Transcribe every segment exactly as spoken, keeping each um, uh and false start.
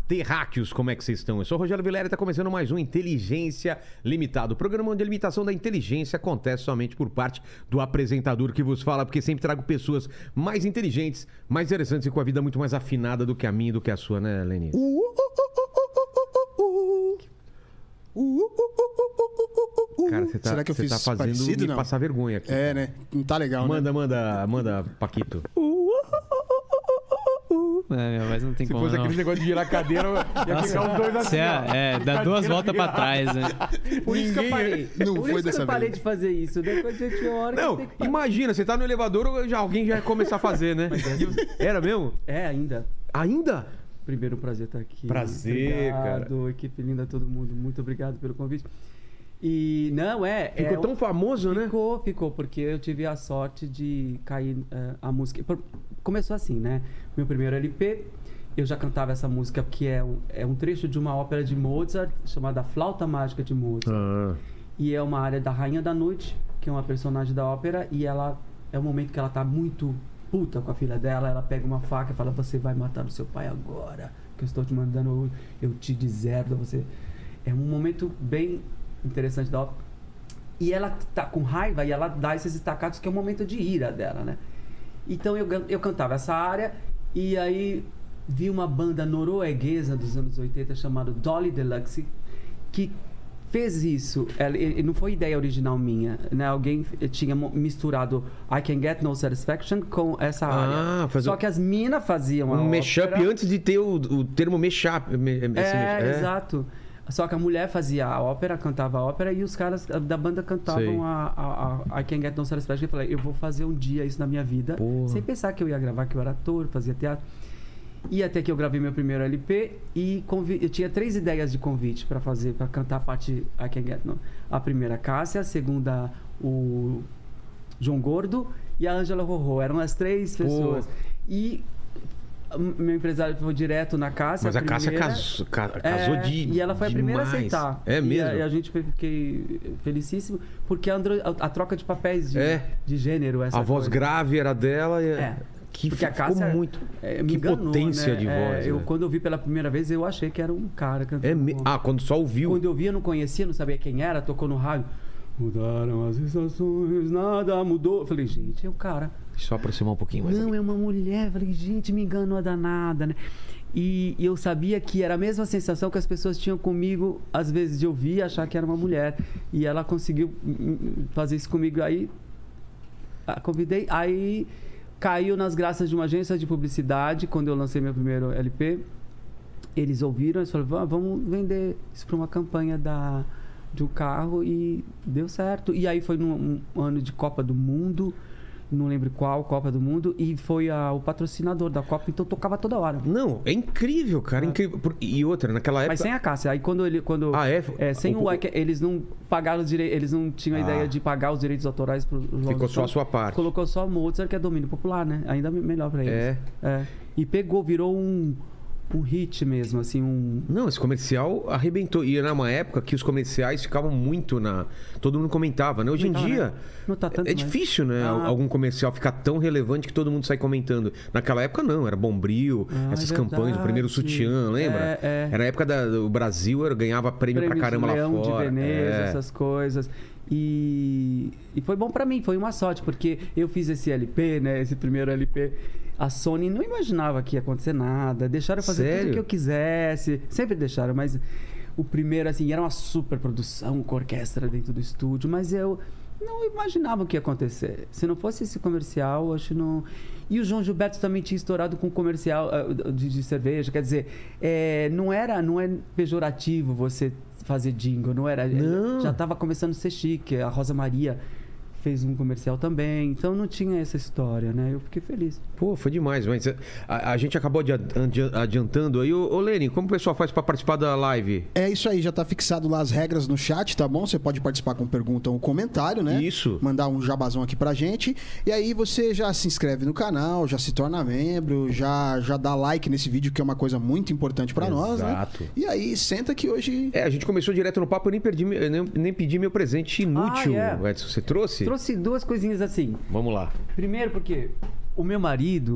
terráqueos, como é que vocês estão? Eu sou o Rogério Vilela e está começando mais um Inteligência Limitada. O programa onde a limitação da inteligência acontece somente por parte do apresentador que vos fala, porque sempre trago pessoas mais inteligentes, mais interessantes e com a vida muito mais afinada do que a minha e do que a sua, né, Leni? Uh, uh, uh, uh, uh, uh, uh, uh, Cara, você tá, Será que eu você fiz tá fazendo parecido, me não? passar vergonha aqui. É, né? Não tá legal, Manda, né? manda, manda, Paquito. É, mas não tem Se como fosse não. aquele negócio de girar a cadeira, ia Nossa, ficar os dois assim, você é, ó. é, dá duas voltas pra trás, né? Por isso que eu parei. Não Por foi isso que dessa eu parei vez. de fazer isso. Depois eu tinha uma hora que Não, tem que parar. imagina, você tá no elevador, já, alguém já ia começar a fazer, né? Era mesmo? É, ainda. Ainda? Primeiro, um prazer estar aqui. Prazer, obrigado, cara. Equipe linda, todo mundo. Muito obrigado pelo convite. E, não, é... Ficou é, tão famoso, né? Ficou, ficou, porque eu tive a sorte de cair eh, a música. Por- Começou assim, né? Meu primeiro L P, eu já cantava essa música, que é um, é um trecho de uma ópera de Mozart, chamada Flauta Mágica de Mozart. Ah, E é uma área da Rainha da Noite, que é uma personagem da ópera, e ela é o momento que ela tá muito puta com a filha dela, ela pega uma faca e fala: você vai matar o seu pai agora, que eu estou te mandando, eu te deserdo, você... É um momento bem interessante da ópera. E ela tá com raiva e ela dá esses estacatos, que é um momento de ira dela, né? Então eu, eu cantava essa área, e aí vi uma banda norueguesa dos anos oitenta chamada Dolly Deluxe, que fez isso. Ela, e não foi ideia original minha, né? Alguém tinha mo- misturado I Can Get No Satisfaction com essa Ah, área. faz Só um- que as minas faziam a um mashup ópera. antes de ter o, o termo mashup. me- esse É, mash- exato. Só que a mulher fazia a ópera, cantava a ópera, e os caras da banda Sei. cantavam a, a, a I Can Get No Satisfaction. Eu falei: eu vou fazer um dia isso na minha vida, Porra. sem pensar que eu ia gravar, que eu era ator, fazia teatro. E até que eu gravei meu primeiro L P, e convi- eu tinha três ideias de convite para fazer, para cantar a parte I Can Get No. A primeira, Cássia; a segunda, o João Gordo, e a Ângela Rorô. Eram as três pessoas. E hum, meu empresário foi direto na Cássia. Mas a Cássia primeira. casou, ca- casou É, de E ela foi a primeira a demais. aceitar. É E mesmo? a, e a gente foi- fiquei felicíssimo, porque a, andro- a- a troca de papéis de, É. de gênero, essa A voz coisa. grave era dela e... É. Que Porque a ficou Cássia muito... é, me que enganou, potência né? de É, voz. eu, né? quando eu vi pela primeira vez, eu achei que era um cara cantando. É me- Ah, quando só ouviu. Quando eu vi, eu não conhecia, não sabia quem era, tocou no rádio. Mudaram as estações, nada mudou. Eu falei: gente, é o cara. Só aproximar um pouquinho mais. Não, aqui. é uma mulher. Eu falei: gente, me enganou a danada, né? E, e eu sabia que era a mesma sensação que as pessoas tinham comigo, às vezes, de ouvir e achar que era uma mulher. E ela conseguiu hum, hum, fazer isso comigo. Aí, a convidei. Aí, caiu nas graças de uma agência de publicidade, quando eu lancei meu primeiro L P. Eles ouviram, eles falaram: "Va- vamos vender isso para uma campanha da, de um carro", e deu certo. E aí foi num um ano de Copa do Mundo, não lembro qual Copa do Mundo, e foi a- o patrocinador da Copa, então tocava toda hora. Não, é incrível, cara. Incrível. Por- E outra, naquela época... Mas sem a Cássia. Aí quando ele. Quando, Ah, é? é, sem O- o, eles não pagaram os direitos, eles não tinham a Ah. ideia de pagar os direitos autorais para os Ficou só a sua parte. Colocou só Mozart, que é domínio popular, né? Ainda melhor para eles. É. É. E pegou, virou um, um hit mesmo, assim, um. Não, esse comercial arrebentou. E era uma época que os comerciais ficavam muito na... Todo mundo comentava, né? Hoje em Comentava, dia... né? Não tá tanto é mais. difícil, né? Ah. Algum comercial ficar tão relevante que todo mundo sai comentando. Naquela época, não. Era Bombril, Ah, essas é campanhas, o verdade. primeiro sutiã, lembra? É, é. Era a época da, do Brasil, era, ganhava prêmio, Prêmio pra caramba de lá Leão fora. de Veneza, É. essas coisas. E, e foi bom pra mim, foi uma sorte, porque eu fiz esse L P, né? Esse primeiro L P. A Sony não imaginava que ia acontecer nada. Deixaram eu fazer Sério? tudo o que eu quisesse. Sempre deixaram, mas o primeiro, assim, era uma super produção com orquestra dentro do estúdio, mas eu não imaginava o que ia acontecer. Se não fosse esse comercial, eu acho que não. E o João Gilberto também tinha estourado com comercial ah, de, de cerveja. Quer dizer, é, não era, não é pejorativo você fazer jingle, não era. Não. Já estava começando a ser chique. A Rosa Maria fez um comercial também, então não tinha essa história, né? Eu fiquei feliz. Pô, foi demais. Mas a, a gente acabou adi- adi- adiantando aí. Ô, ô Lene, como o pessoal faz pra participar da live? É isso aí, já tá fixado lá as regras no chat, tá bom? Você pode participar com pergunta ou comentário, né? Isso. Mandar um jabazão aqui pra gente. E aí você já se inscreve no canal, já se torna membro, já, já dá like nesse vídeo, que é uma coisa muito importante pra nós, né? Exato. E aí, senta que hoje... É, a gente começou direto no papo, eu nem, perdi, eu nem, nem pedi meu presente inútil. Ah, é. Edson, você trouxe? Trouxe duas coisinhas assim. Vamos lá. Primeiro porque o meu marido,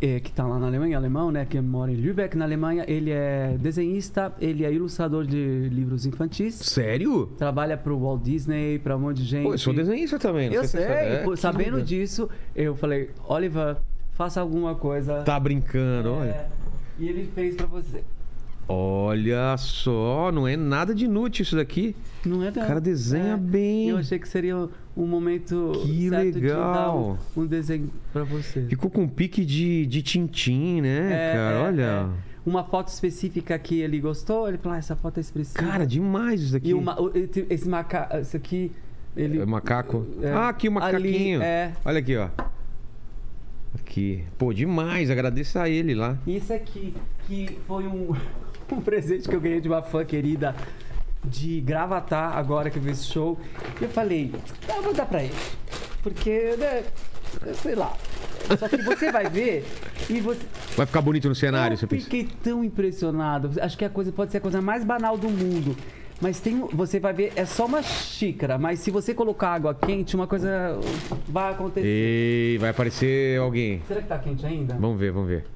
é, que tá lá na Alemanha, alemão, né? Que mora em Lübeck, na Alemanha. Ele é desenhista, ele é ilustrador de livros infantis. Sério? Trabalha pro Walt Disney, pra um monte de gente. Pô, eu sou desenhista também. Não Eu sei sei, se você sabe. É, pô, que sabendo legal. disso, eu falei, Oliver, faça alguma coisa. Tá brincando, É, olha. E ele fez pra você. Olha só, não é nada de inútil isso daqui. Não é O cara desenha É. bem. Eu achei que seria um momento Que certo de dar legal. um, um desenho pra você. Ficou com um pique de, de Tintim, né, É, cara? é, Olha. é. Uma foto específica que ele gostou, ele falou, ah, essa foto é expressiva. Cara, demais isso daqui. E uma, o- esse macaco, esse aqui, ele... É macaco? É. Ah, aqui o macaquinho. Ali, é. Olha aqui, ó. Aqui. Pô, demais. Agradeço a ele lá. Isso aqui, que foi um, um presente que eu ganhei de uma fã querida de Gravatar, agora que eu vi esse show. E eu falei, ah, eu vou dar pra ele. Porque, né, sei lá. Só que você vai ver e você... Vai ficar bonito no cenário, eu você pensa? fiquei tão impressionado. Acho que a coisa pode ser a coisa mais banal do mundo. Mas tem, um- você vai ver, é só uma xícara. Mas se você colocar água quente, uma coisa vai acontecer. E vai aparecer alguém. Será que tá quente ainda? Vamos ver, vamos ver.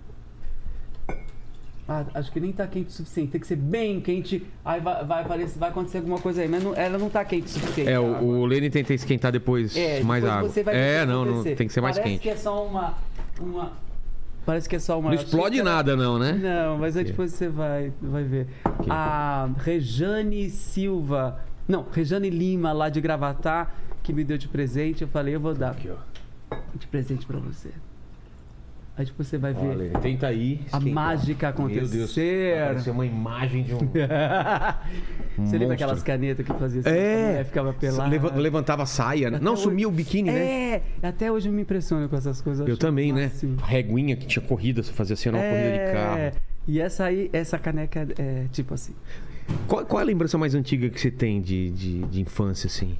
Ah, acho que nem tá quente o suficiente. Tem que ser bem quente. Aí vai, vai, aparecer, vai acontecer alguma coisa aí. Mas não- ela não tá quente o suficiente. É, a o, água. o Lene tenta esquentar depois É, mais depois água. você vai ver o É, que não, não, acontecer. tem que ser mais Parece quente. que é só uma, uma... Parece que é só uma... Não explode xícara. nada, não, né? Não, mas aí Aqui. depois você vai, vai ver. A Rejane Silva... Não, Rejane Lima, lá de Gravatar, que me deu de presente. Eu falei, eu vou dar Aqui, ó. de presente pra você. Aí depois você vai ver Olha, Lene, tenta aí. a esquentar. mágica Meu Deus. acontecer. Vai aparecer uma imagem de um... Você monstro. lembra aquelas canetas que fazia assim? A É, mulher ficava pelada. leva- levantava a saia, né? Até Não, hoje- sumia o biquíni, né? É, até hoje eu me impressiono com essas coisas. Eu acho também, né? máximo. A reguinha que tinha corrida, você fazia assim, era uma corrida de carro. É, e essa aí, essa caneca é tipo assim. Qual, qual é a lembrança mais antiga que você tem de, de, de infância, assim?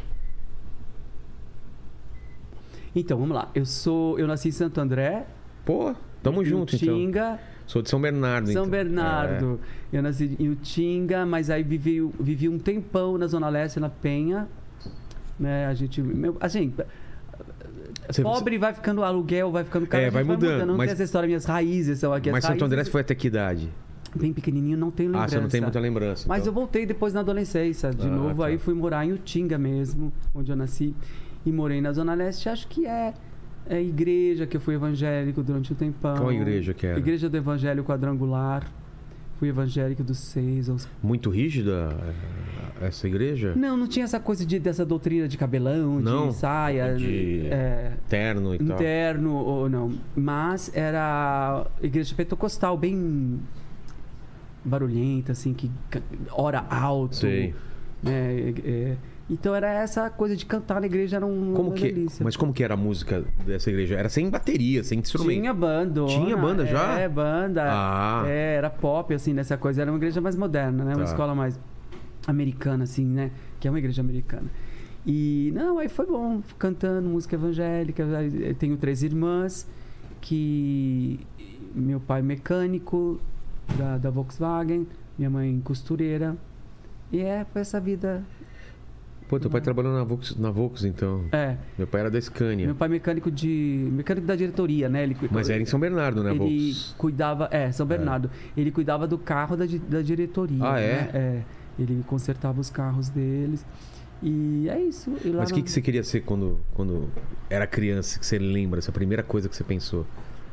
Então, vamos lá. Eu sou, eu nasci em Santo André. Pô, tamo em junto, então. Utinga, Sou de São Bernardo, São então. Bernardo. Eu nasci em Utinga, mas aí vivi, vivi um tempão na Zona Leste, na Penha. Né, a gente, meu, a gente, Você- pobre vai ficando aluguel, vai ficando caro. É, a gente vai mudando, Não mas- tem essa história, minhas raízes são aqui. É. Mas as Santo André raízes- foi até que idade? Bem pequenininho, não tenho Ah, lembrança. você não tem muita lembrança. Mas eu então. voltei depois na adolescência, de Ah, novo. tá. Aí fui morar em Utinga mesmo, onde eu nasci. E morei na Zona Leste. Acho que é, é igreja, que eu fui evangélico durante um tempão. Qual igreja que era? Igreja do Evangelho Quadrangular. Fui evangélico dos seis aos... Muito rígida eh, essa igreja? Não, não tinha essa coisa de, dessa doutrina de cabelão, Não, de saia, de é, Terno e tal. interno ou não. Mas era igreja pentecostal, bem barulhenta, assim, que ca- ora alto. Sei. Né? É, então era essa coisa de cantar na igreja, era um, Como uma que, delícia. mas como que era a música dessa igreja? Era sem bateria, sem instrumento. Tinha banda. Tinha banda já? É, banda. Ah. É, era pop, assim, nessa coisa. Era uma igreja mais moderna, né? Uma Tá. escola mais americana, assim, né? Que é uma igreja americana. E, não, aí foi bom, cantando música evangélica. Eu tenho três irmãs, que... Meu pai mecânico da, da Volkswagen, minha mãe costureira. E é, foi essa vida... Pô, teu pai trabalhou na Volks, na Volks, então. É, Meu pai era da Scania. meu pai mecânico de... Mecânico da diretoria, né? Ele, Mas era em São Bernardo, né, Ele Volks? cuidava, é, São Bernardo. Ele cuidava do carro da, di- da diretoria. Ah, é? né? É. Ele consertava os carros deles. E é isso. E lá Mas o que, no- que você queria ser quando, quando era criança, que você lembra? Essa primeira coisa que você pensou?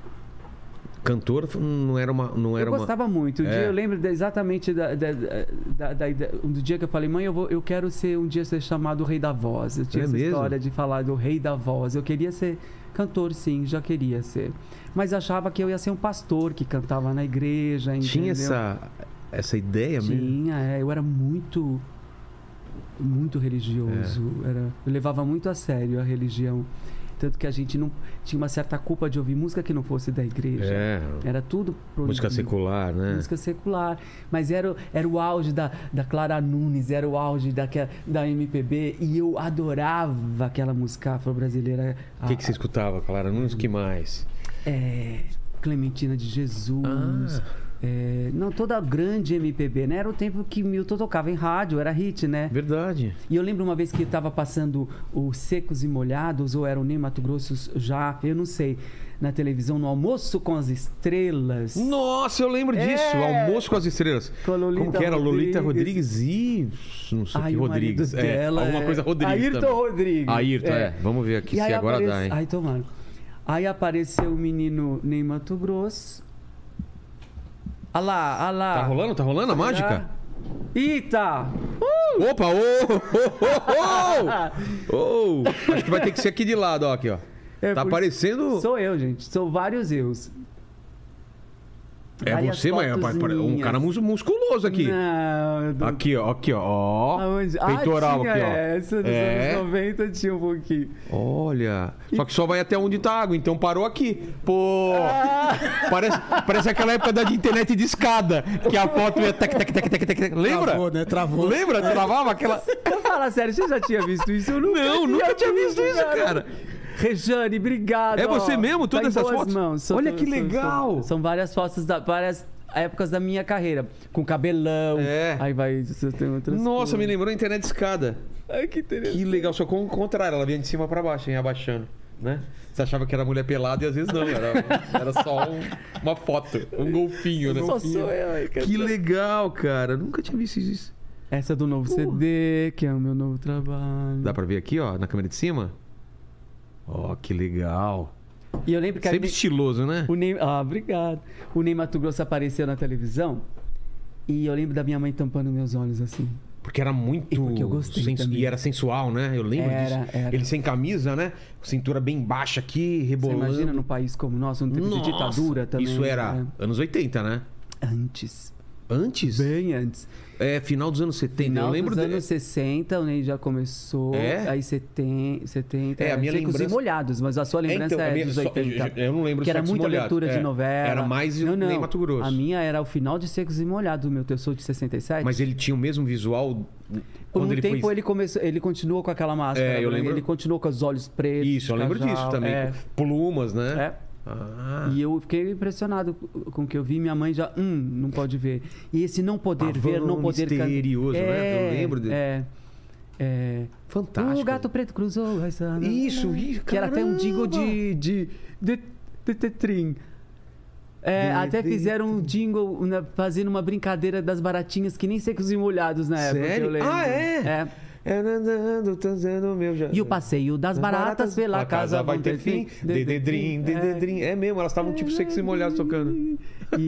Cantor não era uma... Não era eu gostava muito. Um É. dia eu lembro de- exatamente da, da, da, da, da- do dia que eu falei, mãe, eu, vou, eu quero ser um dia ser chamado Rei da Voz. Eu tinha É essa mesmo? história de falar do Rei da Voz. Eu queria ser cantor, sim, já queria ser. Mas achava que eu ia ser um pastor que cantava na igreja. Tinha entendeu? essa, essa ideia mesmo? Tinha, é, eu era muito muito religioso, É. era, eu levava muito a sério a religião, tanto que a gente não tinha uma certa culpa de ouvir música que não fosse da igreja. É, Era tudo proibido. música secular, né? Música secular, mas era, o- era o auge da, da Clara Nunes, era o auge daquela, da M P B, e eu adorava aquela música afro-brasileira. O que, que você escutava, Clara Nunes? O que mais? É, Clementina de Jesus, Ah. É, não, toda grande M P B, né? Era o tempo que Milton tocava em rádio, era hit, né? Verdade. E eu lembro uma vez que estava passando os Secos e Molhados, ou era o Ney Mato Grosso já, eu não sei, na televisão, no Almoço com as Estrelas. Nossa, eu lembro disso. É. Almoço com as Estrelas. Com a Lolita Como que era? Lolita Rodrigues Rodrigues. e... Não sei o Ai, que, o Rodrigues. marido É, dela alguma é- coisa Rodrigues Ayrton também. Rodrigues. Ayrton, é. Vamos ver aqui E se aí agora aparece... dá, hein? Ai, tomara. Aí apareceu o menino Ney Mato Grosso. Ah lá, ah lá. Tá rolando? Tá rolando a mágica? Eita! Opa! Ô! Ô! Ô! Ô! Acho que vai ter que ser aqui de lado, ó. Aqui, ó. É, Tá por- aparecendo... Sou eu, gente. São vários eus. É Várias você, mas é um fotozinhas. cara mus- musculoso aqui. Não, eu tô- Aqui, ó. Aqui, ó. Ó. Aonde? Peitoral ah, tinha aqui, ó. essa dos É. anos noventa tinha um pouquinho. Olha. Só que só vai até onde tá a água, então parou aqui. Pô. Parece, parece aquela época da de internet de escada, que a foto ia tec, tec, tec, tec, tec, tec. Lembra? Travou, né? Travou. Lembra? Travava aquela... Eu falo sério, você já tinha visto isso? Eu nunca Não, nunca tinha visto isso, cara. Rejane, obrigado. É você ó. mesmo? Todas Tá em essas boas fotos? mãos. São- Olha que são- legal. São, são várias fotos da várias épocas da minha carreira. Com cabelão. É. Aí vai, você tem outras Nossa, coisas. me lembrou a internet de escada. Ai, que interessante. Que legal, só com o contrário, ela vinha de cima pra baixo, hein, abaixando, né? Você achava que era mulher pelada e às vezes não, era, era só um- uma foto, um golfinho, né? Só sou eu aí, cara. Que legal, cara. Nunca tinha visto isso. Essa é do novo C D, que é o meu novo trabalho. Dá pra ver aqui, ó, na câmera de cima? Ó, que legal. E eu lembro que a Sempre Ney- estiloso, né? o Ney, ah, obrigado. O Ney Mato Grosso apareceu na televisão e eu lembro da minha mãe tampando meus olhos assim. Porque era muito... E porque eu gostei também. E era sensual, né? Eu lembro Era, disso. era. Ele sem camisa, né? Cintura bem baixa aqui, Você rebolando. imagina num país como o nosso, num tempo Nossa, de ditadura também. Isso era né? anos oitenta, né? Antes. Antes? Bem antes. É, final dos anos setenta. Final eu lembro dos de... anos sessenta, o Ney já começou. É? Aí setenta, setenta É, a minha Secos lembrança- e Molhados, mas a sua lembrança então, a é minha- dos só- oitenta. eu não lembro Que era Secos e muita Molhados, abertura de é. novela. Era mais não, não. Ney Mato Grosso. A minha era o final de Secos e Molhados, o meu. Eu sou de sessenta e sete. Mas ele tinha o mesmo visual Por quando um ele tempo foi... ele começou, ele continuou com aquela máscara. É, eu né? lembro- Ele continuou com os olhos pretos. Isso, eu lembro cajal, disso também. É. Plumas, né? É. Ah. E eu fiquei impressionado com o que eu vi. Minha mãe já, hum, não pode ver. E esse não poder Pavão ver, não poder can- misterioso, né? Eu lembro dele. É. É. Fantástico. O gato preto cruzou a estrada. Isso, isso, Que era até um jingle caramba! de. de. de, de tetrim. É, De- até de- fizeram um jingle né, fazendo uma brincadeira das baratinhas que nem Secos e Molhados na época. que Sério? eu lembro. Ah, é? É. É andando, trazendo meu já. E o passeio das baratas pela casa vai ter fim. Dededrim, dededrim. É mesmo, elas estavam tipo secos e molhados tocando.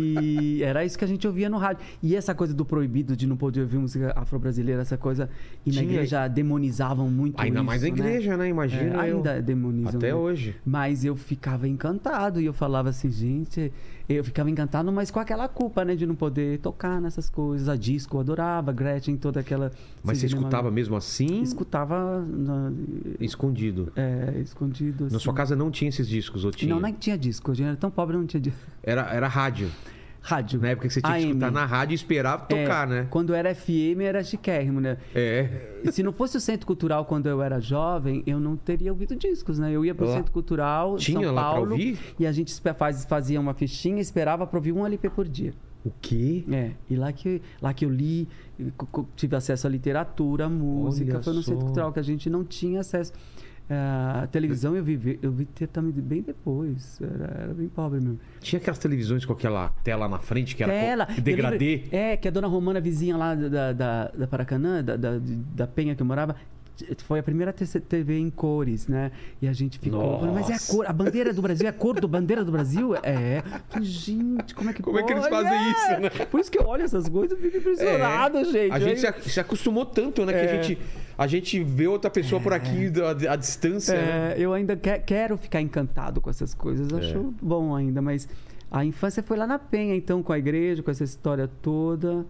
E era isso que a gente ouvia no rádio. E essa coisa do proibido de não poder ouvir música afro-brasileira, essa coisa. E na Tinha. igreja demonizavam muito Ainda isso, mais na igreja, né? É, Imagina. eu. ainda demonizam. Até né? hoje. Mas eu ficava encantado e eu falava assim, gente, eu ficava encantado, mas com aquela culpa, né, de não poder tocar nessas coisas. A disco, eu adorava, Gretchen, toda aquela. Mas você cinema- escutava mesmo assim? Escutava na- Escondido. é, escondido. Na assim. sua casa não tinha esses discos, ou tinha? Não, não tinha disco. A gente era tão pobre, não tinha disco. Era, era rádio. Rádio. Na época que você tinha que A M. escutar na rádio e esperar tocar, É, né? Quando era F M era chiquérrimo, né? É. Se não fosse o Centro Cultural quando eu era jovem, eu não teria ouvido discos, né? Eu ia pro Lá. Centro Cultural, Tinha São lá pra Paulo, ouvir? e a gente espe- faz, fazia uma fichinha e esperava pra ouvir um L P por dia. O quê? É, e lá que, lá que eu li, e co- co- tive acesso à literatura, à música, Olha foi no só. Centro Cultural que a gente não tinha acesso. Ah, a televisão eu vi, eu vi ter também bem depois, era, era bem pobre mesmo. Tinha aquelas televisões com aquela tela na frente que era Tela. co- Eu degradê. lembro- é, que a dona Romana, vizinha lá da, da, da Paracanã, da, da, da Penha que eu morava, foi a primeira T V em cores, né? E a gente ficou, Nossa. mas é a cor, a bandeira do Brasil, é a cor da bandeira do Brasil? É. Falei, gente, como é que Como é que eles pode? fazem É. isso, né? Por isso que eu olho essas coisas e fico impressionado, É. gente. A gente se, Aí- ac- se acostumou tanto, né? Que É. a gente, a gente vê outra pessoa por aqui à, à distância. né? É, eu ainda que- quero ficar encantado com essas coisas, acho É. bom ainda, mas a infância foi lá na Penha, então, com a igreja, com essa história toda.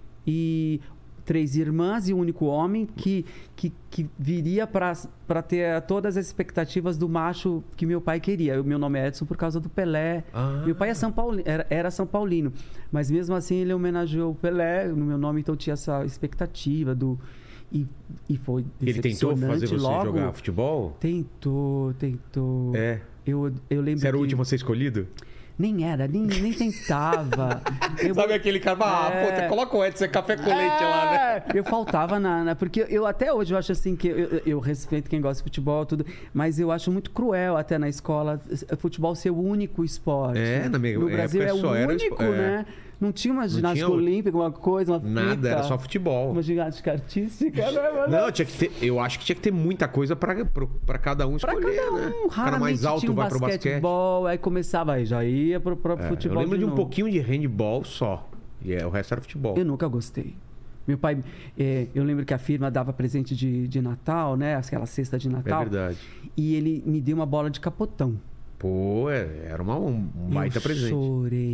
E três irmãs e o único homem que, que, que viria para ter todas as expectativas do macho que meu pai queria. O meu nome é Edson por causa do Pelé. Ah. Meu pai é São Paulo, era, era São Paulino, mas mesmo assim ele homenageou o Pelé no meu nome, então tinha essa expectativa do... E, e foi Ele tentou fazer decepcionante você logo. jogar futebol? Tentou, tentou. É. Eu, eu lembro Você era o que- último a ser escolhido? Nem era, nem, nem tentava. Eu, Sabe aquele cara, ah, É. puta, coloca o Edson, é café com leite lá, né? É, eu faltava na, na- Porque eu até hoje eu acho assim que... Eu, eu- eu respeito quem gosta de futebol, tudo. Mas eu acho muito cruel até na escola futebol ser o único esporte. É, na minha No Brasil época é o só era único, espo- é. né? Não tinha uma ginástica tinha o- olímpica, uma coisa, uma Nada, fita, era só futebol. uma ginástica artística, né, mano? Não, tinha que ter, eu acho que tinha que ter muita coisa pra, pro- pra cada um Pra escolher, cada um, né? O cara raramente mais alto tinha um vai pro basquete. basquetebol, aí começava, aí já ia pro próprio É, futebol eu lembro de, um novo. pouquinho de handball só. E é, o resto era futebol. Eu nunca gostei. Meu pai, eh, eu lembro que a firma dava presente de, de Natal, né? Aquela cesta de É Natal. verdade. E ele me deu uma bola de capotão. Pô, é- era uma, um um baita eu presente. chorei.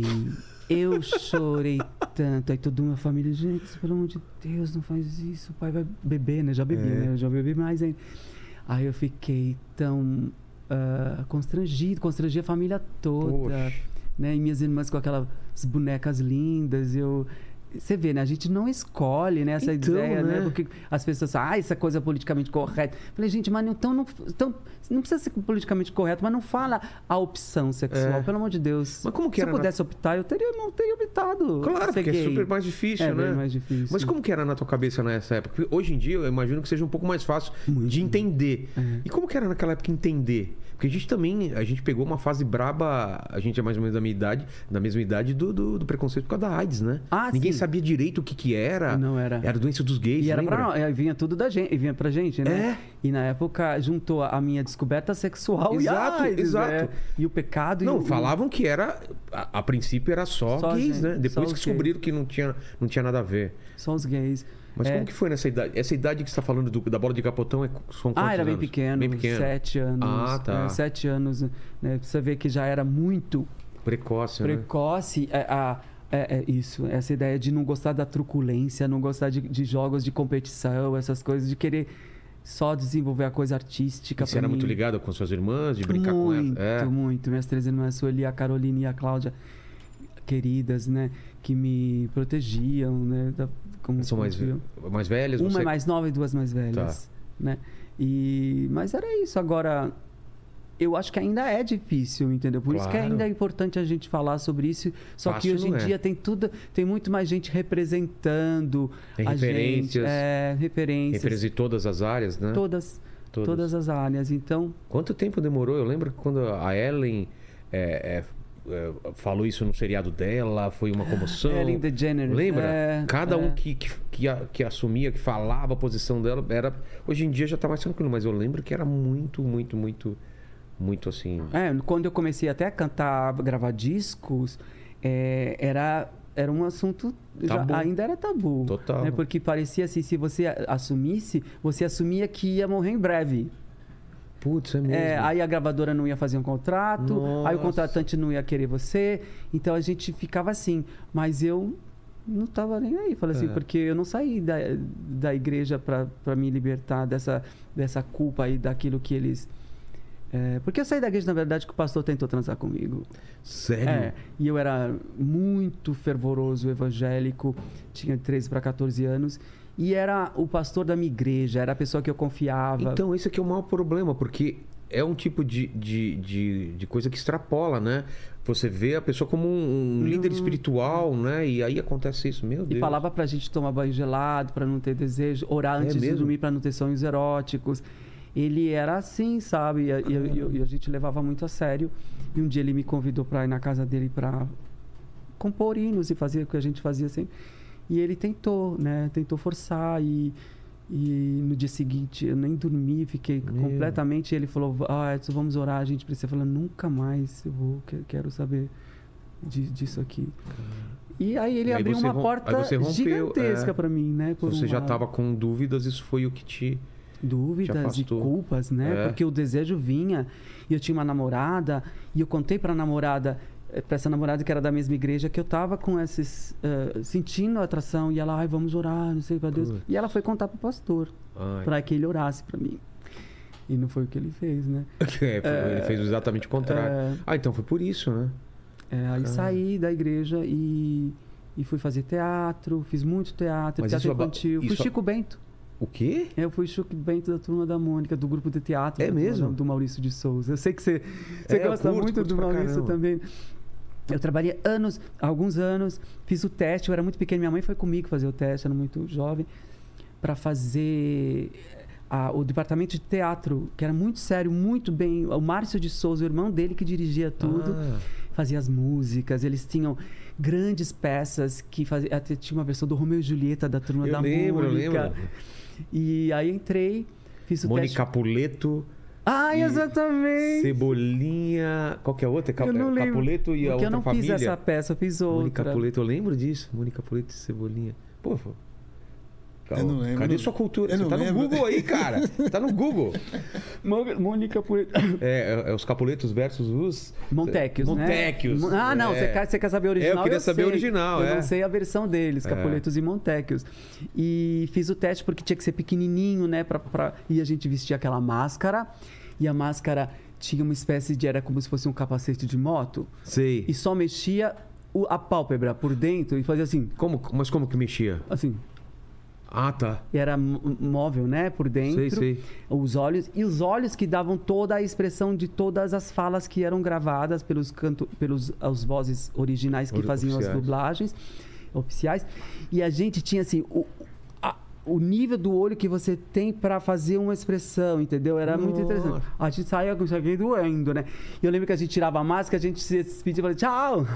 Eu chorei tanto. Aí toda uma família, gente, pelo amor de Deus, não faz isso. O pai vai beber, né? Já bebi, É. né? Eu já bebi mais ainda. Aí eu fiquei tão ah, constrangido, constrangi a família toda. Poxa. Né? E minhas irmãs com aquelas bonecas lindas. Eu... Você vê, né? A gente não escolhe, né, essa Então, ideia, né? né? Porque as pessoas falam, ah, essa coisa é politicamente correta. Eu falei, gente, mas não, então, não, então, não precisa ser politicamente correto, mas não fala a opção sexual, É. pelo amor de Deus. Mas como que Se era eu na- pudesse optar, eu teria, não teria optado. Claro, ser porque é gay. super mais difícil, É né? bem mais difícil. Mas como que era na tua cabeça nessa época? Porque hoje em dia eu imagino que seja um pouco mais fácil de entender. É. E como que era naquela época entender? Porque a gente também, a gente pegou uma fase braba, a gente é mais ou menos da minha idade, da mesma idade do, do, do preconceito por causa da AIDS, né? Ah, Ninguém sim. sabia direito o que que era. Não era. Era doença dos gays, E era lembra? pra nós, aí vinha tudo da gente, e vinha pra gente, né? É. E na época juntou a minha descoberta sexual Exato, e a AIDS, exato. né? E o pecado. e Não, o- falavam que era, a, a princípio era só, Só gays, gente, né? Depois só que os descobriram que não tinha, não tinha nada a ver. São os gays. Mas É. como que foi nessa idade? Essa idade que você está falando do- da bola de capotão é, são quantos Ah, era bem anos? pequeno, Bem pequeno. sete anos. Ah, tá. É, sete anos, né? Você vê que já era muito Precoce, né? precoce. É, a- é- é isso, essa ideia de não gostar da truculência, não gostar de, de jogos de competição, essas coisas, de querer só desenvolver a coisa artística. E você pra era mim. muito ligado com suas irmãs, de brincar com Muito, elas? É. muito. Minhas três irmãs, a Sueli, a Carolina e a Cláudia, queridas, né? Que me protegiam, né? Da, como, São mais, como mais velhas? Uma você... é mais nova e duas mais velhas, né? E, mas era isso. Agora, eu acho que ainda é difícil, entendeu? Por isso que Claro. ainda é importante a gente falar sobre isso. Só Fácil que hoje em não é. dia tem tudo, tem muito mais gente representando Tem a referências. gente. É, referências. Referências de todas as áreas, né? Todas, Todas. todas as áreas. Então, Quanto tempo demorou? Eu lembro que quando a Ellen é, é, é, falou isso no seriado dela, foi uma comoção. Ellen DeGeneres. Lembra? É, Cada é. um que, que, que, a- que assumia, que falava a posição dela, era. Hoje em dia já tá mais tranquilo, mas eu lembro que era muito, muito, muito, muito assim. É, quando eu comecei até a cantar, gravar discos, é, era, era um assunto. já- Tabu. ainda era tabu. Total. Né? Porque parecia assim: se você a- assumisse, você assumia que ia morrer em breve. Putz, é mesmo. É, aí a gravadora não ia fazer um contrato, aí o Nossa. contratante não ia querer você. Então a gente ficava assim. Mas eu não tava nem aí, falei assim, É. porque eu não saí da, da igreja para me libertar dessa, dessa culpa aí, daquilo que eles. É, porque eu saí da igreja, na verdade, que o pastor tentou transar comigo. Sério? É, e eu era muito fervoroso evangélico, tinha treze para quatorze anos, e era o pastor da minha igreja, era a pessoa que eu confiava. Então, esse aqui é o maior problema, porque é um tipo de, de, de, de coisa que extrapola, né? Você vê a pessoa como um, um líder espiritual, né? E aí acontece isso, meu E Deus. falava pra gente tomar banho gelado, pra não ter desejo, orar É antes de mesmo? dormir pra não ter sonhos eróticos. Ele era assim, sabe? E, a- e a- e a gente levava muito a sério. E um dia ele me convidou pra ir na casa dele pra compor hinos e fazer o que a gente fazia sempre. E ele tentou, né? Tentou forçar e, e no dia seguinte eu nem dormi, fiquei Meu. completamente. Ele falou: "Ah, Edson, vamos orar, a gente precisa". Eu falei: "Nunca mais eu vou, que- quero saber de- disso aqui". E aí ele E aí abriu você uma rom- porta aí você rompeu, gigantesca é. pra mim, né? Por Você um já lado. estava com dúvidas, isso foi o que te... Te Dúvidas e afastou. culpas, né? É. Porque o desejo vinha e eu tinha uma namorada e eu contei pra namorada, eh, pra essa namorada que era da mesma igreja, que eu tava com esses eh, sentindo a atração e ela, ai, vamos orar, não sei pra Deus. Putz. E ela foi contar pro pastor Ai. pra que ele orasse pra mim. E não foi o que ele fez, né? É, foi- ele fez exatamente o contrário. É. Ah, então foi por isso, né? É, aí saí da igreja e, e fui fazer teatro, fiz muito teatro, Mas teatro isso aba- infantil. Fui isso a- Chico Bento. O quê? Eu fui Chico Bento da Turma da Mônica, do grupo de teatro. É da turma mesmo? da- Do Maurício de Souza. Eu sei que você, você É, eu gosta curto, muito curto do pra Maurício caramba. também. Eu trabalhei anos, alguns anos, fiz o teste, eu era muito pequeno, minha mãe foi comigo fazer o teste, era muito jovem, para fazer a, o departamento de teatro, que era muito sério, muito bem. O Márcio de Souza, o irmão dele que dirigia tudo, Ah. fazia as músicas, eles tinham grandes peças que fazia, até tinha uma versão do Romeu e Julieta da Turma Eu da lembro, eu Mônica. lembro. E aí entrei, fiz o Mônica teste. Capuleto, Ah, e exatamente! Cebolinha... Qual que é a outra? Cap... Eu não lembro. Capuleto e a Porque outra eu não família? fiz essa peça, eu fiz outra. Mônica Capuleto, eu lembro disso. Mônica Capuleto e Cebolinha. Pô, pô. Eu não lembro. Cadê Eu sua cultura? eu Você não tá lembro. no Google aí, cara. Tá no Google. Mo- Mônica por... É, é, é os Capuletos versus os... Montecchios, né? Montecchios. Mo- Ah, não, é. você quer, você quer saber a original? É, eu queria saber a sei. original, Eu é. não sei a versão deles, Capuletos e Montecchios. E fiz o teste porque tinha que ser pequenininho, né? Pra, pra... E a gente vestia aquela máscara. E a máscara tinha uma espécie de... Era como se fosse um capacete de moto. Sei. E só mexia o- a pálpebra por dentro e fazia assim, Como, mas como que mexia? assim... Ah, tá. Era m- móvel, né? Por dentro. Sei, sei. Os olhos. E os olhos que davam toda a expressão de todas as falas que eram gravadas pelos, canto, pelos as vozes originais que Ori- faziam oficiais. as dublagens oficiais. E a gente tinha assim. O, a- o nível do olho que você tem para fazer uma expressão, entendeu? Era muito Nossa. interessante. A gente saía com isso aqui doendo, né? E eu lembro que a gente tirava a máscara, a gente se despedia e falava, tchau!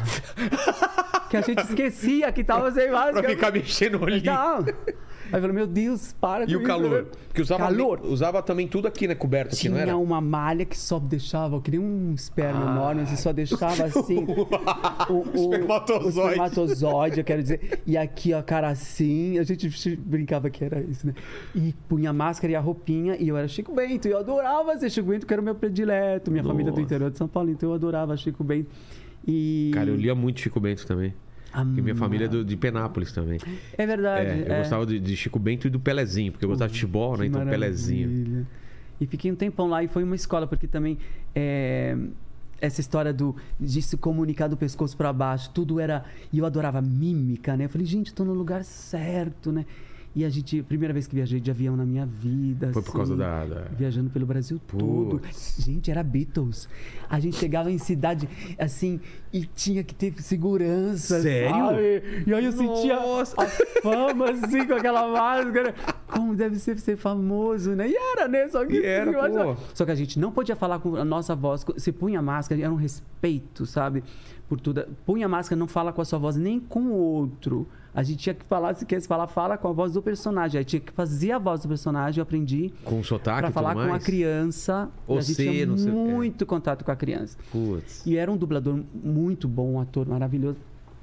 Que a gente esquecia que tava sem máscara. Pra ficar mexendo o olhinho. Tchau! Aí eu falei, meu Deus, para com E o isso, calor? né? Porque usava, Calor. usava também tudo aqui, né? Coberto aqui, Tinha não era? uma malha que só deixava, que nem um esperma Ah. enorme, você só deixava assim. o, o, Espermatozoide. o espermatozoide, eu quero dizer. E aqui, ó, cara, assim, a gente brincava que era isso, né? E punha a máscara e a roupinha, e eu era Chico Bento, e eu adorava ser Chico Bento, que era o meu predileto. Minha família do Nossa. interior de São Paulo, então eu adorava Chico Bento. E... Cara, eu lia muito Chico Bento também. Porque minha família é do- de Penápolis também. É verdade. É, eu é. gostava de, de Chico Bento e do Pelezinho, porque eu gostava de futebol, né? Que Então Pelezinho. maravilha. E fiquei um tempão lá e foi uma escola, porque também é, essa história do, de se comunicar do pescoço para baixo, tudo era... E eu adorava mímica, né? Eu falei, gente, tô no lugar certo, né? E a gente, primeira vez que viajei de avião na minha vida. Foi por assim, causa da... da... Viajando pelo Brasil todo. Puts. Gente, era Beatles. A gente chegava em cidade, assim, e tinha que ter segurança. Sério? sabe? E aí eu sentia Nossa. a fama, assim, com aquela máscara. Como deve ser ser famoso, né? E era, né? Só que, E era, eu achava- pô. Só que a gente não podia falar com a nossa voz. Se punha a máscara, era um respeito, sabe? Por tudo. Punha a máscara, não fala com a sua voz, nem com o outro. A gente tinha que falar, se quer falar, fala com a voz do personagem. Aí tinha que fazer a voz do personagem, eu aprendi. Com sotaque Pra e falar tudo com a mais? criança. Ou a gente você, tinha não sei o quê. muito contato com a criança. Putz. E era um dublador muito bom, um ator maravilhoso.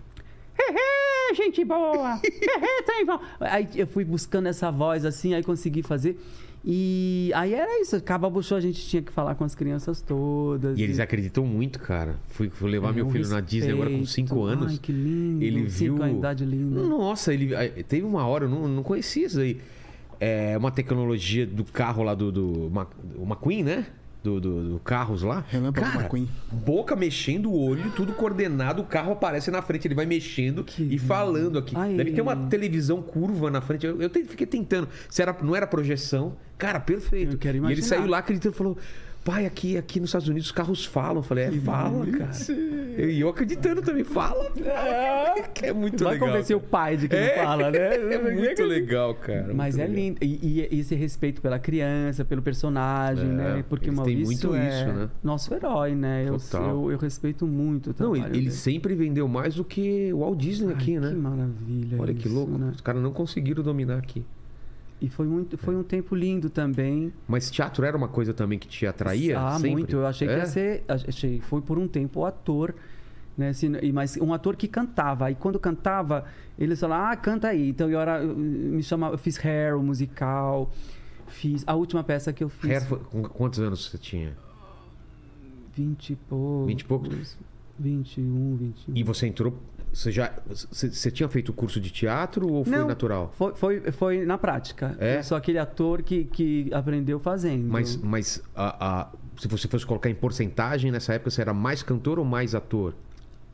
Hehe, gente boa! Hehe, tá bom. Aí eu fui buscando essa voz assim, aí consegui fazer. E aí era isso, acabava o show, a gente tinha que falar com as crianças todas. E eles acreditam muito, cara. Fui, fui levar É, meu um filho na Disney agora com respeito. cinco anos. Ai, que lindo. Ele Cinco, viu... a idade linda. Nossa, ele aí, teve uma hora, eu não, não conhecia isso aí. É uma tecnologia do carro lá do... do Ma- o McQueen, né? Do, do, do carros lá. Relâmpago Cara, McQueen. boca mexendo o olho, tudo coordenado, o carro aparece na frente, ele vai mexendo e falando aqui. Ai. Deve ter uma televisão curva na frente. Eu, eu te- fiquei tentando. Se era, não era projeção. Cara, perfeito. Eu quero e ele imaginar. saiu lá acreditando e falou: pai, aqui, aqui nos Estados Unidos os carros falam. Eu falei, é, fala, cara. E eu, eu acreditando também, fala. Que é muito Vai legal. convencer o cara. pai de que É, não fala, né? É muito legal, cara. Mas muito é legal. lindo. E, e esse respeito pela criança, pelo personagem, É, né? Porque o eles têm Maurício muito é isso, né? nosso herói, né? Eu, Total. eu, eu respeito muito o Não, trabalho ele, ele dele. sempre vendeu mais do que o Walt Disney Ai, aqui, né? Que maravilha. Olha que isso, louco. né? Os caras não conseguiram dominar aqui. E foi, muito, foi um tempo lindo também. Mas teatro era uma coisa também que te atraía? Ah, sempre? muito. Eu achei que É? ia ser. Achei, foi por um tempo o ator. Né, assim, e- mas um ator que cantava. E quando cantava, eles falavam, ah, canta aí. Então eu, era, eu, me chamava, eu fiz Hair, o musical. Fiz. A última peça que eu fiz. Hair foi- com quantos anos você tinha? Vinte e poucos. Vinte e poucos? Vinte e um, vinte e um. E você entrou. Você já. Você, você tinha feito o curso de teatro ou foi Não, natural? Foi, foi, foi na prática. É? Eu sou aquele ator que, que aprendeu fazendo. Mas, mas a, a- se você fosse colocar em porcentagem, nessa época você era mais cantor ou mais ator?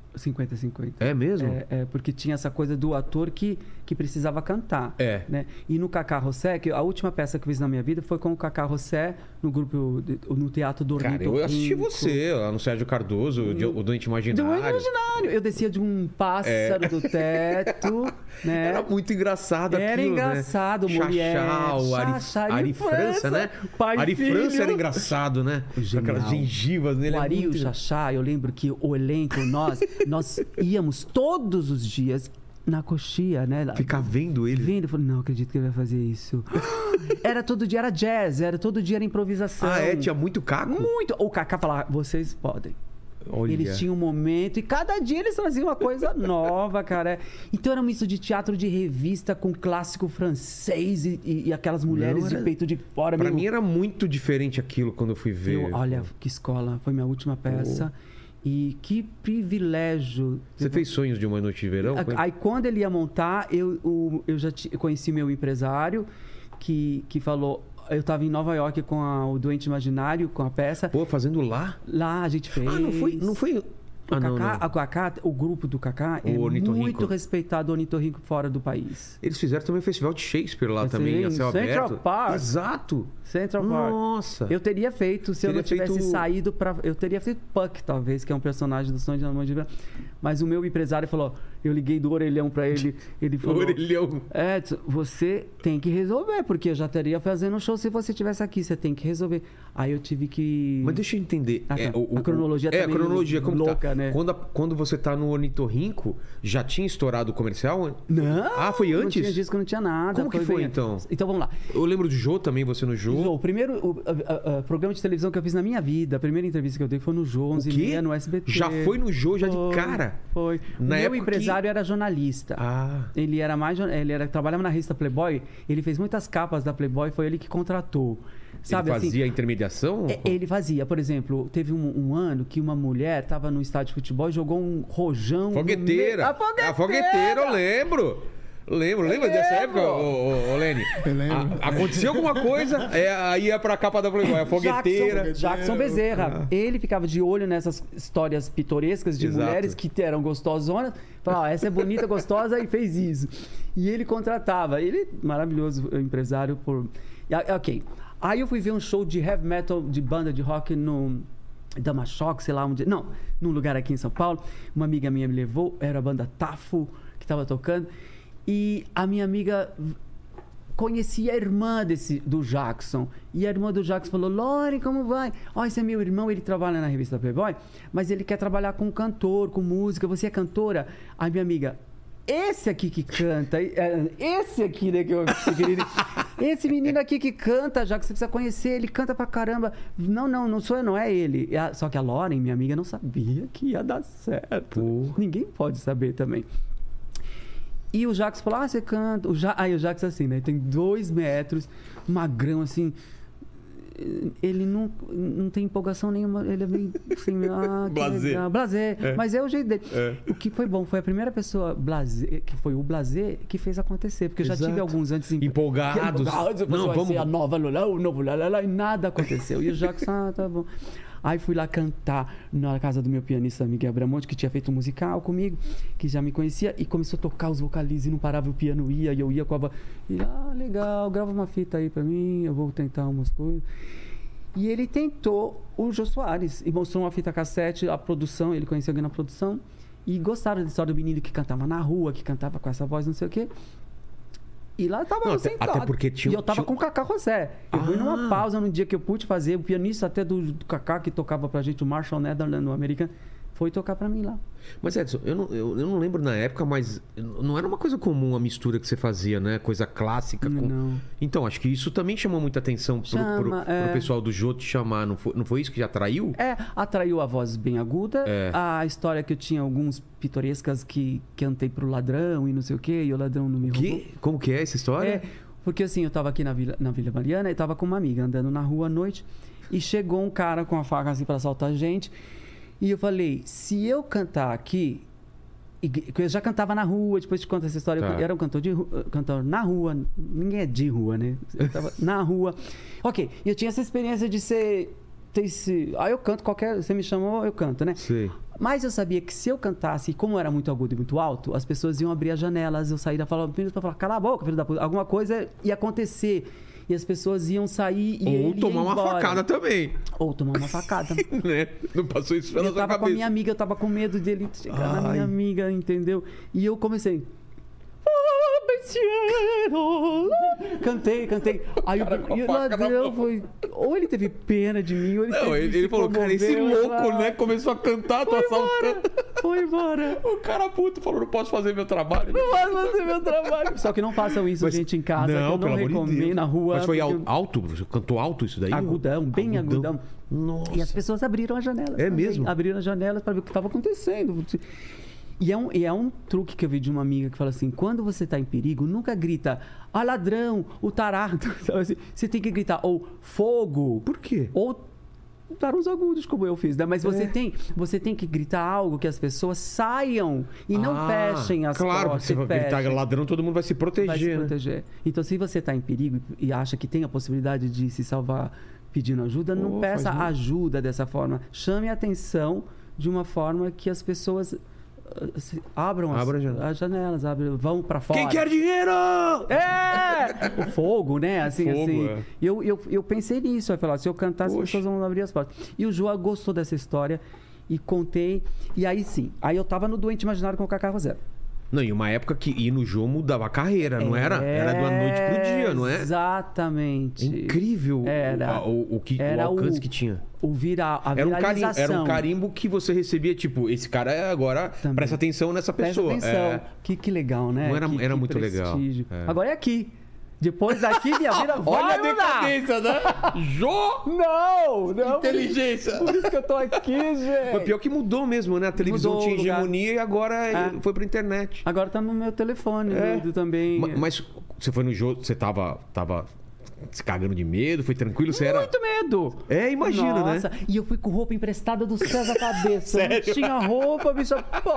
cinquenta cinquenta. É mesmo? É, é, porque tinha essa coisa do ator que, que precisava cantar. É. Né? E no Cacá Rossé, que a última peça que eu fiz na minha vida foi com o Cacá Rossé no grupo, de- no Teatro do Cara, eu assisti você lá no Sérgio Cardoso, o, de- o Doente Do Imaginário. imaginário. Eu descia de um pássaro do teto, né? Era muito engraçado Era aquilo, engraçado, né? Molière, Chachá, o Ari, Xaxá, Ari Ari França, França, né? pai e Ari filho. França era engraçado, né? Com Genial. aquelas gengivas nele. O é Ari e o muito- Xaxá, eu lembro que o elenco, nós, nós íamos todos os dias na coxia, né? Lá- Ficar vendo ele. Vendo, eu falei, não acredito que ele vai fazer isso. Era todo dia, era jazz, era todo dia era improvisação. Ah, é? Tinha muito caco? Muito. O Kaká falava, vocês podem. Olha. Eles tinham um momento e cada dia eles traziam uma coisa nova, cara. Então era um misto de teatro de revista com clássico francês e, e- e aquelas mulheres Não, era- de peito de fora. Pra meio- mim era muito diferente aquilo quando eu fui ver. Eu- olha, que escola. Foi minha última peça. E que privilégio. Você fez Sonhos de uma Noite de Verão? Foi? Aí quando ele ia montar, eu, o- eu já ti- eu conheci meu empresário que, que falou. Eu estava em Nova York com a- o Doente Imaginário, com a peça. Pô, fazendo lá? Lá a gente fez. Ah, não foi. Não foi... O, Ah, não, Kaká, não. a Kaká, o grupo do Kaká é O Ornitorrinco. muito respeitado, o ornitorrinco fora do país. Eles fizeram também o Festival de Shakespeare lá Sim, também, a céu Central aberto. Park. Exato. Central Park. Nossa. Eu teria feito, se eu Teria não tivesse feito- saído pra. Eu teria feito Puck, talvez, que é um personagem do Sonho de Amor de Verão. Mas o meu empresário falou, eu liguei do orelhão pra ele, ele O falou... orelhão. Edson, você tem que resolver, porque eu já estaria fazendo um show se você estivesse aqui, você tem que resolver. Aí eu tive que... Mas deixa eu entender. Ah, tá. é, o- A cronologia o, É, a também cronologia, como louca, tá? né? Quando, a- quando você tá no Ornitorrinco, já tinha estourado o comercial? Não! Ah, foi Não antes? tinha disco, não tinha nada. Como que foi, bem- então? Então vamos lá. Eu lembro do Jô também, você no Jô. Jô, o primeiro o, a- a- a programa de televisão que eu fiz na minha vida, a primeira entrevista que eu dei foi no Jô, onze e meia, no S B T. Já foi no Jô, já de Foi, cara? Foi. Na o meu época empresário era jornalista. Ah. Ele era mais jorna- ele era trabalhava na revista Playboy, ele fez muitas capas da Playboy, foi ele que contratou. Sabe Ele assim? fazia a intermediação? É, Ele fazia, por exemplo, teve um, um ano que uma mulher estava no estádio de futebol e jogou um rojão. no Fogueteira. meio- A fogueteira! É a fogueteira, eu lembro. Lembro, lembra dessa época, ô, ô, ô, Lene? Eu lembro. A- aconteceu alguma coisa, é, aí ia pra capa da Playboy, a fogueteira. Jackson, Jackson Bezerra. Ele ficava de olho nessas histórias pitorescas de Exato. mulheres que eram gostosonas. Falava, ah, essa é bonita, gostosa, e fez isso. E ele contratava. Ele, maravilhoso empresário por... E, ah, ok. Aí eu fui ver um show de heavy metal, de banda de rock no... Damachoque, sei lá, um dia... Não, num lugar aqui em São Paulo. Uma amiga minha me levou, era a banda Tafo, que estava tocando. E a minha amiga conhecia a irmã desse, do Jackson. E a irmã do Jackson falou, Lore, como vai? Ó, esse é meu irmão, ele trabalha na revista Playboy, mas ele quer trabalhar com cantor, com música. Você é cantora? Aí minha amiga, esse aqui que canta, é, esse aqui, né, que eu queria... Esse menino aqui que canta, já que você precisa conhecer, ele canta pra caramba. Não, não, não sou eu, não é ele. E a- Só que a Lauren, minha amiga, não sabia que ia dar certo. Pô. Ninguém pode saber também. E o Jackson falou, ah, você canta. O ja... Aí o Jackson assim, né? Tem dois metros, magrão assim. Ele não, não tem empolgação nenhuma. Ele é meio assim, ah, que Blasé. legal. Blasé. É. Mas é o jeito dele. É. O que foi bom, foi a primeira pessoa blasé, que foi o Blasé, que fez acontecer. Porque eu já Exato. tive alguns antes em- Empolgados. Empolgados, Não, não, vai vamos- ser a nova Lula, o novo Lula, e nada aconteceu. E o Jackson, ah, tá bom. Aí fui lá cantar na casa do meu pianista Miguel Bramonte, que tinha feito um musical comigo, que já me conhecia, e começou a tocar os vocalizes e não parava, o piano ia, e eu ia com a... ba- E, ah, legal, grava uma fita aí pra mim, eu vou tentar umas coisas. E ele tentou o Jô Soares, e mostrou uma fita cassete, a produção, ele conhecia alguém na produção, e gostaram da história do menino que cantava na rua, que cantava com essa voz, não sei o quê. E lá tava Não, eu até- sentado. até porque tinha- E eu tava tinha- com o Cacá José. Eu fui Ah. numa pausa no dia que eu pude fazer. O pianista até do, do Cacá, que tocava pra gente, o Marshall Netherland, o americano, foi tocar pra mim lá. Mas Edson, eu não, eu, eu não lembro na época, mas não era uma coisa comum a mistura que você fazia, né? Coisa clássica. Com... Não. Então, acho que isso também chamou muita atenção pro, Chama, pro, pro é. pessoal do Jô te chamar. Não foi, não foi isso que já atraiu? É, atraiu a voz bem aguda. É. A história que eu tinha alguns pitorescas que cantei pro ladrão e não sei o quê, e o ladrão não me roubou. Que? Como que é essa história? É, porque assim, eu tava aqui na Vila, na Vila Mariana e tava com uma amiga andando na rua à noite e chegou um cara com a faca assim pra assaltar a gente. E eu falei, se eu cantar aqui, e que eu já cantava na rua, depois te conto essa história, Tá. eu era um cantor, de, ru- cantor na rua, ninguém é de rua, né? Eu tava na rua. Ok, e eu tinha essa experiência de ser... Ter esse, aí eu canto qualquer... Você me chamou, eu canto, né? Sei. Mas eu sabia que se eu cantasse, como era muito agudo e muito alto, as pessoas iam abrir as janelas, eu saía falava para falar, cala a boca, filho da puta. Alguma coisa ia acontecer. E as pessoas iam sair e Ou ele ia tomar uma embora. facada também. Ou tomar uma facada. Né? Não passou isso pela Eu sua tava cabeça. com a minha amiga, eu tava com medo dele chegar na Ai. minha amiga, entendeu? E eu comecei. "Ah, Bessiero". Cantei, cantei. Aí Cara, o com a e o faca na ladrão mão. foi. Ou ele teve pena de mim, ou ele Não, teve ele, se ele falou, cara, esse comoveu, louco, ah, né? Começou a cantar, tô Foi assaltando. embora. Foi embora. O cara puto falou, não posso fazer meu trabalho. Não vai fazer meu trabalho. Só que não façam isso, Mas- gente, em casa. que eu não pelo amor de recomendo Deus. na rua. Mas foi al- porque- alto? Você cantou alto isso daí? Agudão, bem agudão. Nossa. E as pessoas abriram as janelas. É também. mesmo? Abriram as janelas para ver o que estava acontecendo. E é, um, e é um truque que eu vi de uma amiga que fala assim: quando você está em perigo, nunca grita, ah, ladrão, o tarado. Sabe assim? Você tem que gritar, ou fogo. Por quê? Ou dar uns agudos, como eu fiz, né? Mas você, É. tem, você tem que gritar algo que as pessoas saiam e não Ah, fechem as claro, portas. porque você vai gritar fechem. ladrão, todo mundo vai se proteger, Vai se né? proteger. Então, se você está em perigo e acha que tem a possibilidade de se salvar pedindo ajuda, não Pô, peça faz muito. ajuda dessa forma. Chame a atenção de uma forma que as pessoas uh, se- abram as, Abra a janela. as janelas, abram, vão para fora. Quem quer dinheiro? É! O fogo, né? Assim, Fogo, assim. é. E Eu, eu, eu pensei nisso, eu falar, se eu cantar, as Poxa. pessoas vão abrir as portas. E o João gostou dessa história e contei. E aí sim, aí eu tava no Doente Imaginário com o Cacá Rosero. Não, e uma época que ir no jogo mudava a carreira, não era? Era da noite pro dia, não é? Exatamente. É incrível Era. o, o, o que, Era o alcance o- que tinha. O viral, a Era um, carimbo, viralização. era um carimbo que você recebia, tipo, esse cara é agora Também. presta atenção nessa Presta pessoa. atenção. É. Que, que legal, né? Não era- Que- era que muito legal. prestígio. É. Agora é aqui. Depois daqui, minha vida vai Olha a mudar. decadência, né? Jô! Não, não. Inteligência! Por isso que eu tô aqui, gente. Mas pior que mudou mesmo, né? A televisão Mudou tinha o lugar. hegemonia e agora É. foi pra internet. Agora tá no meu telefone, É. né, também. Ma- Mas você foi no jogo, você tava, tava se cagando de medo? Foi tranquilo? Você era... Muito medo. É, imagina, Nossa, né? e eu fui com roupa emprestada dos pés à cabeça. Sério? Não tinha roupa, bicho. Pô.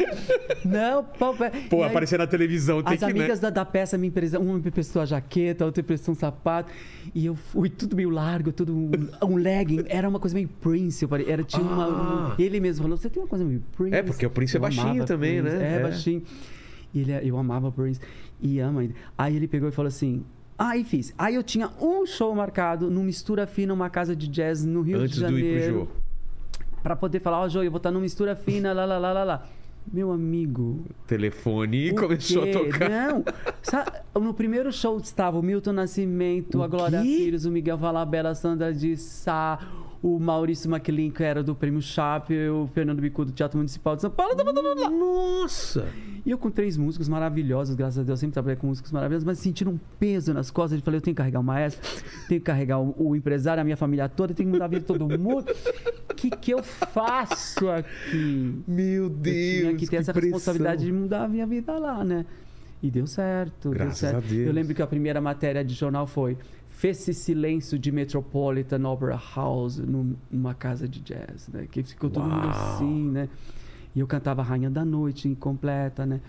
Não, pô. Pô, E aí, aparecer na televisão tem As que, amigas né? da, da peça me emprestam, uma me emprestou a jaqueta, outra me emprestou um sapato. E eu fui tudo meio largo, tudo um, um legging. Era uma coisa meio Prince. Eu parei, era, tinha uma, Ah. um- ele mesmo falou, você tem uma coisa meio Prince. É, porque o Prince é Eu baixinho amava também, Prince. né? É, É. baixinho. E ele, eu amava Prince. E ama ainda. Aí ele pegou e falou assim... Aí fiz. Aí eu tinha um show marcado no Mistura Fina, uma casa de jazz no Rio Antes de do ir pro Janeiro. jogo. Pra poder falar, ó, Jô, eu vou estar no Mistura Fina, lá, lá, lá, lá, lá. Meu amigo, Telefone e o começou quê? a tocar. Não. Sabe, no primeiro show estava o Milton Nascimento, O a Glória quê? Pires, o Miguel Valabella, a Sandra de Sá, o Maurício McLean, que era do Prêmio Chap, o Fernando Bicudo do Teatro Municipal de São Paulo. Tava todo mundo lá. Nossa! E eu com três músicos maravilhosos, graças a Deus, sempre trabalhei com músicos maravilhosos, mas sentindo um peso nas costas. Eu falei, eu tenho que carregar o maestro, tenho que carregar o, o empresário, a minha família toda, tenho que mudar a vida de todo mundo. O que, que eu faço aqui? Meu Eu Deus! tinha que ter essa pressão. responsabilidade de mudar a minha vida lá, né? E deu certo. Graças deu certo. a Deus. Eu lembro que a primeira matéria de jornal foi Fez-se silêncio de Metropolitan Opera House num- numa casa de jazz, né? Que ficou todo mundo Uau. assim, né? E eu cantava Rainha da Noite, incompleta, né?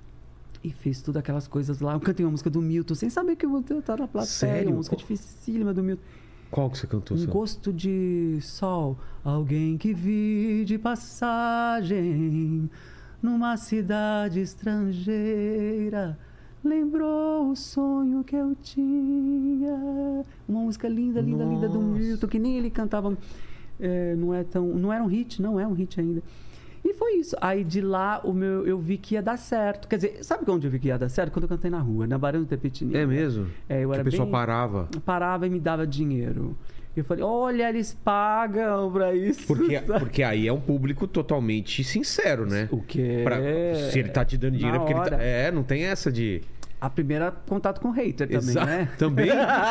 E fiz todas aquelas coisas lá. Eu cantei uma música do Milton, sem saber que eu vou estar na plateia. Sério? Uma música Qual- dificílima do Milton. Qual que você cantou? Um Sam? gosto de sol, alguém que vi de passagem numa cidade estrangeira, lembrou o sonho que eu tinha. Uma música linda, linda, linda do Nossa. Milton, que nem ele cantava. É, não é tão, não era um hit, não é um hit ainda. E foi isso. Aí de lá o meu, eu vi que ia dar certo. Quer dizer, sabe onde eu vi que ia dar certo? Quando eu cantei na rua, na Barão do Tepetini. É mesmo? É, eu que era a pessoa bem- parava. Parava e me dava dinheiro. Eu falei, olha, eles pagam pra isso. Porque, sabe? porque aí é um público totalmente sincero, né? O quê? Pra- se ele tá te dando dinheiro, é Na porque ele tá... hora. É, não tem essa de... A primeira contato com hater também, Exa- né? Também?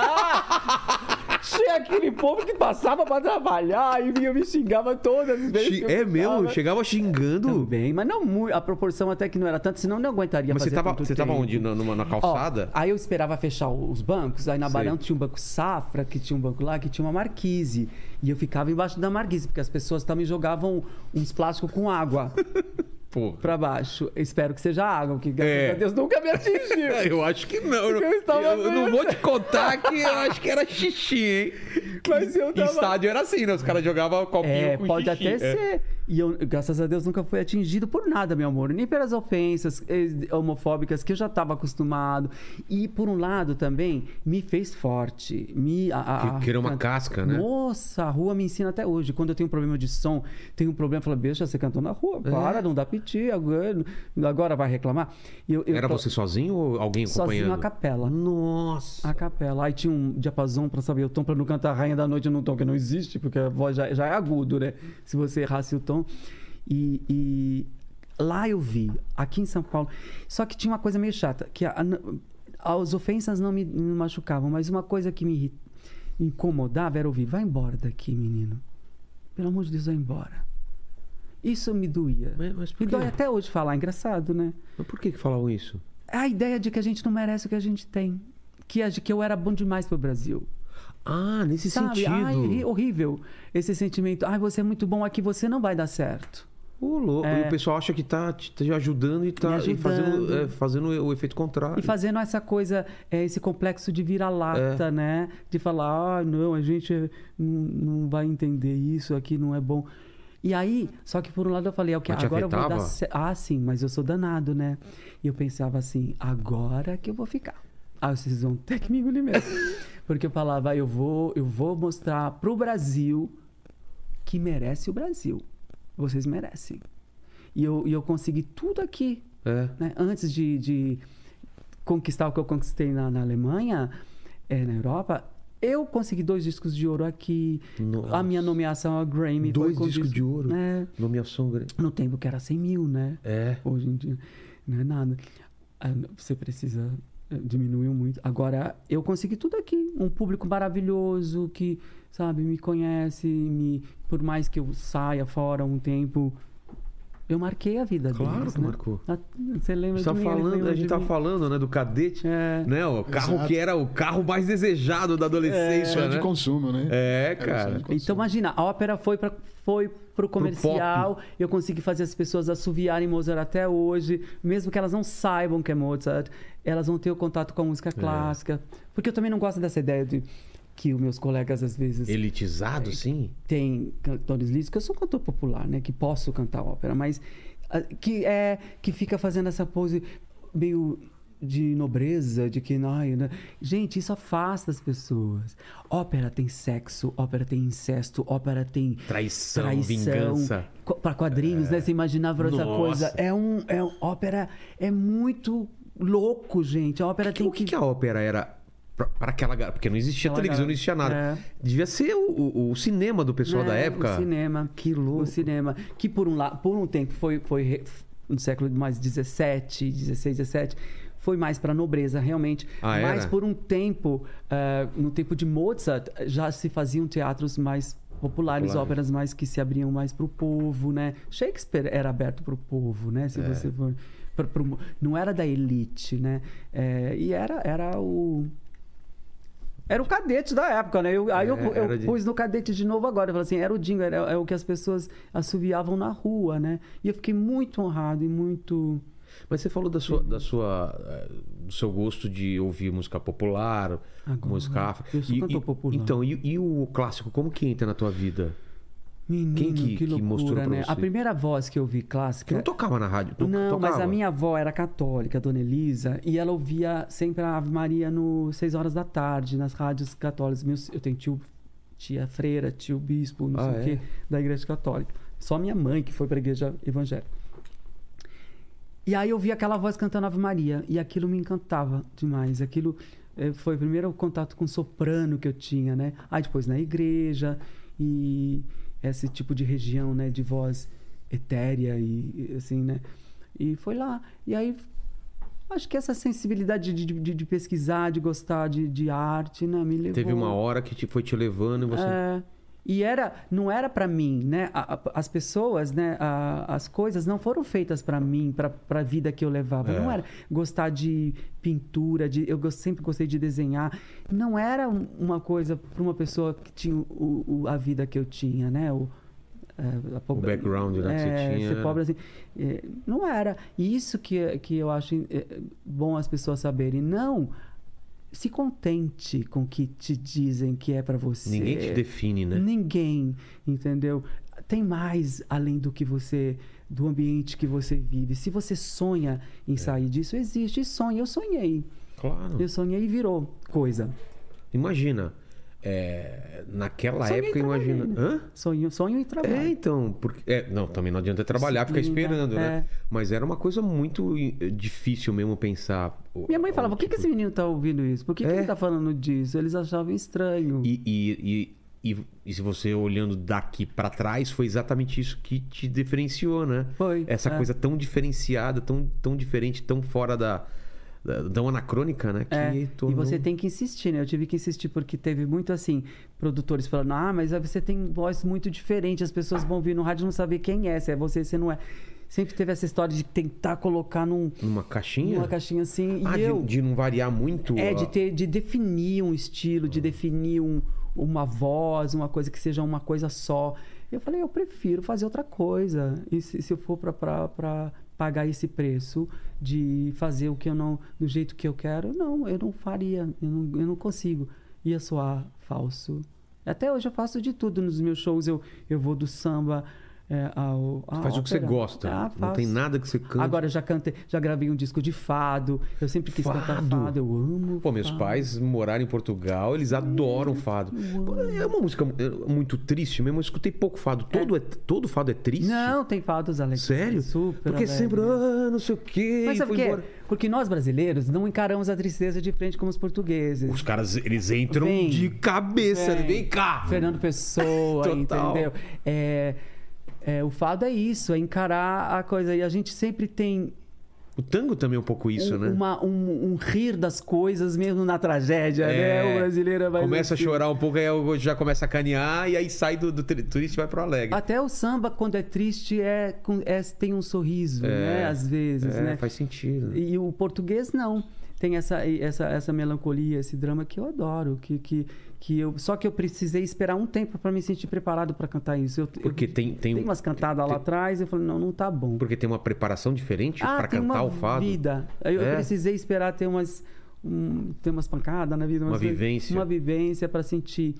Tinha aquele povo que passava pra trabalhar e vinha me xingava todas as vezes. Chi- que eu É mesmo? ficava. Chegava xingando? Também, mas não muito. A proporção até que não era tanto, senão eu não aguentaria Mas você fazer tava, tanto você tava tempo. onde? Na, numa, na Ó, calçada? aí eu esperava fechar os bancos, aí na Sei. Barão tinha um banco Safra, que tinha um banco lá, que tinha uma marquise. E eu ficava embaixo da marquise, porque as pessoas também jogavam uns plásticos com água Pô. pra baixo. Eu espero que seja água, que graças É. a Deus nunca me atingiu. Eu acho que não. Eu, Eu estava eu não vendo. vou te contar que eu acho que era xixi, hein? Mas eu Em tava... estádio era assim, né? Os caras jogavam copinho É, com pode xixi. até É. ser. E eu, graças a Deus, nunca fui atingido por nada, meu amor. Nem pelas ofensas eh, homofóbicas que eu já estava acostumado. E, por um lado, também, me fez forte. Me, a, a, Que, que era uma casca, né? Nossa, a rua me ensina até hoje. Quando eu tenho um problema de som, tenho um problema, fala, bicha, você cantou na rua. Para, É. não dá piti, agora, agora vai reclamar. E eu, eu Era tô- você sozinho ou alguém acompanhando? Sozinho a capela. Nossa. A capela. Aí tinha um diapasão pra saber o tom, pra não cantar Rainha da Noite num tom que não existe, porque a voz já, já é agudo, né? Se você errasse o tom. E, e lá eu vi, aqui em São Paulo. Só que tinha uma coisa meio chata, que a, a, as ofensas não me, me machucavam, mas uma coisa que me irri- incomodava era ouvir, vai embora daqui, menino. Pelo amor de Deus, vai embora. Isso me doía. Mas, mas por Me quê? dói até hoje falar, engraçado, né? Mas por que que falavam isso? É a ideia de que a gente não merece o que a gente tem. Que, a- que eu era bom demais pro Brasil. Ah, nesse Sabe? sentido. Ai, ri- horrível esse sentimento. Ai, você é muito bom aqui, você não vai dar certo. Ô, louco. É. E o pessoal acha que tá te te ajudando e tá Me e ajudando. fazendo, é, fazendo o efeito contrário. E fazendo essa coisa, é, esse complexo de vira-lata, É. né? De falar, ah, não, a gente não, não vai entender isso, aqui não é bom. E aí, só que por um lado eu falei, ok, Mas te agora eu vou afetava? dar certo. Ah, sim, mas eu sou danado, né? E eu pensava assim, agora que eu vou ficar. Ah, vocês vão ter que me engolir mesmo. Porque eu falava, eu vou, eu vou mostrar pro Brasil que merece o Brasil. Vocês merecem. E eu, e eu consegui tudo aqui. É. Né? Antes de, de conquistar o que eu conquistei na, na Alemanha, é, na Europa, eu consegui dois discos de ouro aqui. Nossa. A minha nomeação ao Grammy Dois foi com discos disco- de ouro? É, Nomeação grande. no tempo que era cem mil, né? É. Hoje em dia não é nada. Ah, você precisa... eh, Diminuiu muito. Agora, eu consegui tudo aqui. Um público maravilhoso que, sabe, me conhece. Me, por mais que eu saia fora um tempo... Eu marquei a vida Claro deles, que né? marcou. Ah, Você lembra Você tá de mim? eles falando, lembram a de gente tá mim? falando, né, do cadete, É. né? O carro Exato. que era o carro mais desejado da adolescência, Sonho né? de consumo, né? É, Era o sonho cara. de consumo. Então, imagina, a ópera foi, pra, foi pro comercial, eu consegui fazer as pessoas assoviarem Mozart até hoje, mesmo que elas não saibam que é Mozart, elas vão ter o contato com a música clássica. Porque eu também não gosto dessa ideia de que os meus colegas, às vezes, Elitizado, sim. têm cantores lírios, que eu sou um cantor popular, né? Que posso cantar ópera, mas ah, que, é, que fica fazendo essa pose meio... de nobreza, de que... Ai, né? Gente, isso afasta as pessoas. Ópera tem sexo, ópera tem incesto, ópera tem Traição, traição. vingança. Para quadrinhos, né? Você imaginava essa Nossa. coisa. É um, é um... Ópera é muito louco, gente. A ópera Que- tem o que, que a ópera era pra, pra aquela galera? Porque não existia Aquela televisão, não galera. existia nada. É. Devia ser o, o- o cinema do pessoal da É, época. O cinema. Que louco. O cinema. Que por um, la- por um tempo foi, foi re- no século mais dezessete, dezesseis, dezessete, foi mais para nobreza, realmente. Ah, Mas era? por um tempo, ah, no tempo de Mozart, já se faziam teatros mais populares, Populares. óperas mais que se abriam mais para o povo, né? Shakespeare era aberto para o povo, né? Se É. você for... pra- pro- não era da elite, né? É, e era, era o... Era o cadete da época, né? Eu, aí eu, É, eu era de- pus no cadete de novo agora. Eu falei assim, era o Dingo, era, é o que as pessoas assobiavam na rua, né? E eu fiquei muito honrado e muito... Mas você falou da sua, da sua, eh, do seu gosto de ouvir música popular, Agora, música afro. eu sou E- cantor e- popular. Então, e, e o clássico, como que entra na tua vida? Menino, Quem que- que, que loucura, mostrou pra né? você? A primeira voz que eu vi Que clássica... não tocava na rádio. to- Não, tocava. mas a minha avó era católica, a Dona Elisa, e ela ouvia sempre a Ave Maria no seis horas da tarde, nas rádios católicas. Meus- eu tenho tio, tia freira, tio bispo, não Ah, sei o é? quê, da igreja católica. Só minha mãe que foi para a igreja evangélica. E aí eu vi aquela voz cantando Ave Maria, e aquilo me encantava demais. Aquilo eh, foi o primeiro contato com soprano que eu tinha, né? Aí depois na igreja, e esse tipo de região, né, de voz etérea e e assim, né? E foi lá. E aí acho que essa sensibilidade de, de, de pesquisar, de gostar de, de arte, né, me levou. Teve uma hora que te, foi te levando e você... É, e era, não era para mim, né? A- a- as pessoas, né? A- as coisas não foram feitas para mim, para a vida que eu levava. É. Não era gostar de pintura, de, eu gos- sempre gostei de desenhar. Não era um- uma coisa para uma pessoa que tinha o, o- a vida que eu tinha, né? O, é, a pobre- background, né, que você é, tinha. Ser pobre assim. É, não era. E isso que, que eu acho é, bom as pessoas saberem. Não. Se contente com o que te dizem que é para você. Ninguém te define, né? Ninguém, entendeu? tem mais além do que você, do ambiente que você vive. Se você sonha em sair disso, existe sonho. Eu sonhei. Claro. Eu sonhei e virou coisa. Imagina, é, naquela Sonhei época, e imagina... trabalhei. Hã? Sonho, sonho e trabalho. É, então, porque, é, não, também não adianta trabalhar, ficar Disciplina, esperando, né? é. Mas era uma coisa muito eh, difícil mesmo pensar. o- Minha mãe o falava, por que, que tipo- esse menino tá ouvindo isso? Por que, que É. ele tá falando disso? Eles achavam estranho. E, e, e, e, e se você olhando daqui pra trás, foi exatamente isso que te diferenciou, né? Foi, Essa é. coisa tão diferenciada, tão, tão diferente, tão fora da, da tão anacrônica, né? Que É, tornou... E você tem que insistir, né? Eu tive que insistir porque teve muito assim, produtores falando, ah, mas aí você tem voz muito diferente, as pessoas vão vir no rádio e não saber quem é, se é você, se não é. Sempre teve essa história de tentar colocar num, Numa caixinha? numa caixinha assim. Ah, e de, eu. de não variar muito? É, a- de, ter, de definir um estilo, Ah. de definir um, uma voz, uma coisa que seja uma coisa só. Eu falei, eu prefiro fazer outra coisa. E se, se eu for para pagar esse preço de fazer o que eu não, do jeito que eu quero, não, eu não faria, eu não, eu não consigo. Ia soar falso. Até hoje eu faço de tudo nos meus shows, eu, eu vou do samba. É, ao, Você faz o que você gosta. Ah, não tem faço. nada que você canta. Agora eu já cantei, já gravei um disco de fado. Eu sempre quis cantar Fado? fado. Eu amo. Pô, meus fado. pais moraram em Portugal, eles adoram fado. Pô, é uma música muito triste mesmo. Eu escutei pouco fado. Todo, é. todo fado é triste? Não, tem fados alegres. Sério? Super Porque alegres. sempre, ah, não sei o quê. Mas e sabe foi por quê? embora. Porque nós brasileiros não encaramos a tristeza de frente como os portugueses. Os caras, eles entram Vem. de cabeça. Vem, vem cá. Fernando Pessoa, Total. entendeu? É, é, o fado é isso, é encarar a coisa. E a gente sempre tem O tango também é um pouco isso, um, né? uma- um- um rir das coisas mesmo na tragédia, É, né? O brasileiro vai Começa assim. a chorar um pouco, aí eu já começa a canear e aí sai do, do tri- triste e vai pro alegre. Até o samba, quando é triste, é, com- é- tem um sorriso, É, né? Às vezes, É, né? faz sentido. E o português não. Tem essa, essa, essa melancolia, esse drama que eu adoro. Que, que, que eu, só que eu precisei esperar um tempo para me sentir preparado para cantar isso. Eu, Porque eu, tem, tem, tem umas cantadas lá atrás, eu falei, não, não tá bom. Porque tem uma preparação diferente Ah, pra tem cantar uma o fado. vida. Eu, eu É? precisei esperar ter umas, um, ter umas pancadas na vida. Uma umas coisas- vivência. Uma vivência para sentir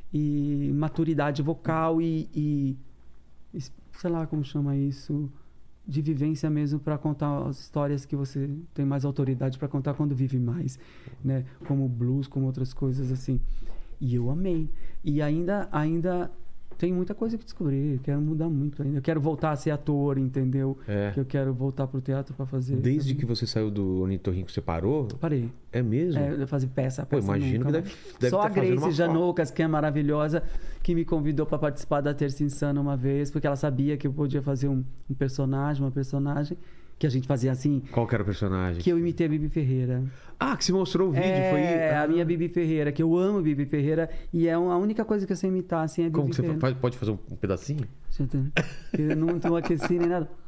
e maturidade vocal e, e, e sei lá como chama isso, de vivência mesmo para contar as histórias que você tem mais autoridade para contar quando vive mais, né? Como blues, como outras coisas assim. E eu amei. E ainda, ainda tem muita coisa que descobrir. Quero mudar muito ainda. Eu quero voltar a ser ator, entendeu? É. Que eu quero voltar pro teatro para fazer. Desde sabe? que você saiu do Ornitorrinco, você parou? Parei. É mesmo? É, eu fazer peça, Pô, peça imagino nunca que mais. deve, deve Só tá a fazendo uma Grace falta. Janoucas, que é maravilhosa, que me convidou para participar da Terça Insana uma vez, porque ela sabia que eu podia fazer um, um personagem, uma personagem, que a gente fazia assim, Qual que era o personagem? que eu imitei a Bibi Ferreira. Ah, que você mostrou o vídeo. é, foi... a Ah. minha Bibi Ferreira, que eu amo Bibi Ferreira, e é a única coisa que eu sei imitar, assim, é a Bibi Como que você Ferreira. faz? Pode fazer um pedacinho? Deixa eu- Eu não tô aqueci nem nada.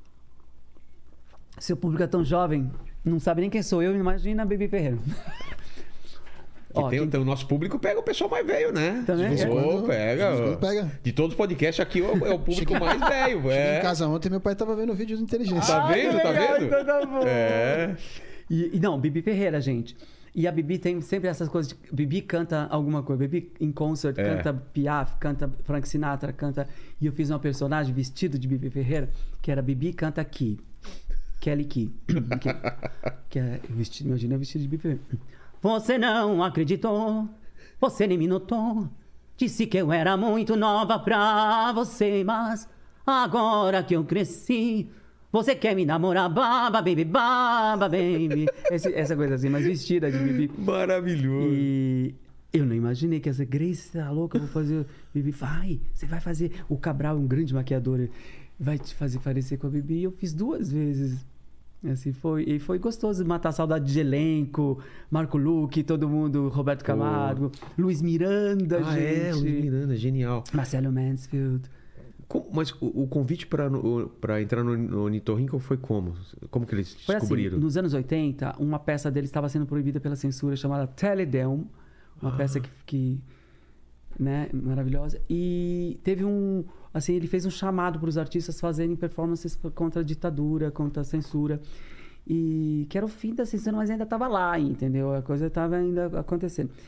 Seu público é tão jovem, não sabe nem quem sou eu, imagina a Bibi Ferreira. Que Ó, tem, quem- tem o nosso público pega o pessoal mais velho, né? Também? De vez em É. quando De pega. vez em quando pega. De todos os podcasts, aqui é o, é o público mais velho. Cheguei É. em casa ontem, meu pai tava vendo vídeo de inteligência. Tá vendo? Tá legal, vendo? então tá bom. É. E, e não, Bibi Ferreira, gente. E a Bibi tem sempre essas coisas. De, Bibi canta alguma coisa. Bibi em concert, É. canta Piaf, canta Frank Sinatra, canta. E eu fiz uma personagem vestido de Bibi Ferreira, que era Bibi canta Key. Kelly Key. que, que é vestido, imagina vestido de Bibi Ferreira. Você não acreditou, você nem me notou. Disse que eu era muito nova pra você, mas agora que eu cresci, você quer me namorar, baba, baby, baba, baby. Esse- essa coisa assim, mas vestida de Bibi. Maravilhoso. E eu não imaginei que essa Grace tá louca, eu vou fazer. Bibi, vai, você vai fazer. O Cabral é um grande maquiador, vai te fazer parecer com a Bibi. E eu fiz duas vezes. Assim, foi, e foi gostoso matar a saudade de elenco, Marco Luque, todo mundo, Roberto Camargo, Luiz Miranda, Ah, gente. é, Luiz Miranda, genial. Marcelo Mansfield. Como- mas o, o convite pra, no- pra entrar no, no Ornitorrinco foi como? Como que eles Foi assim, descobriram? nos anos oitenta, uma peça dele estava sendo proibida pela censura, chamada Teledeum, uma peça que, que né, maravilhosa. E teve um, assim, ele fez um chamado para os artistas fazerem performances contra a ditadura, contra a censura. E que era o fim da censura, mas ainda estava lá, entendeu? A coisa estava ainda acontecendo.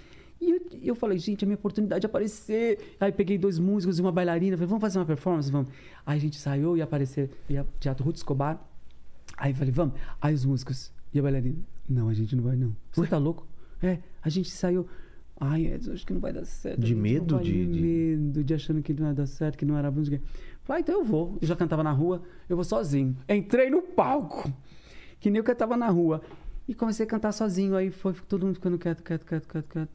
E eu, eu falei, gente, é minha oportunidade de aparecer. Aí peguei dois músicos e uma bailarina. Falei, vamos fazer uma performance? Vamos. Aí a gente ensaiou e aparecer. Ia Teatro Ruth Escobar. Aí eu falei, vamos. Aí os músicos e a bailarina. Não, a gente não vai, não. Você tá louco? É, a gente ensaiou. Ai, eu acho que não vai dar certo. De medo? De, de, de medo, de achando que não ia dar certo, que não era bom. Falei, ah, então eu vou. Eu já cantava na rua, eu vou sozinho. Entrei no palco, que nem eu cantava na rua. E comecei a cantar sozinho. Aí foi todo mundo ficando quieto, quieto, quieto, quieto, quieto.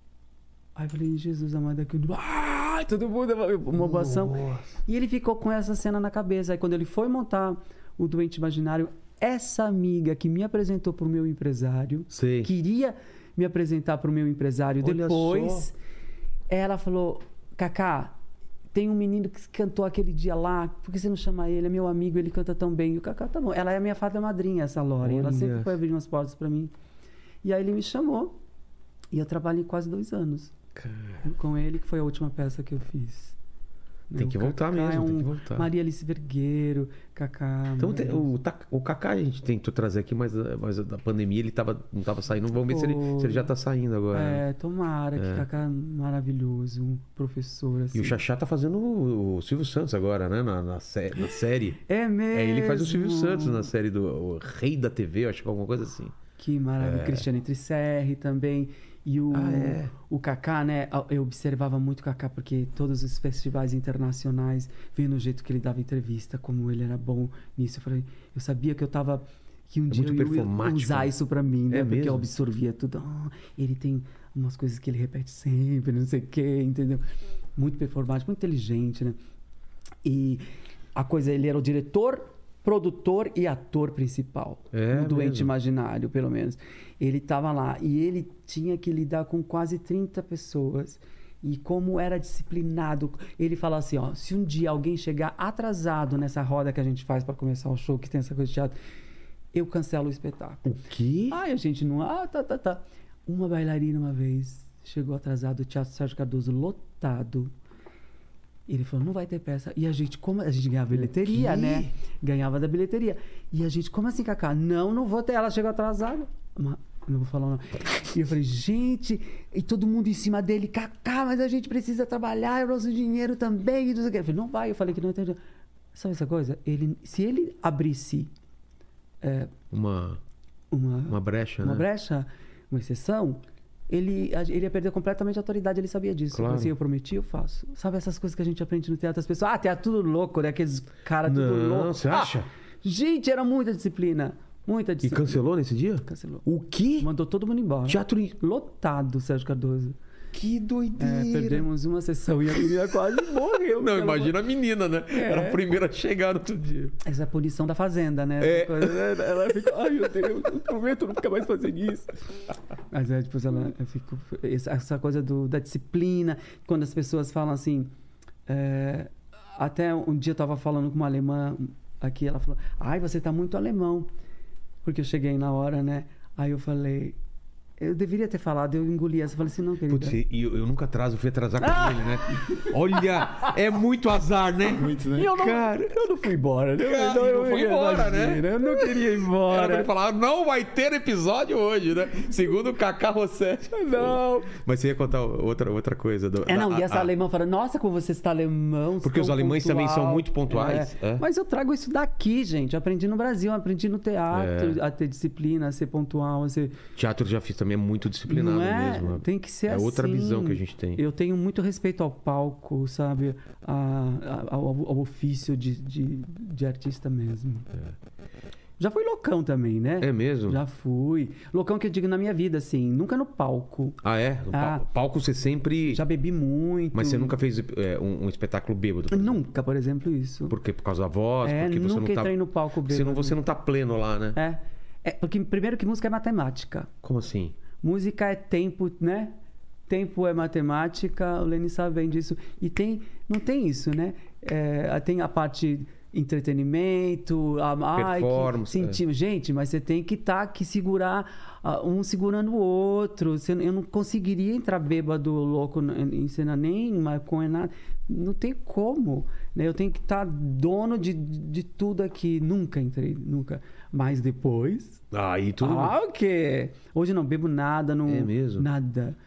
Aí eu falei, Jesus amado, aqui. Ah, todo mundo, uma ovação. E ele ficou com essa cena na cabeça. Aí quando ele foi montar o Doente Imaginário, essa amiga que me apresentou pro meu empresário, Sei. queria me apresentar pro meu empresário Olha depois, só. ela falou, Cacá, tem um menino que cantou aquele dia lá, por que você não chama ele? É meu amigo, ele canta tão bem. E o Cacá, tá bom. Ela é minha fada madrinha, essa Lore. Ela Olha. sempre foi abrir umas portas pra mim. E aí ele me chamou. E eu trabalhei quase dois anos com ele, que foi a última peça que eu fiz. Tem O que voltar Cacá mesmo, é um tem que voltar. Maria Alice Vergueiro, Cacá. Então tem- maravilhoso. o, Ta- o Kaká a gente tentou trazer aqui, mas, mas da pandemia ele tava, não tava saindo. Vamos ver se ele, se ele já tá saindo agora. né? É, tomara, que Cacá é maravilhoso, um professor assim. E o Xaxá tá fazendo o, o Silvio Santos agora, né? Na, na, sé- na série. É mesmo. É, ele faz o Silvio Santos na série do o Rei da T V, eu acho que é alguma coisa assim. Que maravilha. Cristiano Entre Serre também. E o, Ah, é? o Cacá, né? Eu observava muito o Cacá, porque todos os festivais internacionais, vendo o jeito que ele dava entrevista, como ele era bom nisso. Eu falei, eu sabia que eu tava. Que um dia muito eu ia performático, usar né? isso pra mim, né? É porque mesmo? eu absorvia tudo. Ah, ele tem umas coisas que ele repete sempre, não sei o quê, entendeu? Muito performático, muito inteligente, né? E a coisa, ele era o diretor, produtor e ator principal. É no Doente mesmo? Imaginário, pelo menos. Ele estava lá e ele tinha que lidar com quase trinta pessoas. E como era disciplinado, ele fala assim, ó, se um dia alguém chegar atrasado nessa roda que a gente faz para começar o show, que tem essa coisa de teatro, eu cancelo o espetáculo. O quê? Ai, a gente não... Ah, tá, tá, tá. Uma bailarina uma vez chegou atrasado, o Teatro Sérgio Cardoso lotado. Ele falou, não vai ter peça. E a gente, como a gente ganhava bilheteria, quê? né? Ganhava da bilheteria. E a gente, como assim, Cacá? Não, não vou ter. Ela chegou atrasada. Mas, não vou falar não. E eu falei, gente, e todo mundo em cima dele, Cacá, mas a gente precisa trabalhar, é o nosso dinheiro também. E não sei o quê. Eu falei, não vai. Eu falei que não tem. Sabe essa coisa? Ele, se ele abrisse é, Uma, uma, uma brecha, uma né? brecha, uma exceção, ele, a- ele ia perder completamente a autoridade, ele sabia disso. Claro. Assim, eu prometi, eu faço. Sabe essas coisas que a gente aprende no teatro? As pessoas, ah, teatro tudo louco, né? Aqueles caras tudo Não, louco. você Ah, acha? gente, era muita disciplina. Muita E disciplina. cancelou nesse dia? Cancelou. O quê? Mandou todo mundo embora. Teatro... em- Lotado, Sérgio Cardoso. Que É, doideira. perdemos uma sessão e a menina quase morreu. Não, Ela- imagina a menina, né? É. Era a primeira a chegar no outro dia. Essa é a punição da fazenda, né? É. Essa coisa, né? Ela fica, ai meu Deus, eu prometo não ficar mais fazendo isso. Mas é, depois ela eu fico. Essa, essa coisa do, da disciplina, quando as pessoas falam assim. é, até um dia eu tava falando com uma alemã aqui, ela falou, ai, você tá muito alemão. Porque eu cheguei na hora, né? Aí eu falei. Eu deveria ter falado, eu engoli essa. Eu falei assim, não, querida. Putz, e eu, eu nunca atraso, eu fui atrasar com ele, né? Olha, é muito azar, né? Muito, né? E eu não, Cara, eu não fui embora, né? Cara, Então eu não foi ia embora, né? imagina, Eu não queria ir Era pra embora. ele falar, não vai ter episódio hoje, né? Segundo o Cacá Rossetti. Não. Mas você ia contar outra, outra coisa. Do, É, não, da- e essa a- alemã fala, nossa, como você está alemão. Porque tão os alemães também pontual." são muito pontuais, É. é. Mas eu trago isso daqui, gente. Eu aprendi no Brasil, eu aprendi no teatro, É. a ter disciplina, a ser pontual, a ser... Teatro já fiz também, é muito disciplinado Não é? mesmo. né? Tem que ser É assim. outra visão que a gente tem. Eu tenho muito respeito ao palco, sabe? A- a- ao, ao ofício de, de, de artista mesmo. Já fui loucão também, né? É mesmo? Já fui. Loucão que eu digo na minha vida, assim. Nunca no palco. Ah, é? No Ah. pal- palco você sempre... Já bebi muito. Mas você nunca fez é, um, um espetáculo bêbado? por exemplo? Nunca, por exemplo, isso. Por quê? Por causa da voz? É, porque você nunca não tá... entrei no palco porque senão bêbado. você não tá pleno lá, né? É. É, porque primeiro que música é matemática. Como assim? Música é tempo, né? Tempo é matemática, o Lenny sabe bem disso. E tem, não tem isso, né? É, tem a parte entretenimento, a ai, que Performance, sentir. Gente, mas você tem que estar que segurar ah, um segurando o outro. Você- eu não conseguiria entrar bêbado, louco em em cena, nem maconha, nada. Não tem como. Né? Eu tenho que estar dono de, de tudo aqui. Nunca entrei, nunca. Mas depois. Aí tudo... Ah, o quê? Hoje não bebo nada, não. É mesmo? Nada.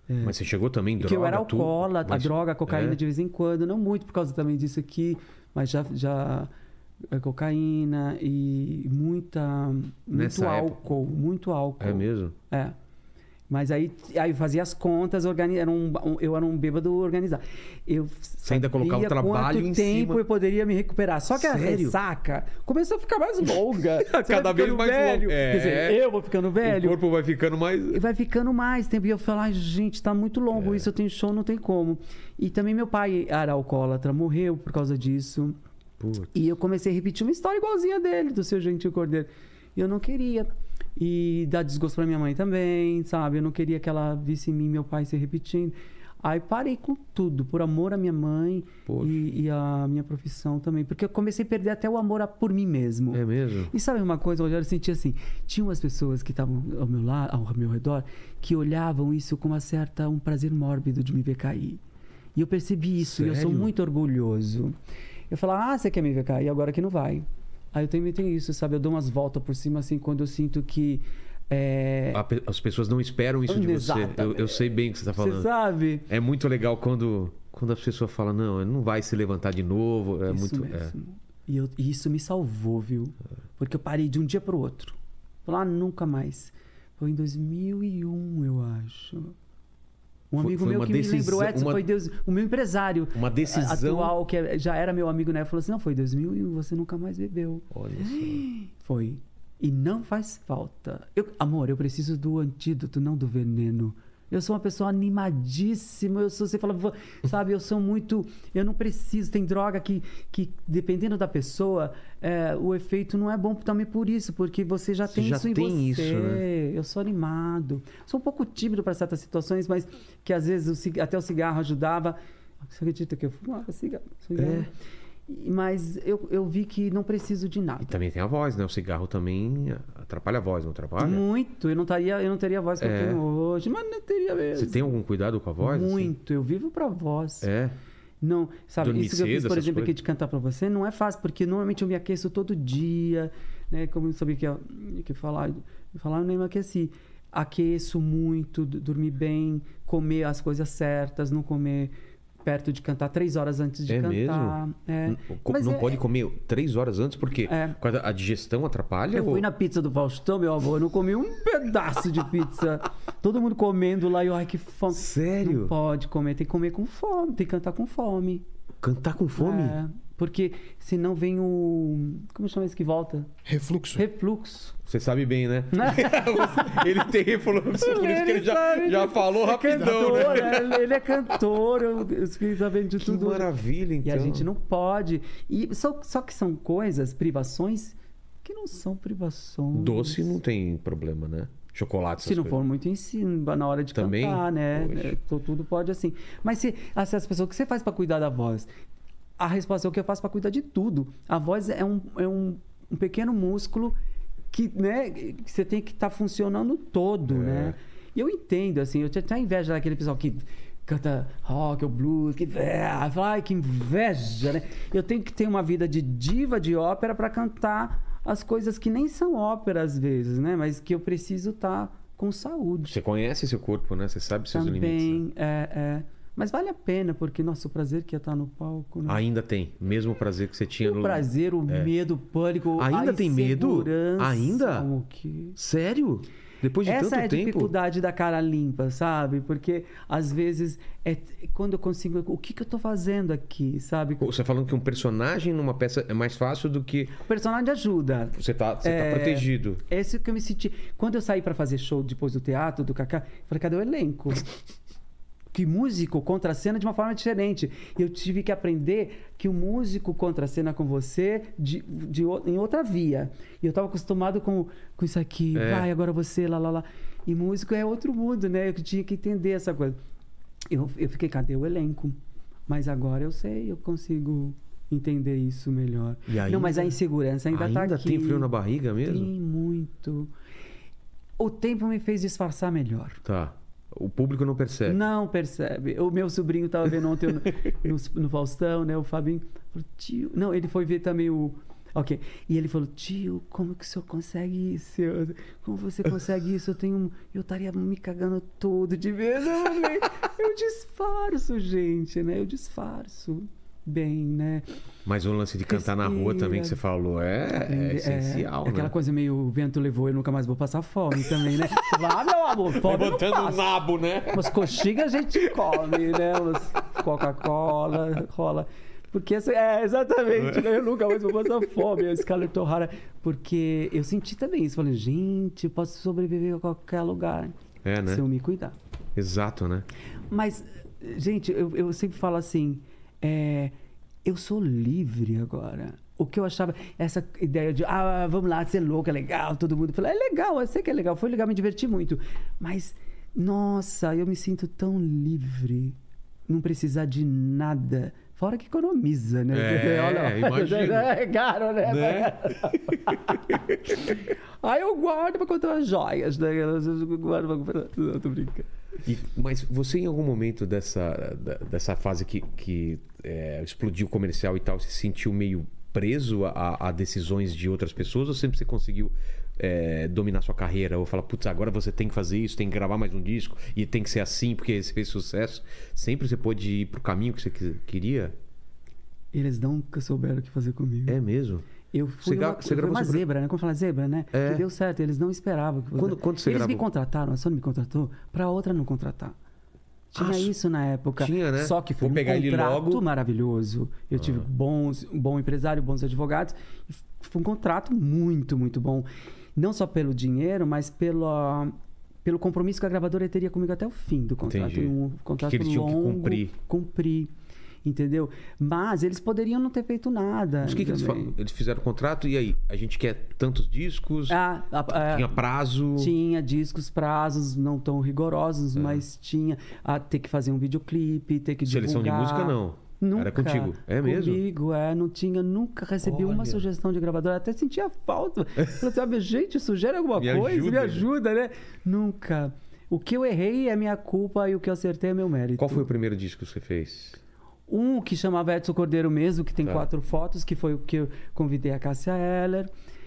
Mas você chegou também em droga? Que eu era tudo, alcoólatra, mas- a droga, a cocaína é? de vez em quando. Não muito por causa também disso aqui, mas já... já é, cocaína e muita... Muito Nessa álcool, muito álcool. É mesmo? É. Mas aí, aí eu fazia as contas, organi... era um, um- eu era um bêbado organizado. Eu Você ainda colocava o sabia trabalho quanto em tempo cima. eu poderia me recuperar. Só que a Sério? ressaca começou a ficar mais longa. Você vai Cada vez ficando mais velho. longa. É. Quer dizer, eu vou ficando O velho. corpo vai ficando mais... E vai ficando mais tempo. E eu falo, ai, gente, tá muito longo isso, eu tenho show, não tem como. E também meu pai era alcoólatra, morreu por causa disso. Putz. E eu comecei a repetir uma história igualzinha dele, do Seu Gentil Cordeiro. E eu não queria. E dar desgosto pra minha mãe também, sabe? Eu não queria que ela visse em mim meu pai se repetindo. Aí parei com tudo, por amor à minha mãe e, e à minha profissão também. Porque eu comecei a perder até o amor a- por mim mesmo. É mesmo? E sabe uma coisa, Rogério, eu sentia assim, tinha umas pessoas que estavam ao meu lado, ao meu redor, que olhavam isso com uma certa, um prazer mórbido de me ver cair. E eu percebi isso, e eu sou Sério? muito orgulhoso. Eu falava, ah, você quer me ver cair, agora que não vai. Aí eu também tenho isso, sabe? Eu dou umas voltas por cima, assim, quando eu sinto que... É... A pe- As pessoas não esperam isso de você. Exatamente. Eu, eu sei bem o que você está Você falando. sabe? É muito legal quando, quando as pessoas falam, não, ele não vai se levantar de novo. É Isso muito. mesmo. E, eu- e isso me salvou, viu? Porque eu parei de um dia para o outro. Falei, ah, nunca mais. Foi em dois mil e um, eu acho. Um Foi- amigo foi meu uma que me decisão- lembrou, Edson, uma- foi Deus, o meu empresário Uma decisão. atual, que é- já era meu amigo, né? Falou assim, não, foi dois mil e um, você nunca mais bebeu. Olha só. Foi. E não faz falta. Eu, amor, eu preciso do antídoto, não do veneno. Eu sou uma pessoa animadíssima. Eu sou, você fala, vo- sabe, eu sou muito. Eu não preciso. Tem droga que, que dependendo da pessoa, é, o efeito não é bom também por isso, porque você já Você tem já isso em tem você. isso, né? Eu sou animado. Sou um pouco tímido para certas situações, mas que às vezes o cig- até o cigarro ajudava. Você acredita que eu fumava cigarro? cigarro? É. E- Mas eu, eu vi que não preciso de nada. E também tem a voz, né? O cigarro também atrapalha a voz, não atrapalha? Muito. Eu não, taria, eu não teria a voz que É. eu tenho hoje, mas não teria mesmo. Você tem algum cuidado com a voz? assim? Muito. Eu vivo pra voz. É. Não, sabe, Dormir isso que eu fiz, cedo, por essas exemplo, aqui coisas? de cantar pra você, não é fácil, porque normalmente eu me aqueço todo dia, né? Como eu sabia que ia, que ia falar, falar, eu nem me aqueci. Aqueço muito, d- dormir bem, comer as coisas certas, não comer perto de cantar três horas antes de É cantar. mesmo? É. Co- Mas não é- pode comer três horas antes, porque É. por causa da- a digestão atrapalha? Eu ou- fui na pizza do Faustão, meu avô, eu não comi um pedaço de pizza. Todo mundo comendo lá e eu, ai, que fome. Sério? Não pode comer, tem que comer com fome, tem que cantar com fome. Cantar com fome? É, porque senão vem o. Como chama isso que volta? Refluxo. Refluxo. Você sabe bem, né? Ele tem refluxo, por isso que ele já, sabe, já ele falou é rapidão, cantor, né? é, Ele é cantor, eu, eu fiquei sabendo de Que tudo. maravilha, então. E a gente não pode. E só, só que são coisas, privações, que não são privações. Doce não tem problema, né? Chocolate, Se essas não coisas. for muito em cima na hora de Também? cantar, né? Poxa. É, tu- Tudo pode assim. Mas se essas pessoas, o que você faz para cuidar da voz? A resposta é o que eu faço para cuidar de tudo. A voz é um, é um, um pequeno músculo que, né, que você tem que estar funcionando todo, É. né? E eu entendo, assim, eu tenho até inveja daquele pessoal que canta rock ou blues, que inveja, fala, ai, que inveja, né? Eu tenho que ter uma vida de diva de ópera para cantar as coisas que nem são ópera às vezes, né? Mas que eu preciso estar com saúde. Você conhece seu corpo, né? Você sabe seus limites. né? Também, é, é. Mas vale a pena, porque, nossa, o prazer que é estar no palco, né? Ainda tem. Mesmo prazer que você tinha O no... prazer, o É. medo, o pânico, Ainda a tem medo? insegurança, Ainda? O quê? Sério? Depois de Essa tanto é a tempo? dificuldade da cara limpa, sabe? Porque, às vezes, é quando eu consigo... O que, que eu tô fazendo aqui, sabe? Você falando que um personagem numa peça é mais fácil do que O personagem ajuda. você tá, você É, tá protegido. Esse que eu me senti. Quando eu saí pra fazer show depois do teatro, do Cacá, eu falei, cadê o elenco? Que músico contracena de uma forma diferente. E eu tive que aprender que o músico contracena com você de, de, o- em outra via. E eu estava acostumado com, com isso aqui, É. vai, agora você, lá, lá, lá. E músico é outro mundo, né? Eu tinha que entender essa coisa. Eu, eu fiquei, cadê o elenco? Mas agora eu sei, eu consigo entender isso melhor. E Não, ainda- mas a insegurança ainda está Ainda aqui. tem frio na barriga mesmo? Tem muito. O tempo me fez disfarçar melhor. Tá. O público não percebe. Não percebe. O meu sobrinho estava vendo ontem no, no, no Faustão, né? O Fabinho. Falou, tio. Não, ele foi ver também o, Ok. E ele falou, tio, como que o senhor consegue isso? Eu- Como você consegue isso? Eu tenho. Eu estaria me cagando todo de medo. Eu falei, eu disfarço, gente, né? Eu disfarço bem, né? Mas o lance de cantar na rua também que você falou é, é essencial, é aquela né? coisa meio o vento levou, eu nunca mais vou passar fome também, né? Ah, meu amor, fome eu não Botando o passo. nabo, né? Umas coxinhas a gente come, né? Umas Coca-Cola, rola. Porque essa, é, exatamente, né? Eu nunca mais vou passar fome, a Scarlett O'Hara. Porque eu senti também isso. Falei, gente, eu posso sobreviver a qualquer lugar É, né? se eu me cuidar. Exato, né? Mas, gente, eu, eu sempre falo assim, é, eu sou livre agora. O que eu achava, essa ideia de, ah, vamos lá, ser louco, é legal, todo mundo fala, é legal, eu sei que é legal, foi legal, me diverti muito. Mas, nossa, eu me sinto tão livre, não precisar de nada. Fora que economiza, né? É, imagino. É caro, né? Né? Aí eu guardo pra contar as joias, né? Eu guardo pra comprar. Não, tô brincando. E- mas você em algum momento dessa, da- dessa fase que, que é, explodiu o comercial e tal, se sentiu meio preso a, a decisões de outras pessoas ou sempre você conseguiu é, dominar sua carreira ou falar, putz, agora você tem que fazer isso, tem que gravar mais um disco e tem que ser assim porque você fez sucesso? Sempre você pôde ir pro caminho que você que- queria? Eles nunca souberam o que fazer comigo. É mesmo? Eu fui Você gra- uma, você eu fui gravou uma sobre- zebra, né? Como fala zebra, né? É. Que deu certo, eles não esperavam. Que Quando- quando você eles gravou? me contrataram, a Sony me contratou pra outra não contratar. Tinha Ah, isso na época. tinha, né? Só que foi Vou um pegar ele contrato logo. maravilhoso. Eu tive bons, um bom empresário, bons advogados. E foi um contrato muito, muito bom. Não só pelo dinheiro, mas pelo, pelo compromisso que a gravadora teria comigo até o fim do contrato. Entendi. Um contrato Que eles tinham que longo, cumprir. Cumprir. Entendeu? Mas eles poderiam não ter feito nada. Mas o que, que eles, também. fa- eles fizeram o contrato e aí? A gente quer tantos discos, Ah, a- a- tinha prazo. Tinha discos, prazos não tão rigorosos, É. mas tinha a ter que fazer um videoclipe, ter que Seleção de divulgar. música, não. Nunca. Era contigo. É mesmo? Comigo, é. Não tinha, nunca recebi Olha. uma sugestão de gravadora. Até sentia falta. Falei, sabe, gente, sugere alguma Me coisa, ajuda. me ajuda, né? Nunca. O que eu errei é minha culpa e o que eu acertei é meu mérito. Qual foi o primeiro disco que você fez? Um que chamava Edson Cordeiro mesmo, que tem Tá. quatro fotos, que foi o que eu convidei a Cássia Eller.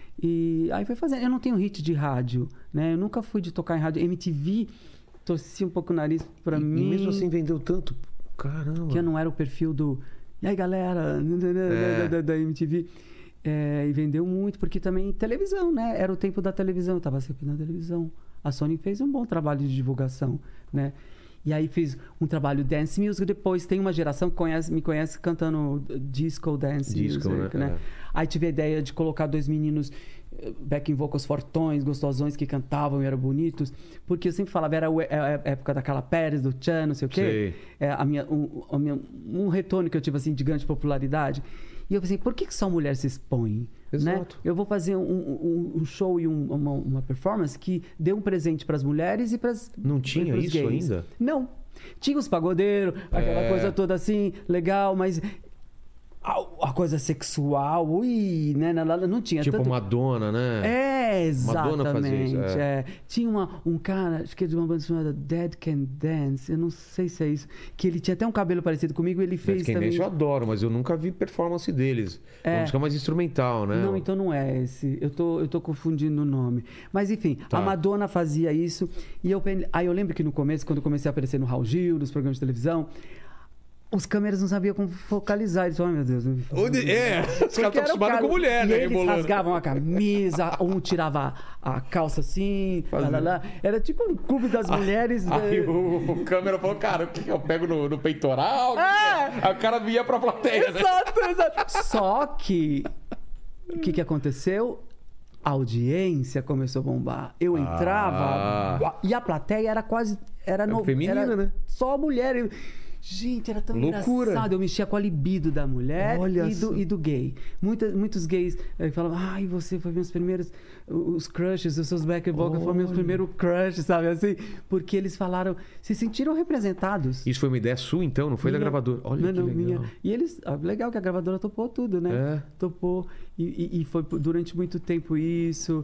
E aí foi fazendo. Eu não tenho hit de rádio, né? Eu nunca fui de tocar em rádio. M T V, torci um pouco o nariz pra E, mim. e mesmo assim vendeu tanto. Caramba. Que eu não era o perfil do... E aí, galera? É. Da, da M T V. É, e vendeu muito, porque também televisão, né? Era o tempo da televisão. Eu tava sempre na televisão. A Sony fez um bom trabalho de divulgação, né? E aí fiz um trabalho dance music. Depois tem uma geração que conhece, me conhece cantando disco dance Disco, music, né? né? É. Aí tive a ideia de colocar dois meninos eh, backing vocals fortões, gostosões, que cantavam e eram bonitos. Porque eu sempre falava, era o- é a época daquela Pérez, do Tchan, não sei o quê. Sei. É, a minha, um, a minha- um retorno que eu tive, assim, de grande popularidade. E eu pensei, por que, que só mulher se expõe? Né? Exato. Eu vou fazer um, um- um show e um- uma, uma performance que dê um presente para as mulheres e para as Não tinha isso ainda? Não. Tinha os pagodeiros, aquela É. coisa toda assim, legal, mas a, a coisa sexual, ui, né? Não, não tinha Tipo tanto... Madonna, né? É, Madonna fazia exatamente. isso, é. é. Tinha uma, um cara, acho que é de uma banda chamada Dead Can Dance, eu não sei se é isso, que ele tinha até um cabelo parecido comigo, ele fez Dead Can também... Dance eu adoro, mas eu nunca vi performance deles. É uma música mais instrumental, né? Não, então não é esse. Eu tô, eu tô confundindo o nome. Mas enfim, Tá. a Madonna fazia isso. E eu, pen- aí eu lembro que no começo, quando eu comecei a aparecer no Raul Gil, nos programas de televisão, os câmeras não sabiam como focalizar. Eles falavam, ai meu Deus. Onde... É, os caras Porque estão era o acostumados cara- com mulher, e né? eles rebolando. rasgavam a camisa, um tirava a calça assim, lá, lá, lá. Era tipo um clube das mulheres. Aí eh, o, o câmera falou, cara, o que, que eu pego no, no peitoral? O que que é? Aí o cara vinha pra plateia, né? Exato, exato. Só que o que, que aconteceu? A audiência começou a bombar. Eu entrava Ah. e a plateia era quase era no, feminina, era né? Só mulher. Eu- Gente, era tão Loucura. engraçado. Eu mexia com a libido da mulher Olha e só. do, e do gay. Muita, muitos gays eh, falavam, ai, você foi meus primeiros os crushes, os seus back vocals foram meus Olha. primeiros crushes, sabe assim? Porque eles falaram, se sentiram representados. Isso foi uma ideia sua, então? Não foi da Minha. gravadora? Olha Não, que não, legal. minha. E eles. ah, Legal que a gravadora topou tudo, né? É. Topou. E, e- e foi por- durante muito tempo isso.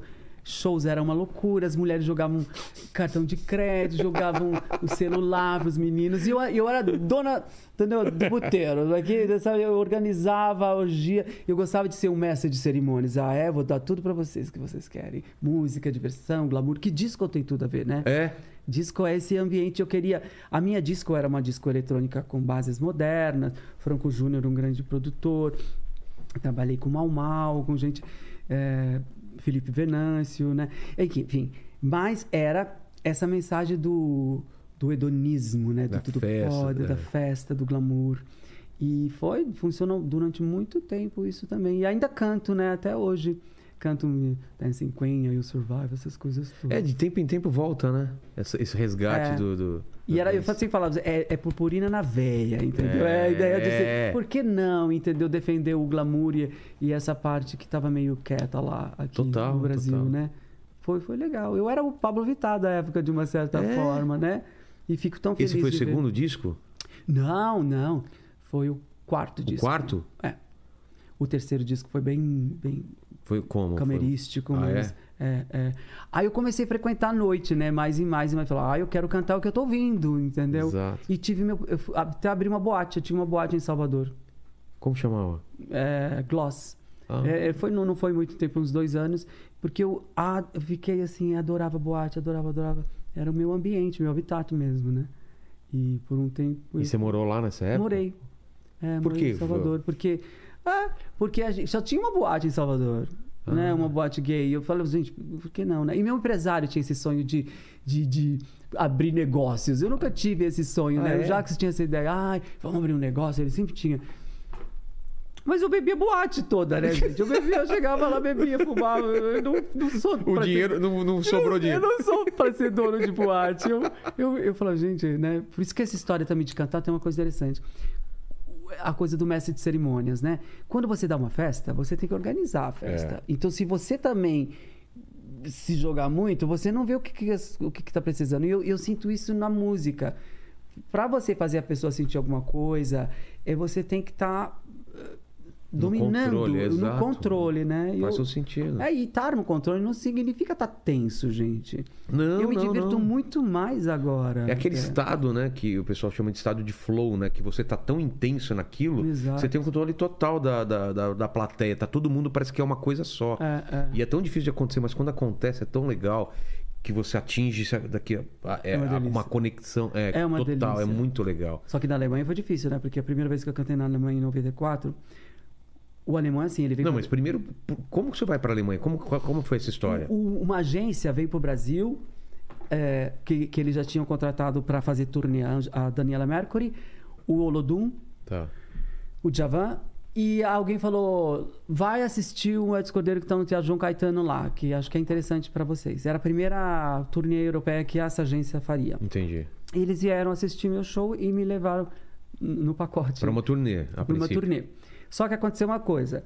shows eram uma loucura, as mulheres jogavam cartão de crédito, jogavam o celular pros meninos. E eu, eu era dona, entendeu, do puteiro. Aqui, sabe, eu organizava a orgia. Eu gostava de ser um mestre de cerimônias. Ah, é, vou dar tudo pra vocês que vocês querem. Música, diversão, glamour. Que disco tem tudo a ver, né? É. Disco é esse ambiente. Eu queria... A minha disco era uma disco eletrônica com bases modernas. Franco Júnior, um grande produtor. Trabalhei com Mau Mau, com gente... É, Felipe Venâncio, né? Enfim, mas era essa mensagem do, do hedonismo, né? Da Do tudo festa, pode, é. da festa, do glamour. E foi, funcionou durante muito tempo isso também. E ainda canto, né? Até hoje. Canto Dancing Queen, You Survive, essas coisas todas. É, de tempo em tempo volta, né? Esse, esse resgate É. do, do... E era, eu do- sempre falava, é, é purpurina na veia, entendeu? É, É. a ideia de ser, por que não, entendeu? Defender o glamour e, e essa parte que estava meio quieta lá aqui Total, no Brasil, total. né? Foi, foi legal. Eu era o Pablo Vittar da época, de uma certa É. forma, né? E fico tão feliz Esse foi o de ver. segundo disco? Não, não. Foi o quarto O disco. quarto? É. O terceiro disco foi bem, bem Foi como? camerístico. Ah, mas, é? É, Aí eu comecei a frequentar a noite, né? Mais e mais e mais. Falar, ah, eu quero cantar o que eu tô ouvindo, entendeu? Exato. E tive meu... Eu fu- até abri uma boate. Eu tinha uma boate em Salvador. Como chamava? É, Gloss. Ah. É, foi, não, não foi muito tempo, uns dois anos. Porque eu, ah, eu fiquei assim, adorava boate, adorava, adorava. Era o meu ambiente, meu habitat mesmo, né? E por um tempo... E você morou lá nessa época? Morei. É, Por morei quê? em Salvador. Porque, ah, porque a gente só tinha uma boate em Salvador. Né? Ah. Uma boate gay. Eu falei, gente, por que não? Né? E meu empresário tinha esse sonho de, de, de abrir negócios. Eu nunca tive esse sonho, Ah, né? é? O Jacques tinha essa ideia, ai, vamos abrir um negócio. Ele sempre tinha. Mas eu bebia boate toda, né, gente? Eu bebia, eu chegava lá, bebia, fumava. Eu não, não sou. O pra ser- dinheiro, não, não sobrou eu, dinheiro. Eu não sou pra ser dono de boate. Eu, eu, eu falo, gente, né? Por isso que essa história também de cantar tem uma coisa interessante. A coisa do mestre de cerimônias, né? Quando você dá uma festa, você tem que organizar a festa. É. Então, se você também se jogar muito, você não vê o que, que, o que, que tá precisando. E eu, eu sinto isso na música. Para você fazer a pessoa sentir alguma coisa, é, você tem que estar tá, dominando controle, no exato. controle, né? E Faz eu- todo sentido. é, e estar no controle não significa estar tenso, gente. Não, eu me não, divirto não. muito mais agora. É aquele É. estado, né, que o pessoal chama de estado de flow, né? Que você tá tão intenso naquilo, Exato. você tem um controle total da, da, da, da plateia. Tá todo mundo, parece que é uma coisa só. É, é. E é tão difícil de acontecer, mas quando acontece é tão legal que você atinge isso daqui, a- é, É uma a- uma, delícia. conexão é, É uma total, delícia. é muito legal. Só que na Alemanha foi difícil, né? Porque a primeira vez que eu cantei na Alemanha em noventa e quatro, o alemão é assim, ele veio... Não, pra- mas primeiro, como que você vai para a Alemanha? Como, como foi essa história? O- uma agência veio pro Brasil, é, que, que eles já tinham contratado para fazer turnê a, a Daniela Mercury, o Olodum, Tá. o Djavan, e alguém falou, vai assistir o Edson Cordeiro que está no Teatro João Caetano lá, que acho que é interessante para vocês. Era a primeira turnê europeia que essa agência faria. Entendi. Eles vieram assistir meu show e me levaram no pacote. Para uma turnê, a Para uma princípio. turnê. Só que aconteceu uma coisa.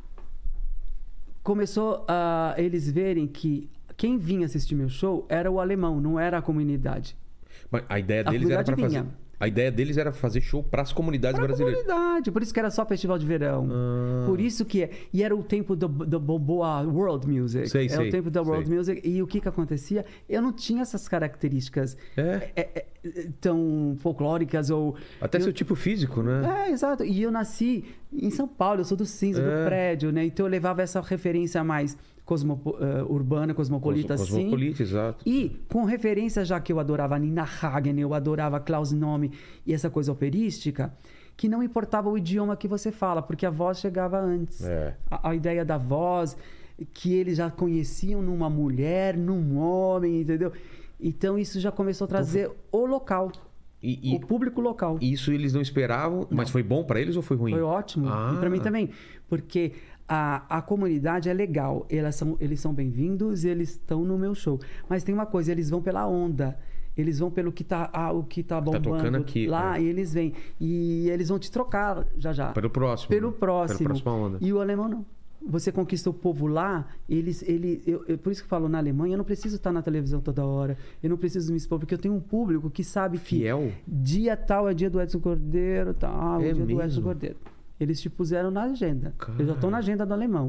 Começou a eles verem que quem vinha assistir meu show era o alemão, não era a comunidade. Mas a ideia A deles era para comunidade fazer. vinha. A ideia deles era fazer show para as comunidades Para a brasileiras. comunidade, por isso que era só festival de verão. Ah. Por isso que é. E era o tempo do, do Boboa World Music. Sei, é sei, o tempo da World sei. Music. E o que que acontecia? Eu não tinha essas características É. é, é, tão folclóricas ou. Até eu- seu tipo físico, né? É, exato. E eu nasci em São Paulo, eu sou do cinza, É. do prédio, né? Então eu levava essa referência mais cosmopo, eh, urbana, cosmopolita, Cos- assim. Cosmopolita, exato. E com referência, já que eu adorava Nina Hagen, eu adorava Klaus Nomi e essa coisa operística, que não importava o idioma que você fala, porque a voz chegava antes. É. A, a ideia da voz, que eles já conheciam numa mulher, num homem, entendeu? Então isso já começou a trazer o local, E, e- o público local. e isso eles não esperavam, mas foi bom para eles ou foi ruim? Foi ótimo. Ah. E para mim também. Porque a, a comunidade é legal. Elas são, eles são bem-vindos, eles estão no meu show. Mas tem uma coisa, eles vão pela onda. Eles vão pelo que tá, ah, o que tá bombando tocando aqui, lá é. e eles vêm. E eles vão te trocar já já. Pelo próximo. Pelo né? próximo. Pela próxima onda. E o alemão não. Você conquista o povo lá, eles, ele, eu, eu- por isso que eu falo, na Alemanha, eu não preciso estar na televisão toda hora, eu não preciso me expor, porque eu tenho um público que sabe que Fiel? dia tal é dia do Edson Cordeiro, tal, É é dia do Edson mesmo? Cordeiro. Eles te puseram na agenda. Eu já estou na agenda do alemão.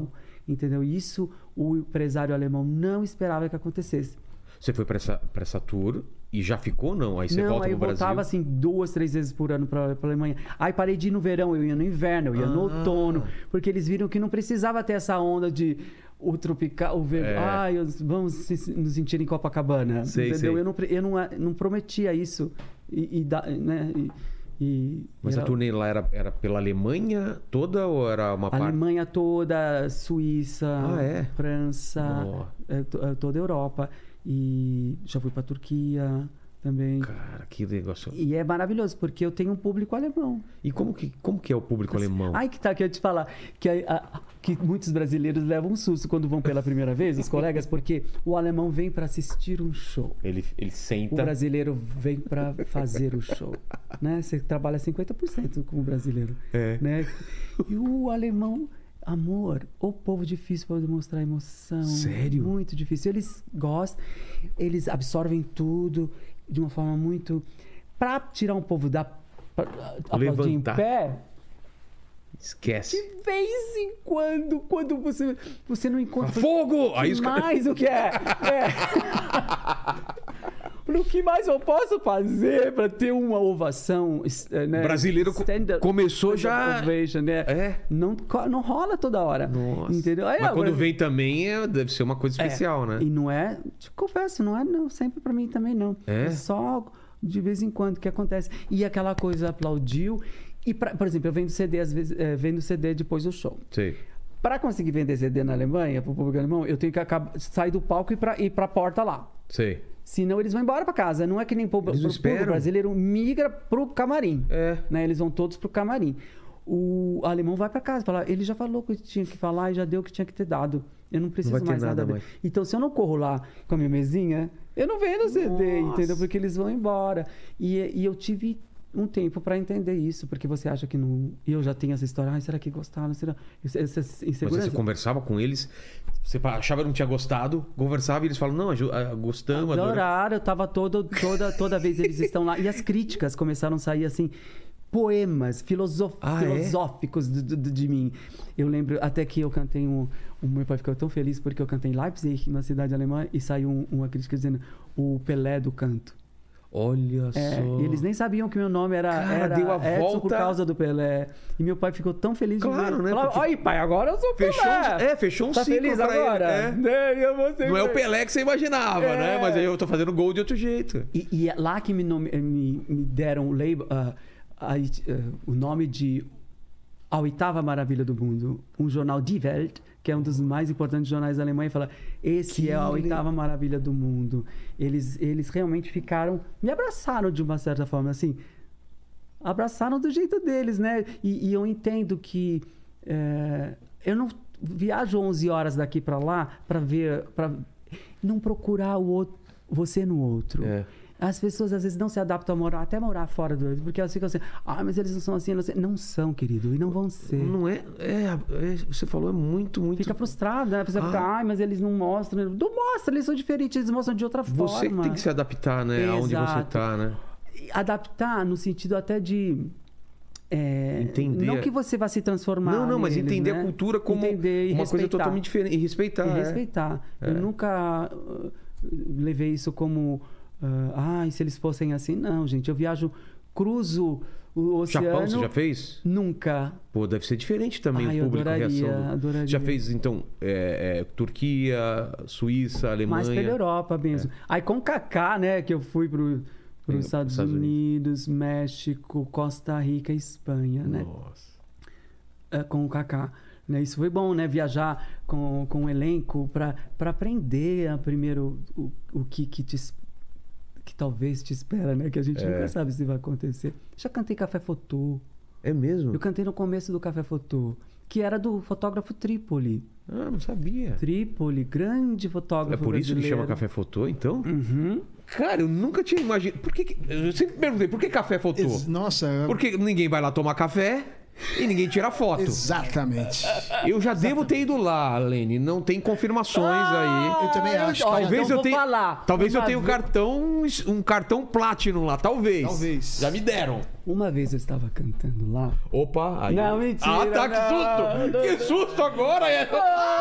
entendeu? Isso o empresário alemão não esperava que acontecesse. Você foi pra essa, pra essa tour e já ficou, não? Aí você não, volta aí pro eu Brasil? voltava assim duas, três vezes por ano pra, pra Alemanha. Aí parei de ir no verão, eu ia no inverno, eu ia no Ah. outono, porque eles viram que não precisava ter essa onda de o tropical, o ver... É. Ai, eu- vamos se- nos sentir em Copacabana, Sei, entendeu? sei. Eu, não, pre- eu não, não prometia isso e, e, dá- né? e, e Mas a era- turnê lá era, era pela Alemanha toda ou era uma parte? Alemanha toda, Suíça, Ah, é? França, Ó. eh, to- eh, toda a Europa. E já fui pra Turquia também. Cara, que negócio. E é maravilhoso, porque eu tenho um público alemão. E como que, como que é o público alemão? Ai, que tá, que eu ia te falar. Que, a- a- que muitos brasileiros levam um susto quando vão pela primeira vez, os colegas, porque o alemão vem para assistir um show. Ele, ele O senta... brasileiro vem para fazer o show. Né? Você trabalha cinquenta por cento com o brasileiro. É. Né? E o alemão, amor, o povo difícil para demonstrar emoção. Sério? Muito difícil. Eles gostam, eles absorvem tudo de uma forma muito. Para tirar um povo da. Pra, aplaudir em Levantar. pé. Esquece. De vez em quando, quando você, você não encontra. Fogo! Aí os caras- mais o que é? é. O que mais eu posso fazer para ter uma ovação? eh, Né? Brasileiro co- Stand-up- começou stand-up já- ovation, né? É. Não, co- não rola toda hora. Nossa. Entendeu? Aí, Mas quando agora- vem também é- deve ser uma coisa É, especial, né? E não é, te confesso, não é não, sempre pra mim também não. É? só de vez em quando que acontece. E aquela coisa aplaudiu. E pra, por exemplo, eu vendo C D às vezes, é, vendo C D depois do show. Sei. Para conseguir vender C D na Alemanha, pro público alemão, eu tenho que acabar, sair do palco e para ir para a porta lá. Sei. Senão eles vão embora para casa. Não é que nem o Eles não público esperam. brasileiro migra pro camarim. É. Né? Eles vão todos pro camarim. O alemão vai para casa, fala, ele já falou o que tinha que falar e já deu o que tinha que ter dado. Eu não preciso vai ter mais nada nada. ver. mais. Então, se eu não corro lá com a minha mesinha, eu não vendo C D, Nossa. entendeu? Porque eles vão embora. E, e eu tive um tempo para entender isso, porque você acha que não. E eu já tenho essa história, ai, será que gostaram? Será? Essa essa Mas insegurança. você conversava com eles, você achava que não tinha gostado, conversava e eles falam, não, aju- ah, gostamos, adoramos. Adoraram, eu tava todo, toda, toda vez eles estão lá. E as críticas começaram a sair assim, poemas filosof- Ah, é? filosóficos de, de- de mim. Eu lembro até que eu cantei um. O meu pai ficou tão feliz porque eu cantei em Leipzig, uma cidade alemã, e saiu um- uma crítica dizendo o Pelé do canto. Olha É, só. e eles nem sabiam que meu nome era, Cara, era deu a Edson volta. por causa do Pelé. E meu pai ficou tão feliz Claro, de ver. né? Falava, Porque Oi, pai, agora eu sou o Pelé. Fechou um- é, fechou um tá ciclo feliz pra ele, agora? é. Né? Eu vou ser Não é o feliz. Pelé que você imaginava, É. né? Mas aí eu tô fazendo gol de outro jeito. E, e é lá que me, nome- me, me deram o, label, ah, a- ah, o nome de A Oitava Maravilha do Mundo. Um jornal Die Welt, que é um dos mais importantes jornais da Alemanha, fala: esse Que é a le- oitava maravilha do mundo. Eles, eles realmente ficaram, me abraçaram de uma certa forma, assim, abraçaram do jeito deles, né? E, e eu entendo que é, eu não viajo onze horas daqui para lá para ver, para não procurar o outro, você no outro. É. As pessoas às vezes não se adaptam a morar, até morar fora do porque elas ficam assim, ah, mas eles não são assim, não, sei. Não são, querido, e não vão ser. Não é, é, é, você falou, é muito, muito... Fica frustrado, né? A pessoa Ah. fica, ai, mas eles não mostram. Não mostram, eles são diferentes, eles mostram de outra forma. Você que tem que se adaptar, né? Aonde você Exato. tá, né? Adaptar no sentido até de. é, Entender. Não que você vá se transformar. Não, não, mas neles, entender né? a cultura como Entender e uma coisa respeitar. totalmente diferente. E respeitar, E é. respeitar. Eu nunca uh, levei isso como. Uh, ai, se eles fossem assim. Não, gente. Eu viajo, cruzo o oceano. Japão, você já fez? Nunca. Pô, deve ser diferente também Ai, o eu público, a adoraria, reação. do- adoraria. Já fez, então, é, é, Turquia, Suíça, Alemanha? Mais pela Europa mesmo. Aí com o Kaká, né, que eu fui para os Bem, Estados, Estados Unidos, México, Costa Rica e Espanha, né? Nossa. É, com o Kaká. Né? Isso foi bom, né? Viajar com, com um elenco para aprender a, primeiro o, o que, que, te, es- que talvez te espera, né? Que a gente É. nunca sabe se vai acontecer. Já cantei Café Fotô. É mesmo? Eu cantei no começo do Café Fotô, que era do fotógrafo Trípoli. Ah, não sabia. Trípoli, grande É fotógrafo por isso que brasileiro. chama Café Fotô, então? Uhum. Cara, eu nunca tinha imaginado. Por que, que- eu sempre perguntei, por que Café Fotô? Ex- Nossa, Porque ninguém vai lá tomar café e ninguém tira foto. exatamente. Eu já devo ter ido lá, Lene. Não tem confirmações aí. Eu também acho. Olha, Talvez então eu vou tenha, falar. talvez eu Uma tenha um vez- cartão, um cartão Platinum lá, talvez. Talvez. Já me deram. Uma vez eu estava cantando lá. Opa, aí. Não, mentira, Ah, tá, que não, susto! não. Que susto agora! É... Ah,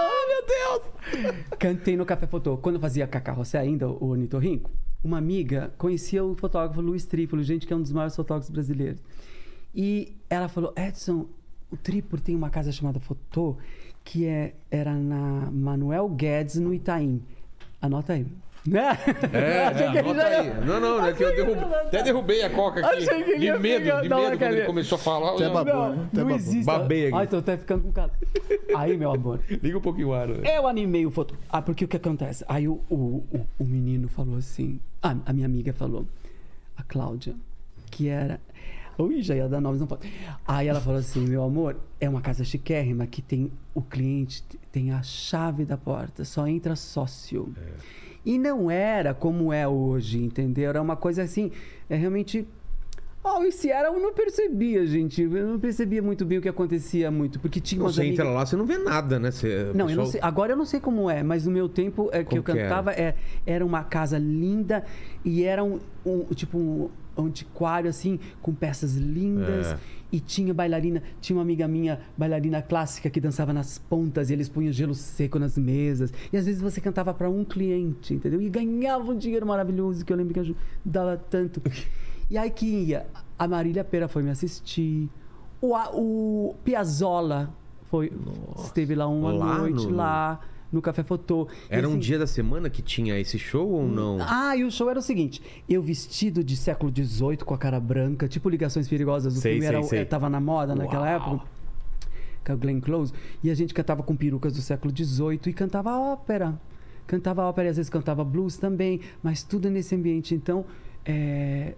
Deus! Cantei no Café Fotô. Quando eu fazia Cacá José ainda, o Ornitorrinco, uma amiga conhecia o fotógrafo Luiz Trípolo, gente que é um dos maiores fotógrafos brasileiros. E ela falou, Edson, o Trípolo tem uma casa chamada Fotô, que é, era na Manuel Guedes, no Itaim. Anota aí. É, Achei é que ele anota já ia- aí. Não, não, é que eu Achei que derrube... ele ia- até derrubei a coca aqui. Achei que ele De ia medo, pegar- de dar uma medo quando ele caneta. começou a falar. Até eu- babou, Não, né? Até não babou. existe. Babei aqui. Ai, tô até ficando com cara. Aí, meu amor, Liga um pouquinho o ar. né? eu animei o foto. Ah, porque o que acontece? Aí o, o, o, o menino falou assim. Ah, a minha amiga falou. A Cláudia, que era. Ui, já ia dar nomes, não pode. Aí ela falou assim: meu amor, é uma casa chiquérrima que tem o cliente, tem a chave da porta, só entra sócio. É. E não era como é hoje, entendeu? Era uma coisa assim, é realmente. Oh, e se era, eu não percebia, gente. Eu não percebia muito bem o que acontecia muito, porque tinha umas Você amigas... entra lá, você não vê nada, né? Você, Não, eu não pessoal- sei. Agora eu não sei como é, mas no meu tempo é, que Como eu que era? cantava, é, era uma casa linda e era um, um- tipo um antiquário, assim, com peças lindas. É. E tinha bailarina, tinha uma amiga minha, bailarina clássica, que dançava nas pontas e eles punham gelo seco nas mesas. E às vezes você cantava para um cliente, entendeu? E ganhava um dinheiro maravilhoso, que eu lembro que ajudava tanto. E aí que ia, a Marília Pera foi me assistir, o, a- o Piazzolla foi, esteve lá uma Lá noite, no- lá no Café Fotô. E Era um assim, dia da semana que tinha esse show ou não? ah, e o show era o seguinte: eu vestido de século dezoito com a cara branca, tipo Ligações Perigosas do Sei, filme, sei, era, sei. eh, tava na moda naquela Uau. época, com a Glenn Close, e a gente cantava com perucas do século dezoito e cantava ópera. Cantava ópera e às vezes cantava blues também, mas tudo nesse ambiente. Então, é,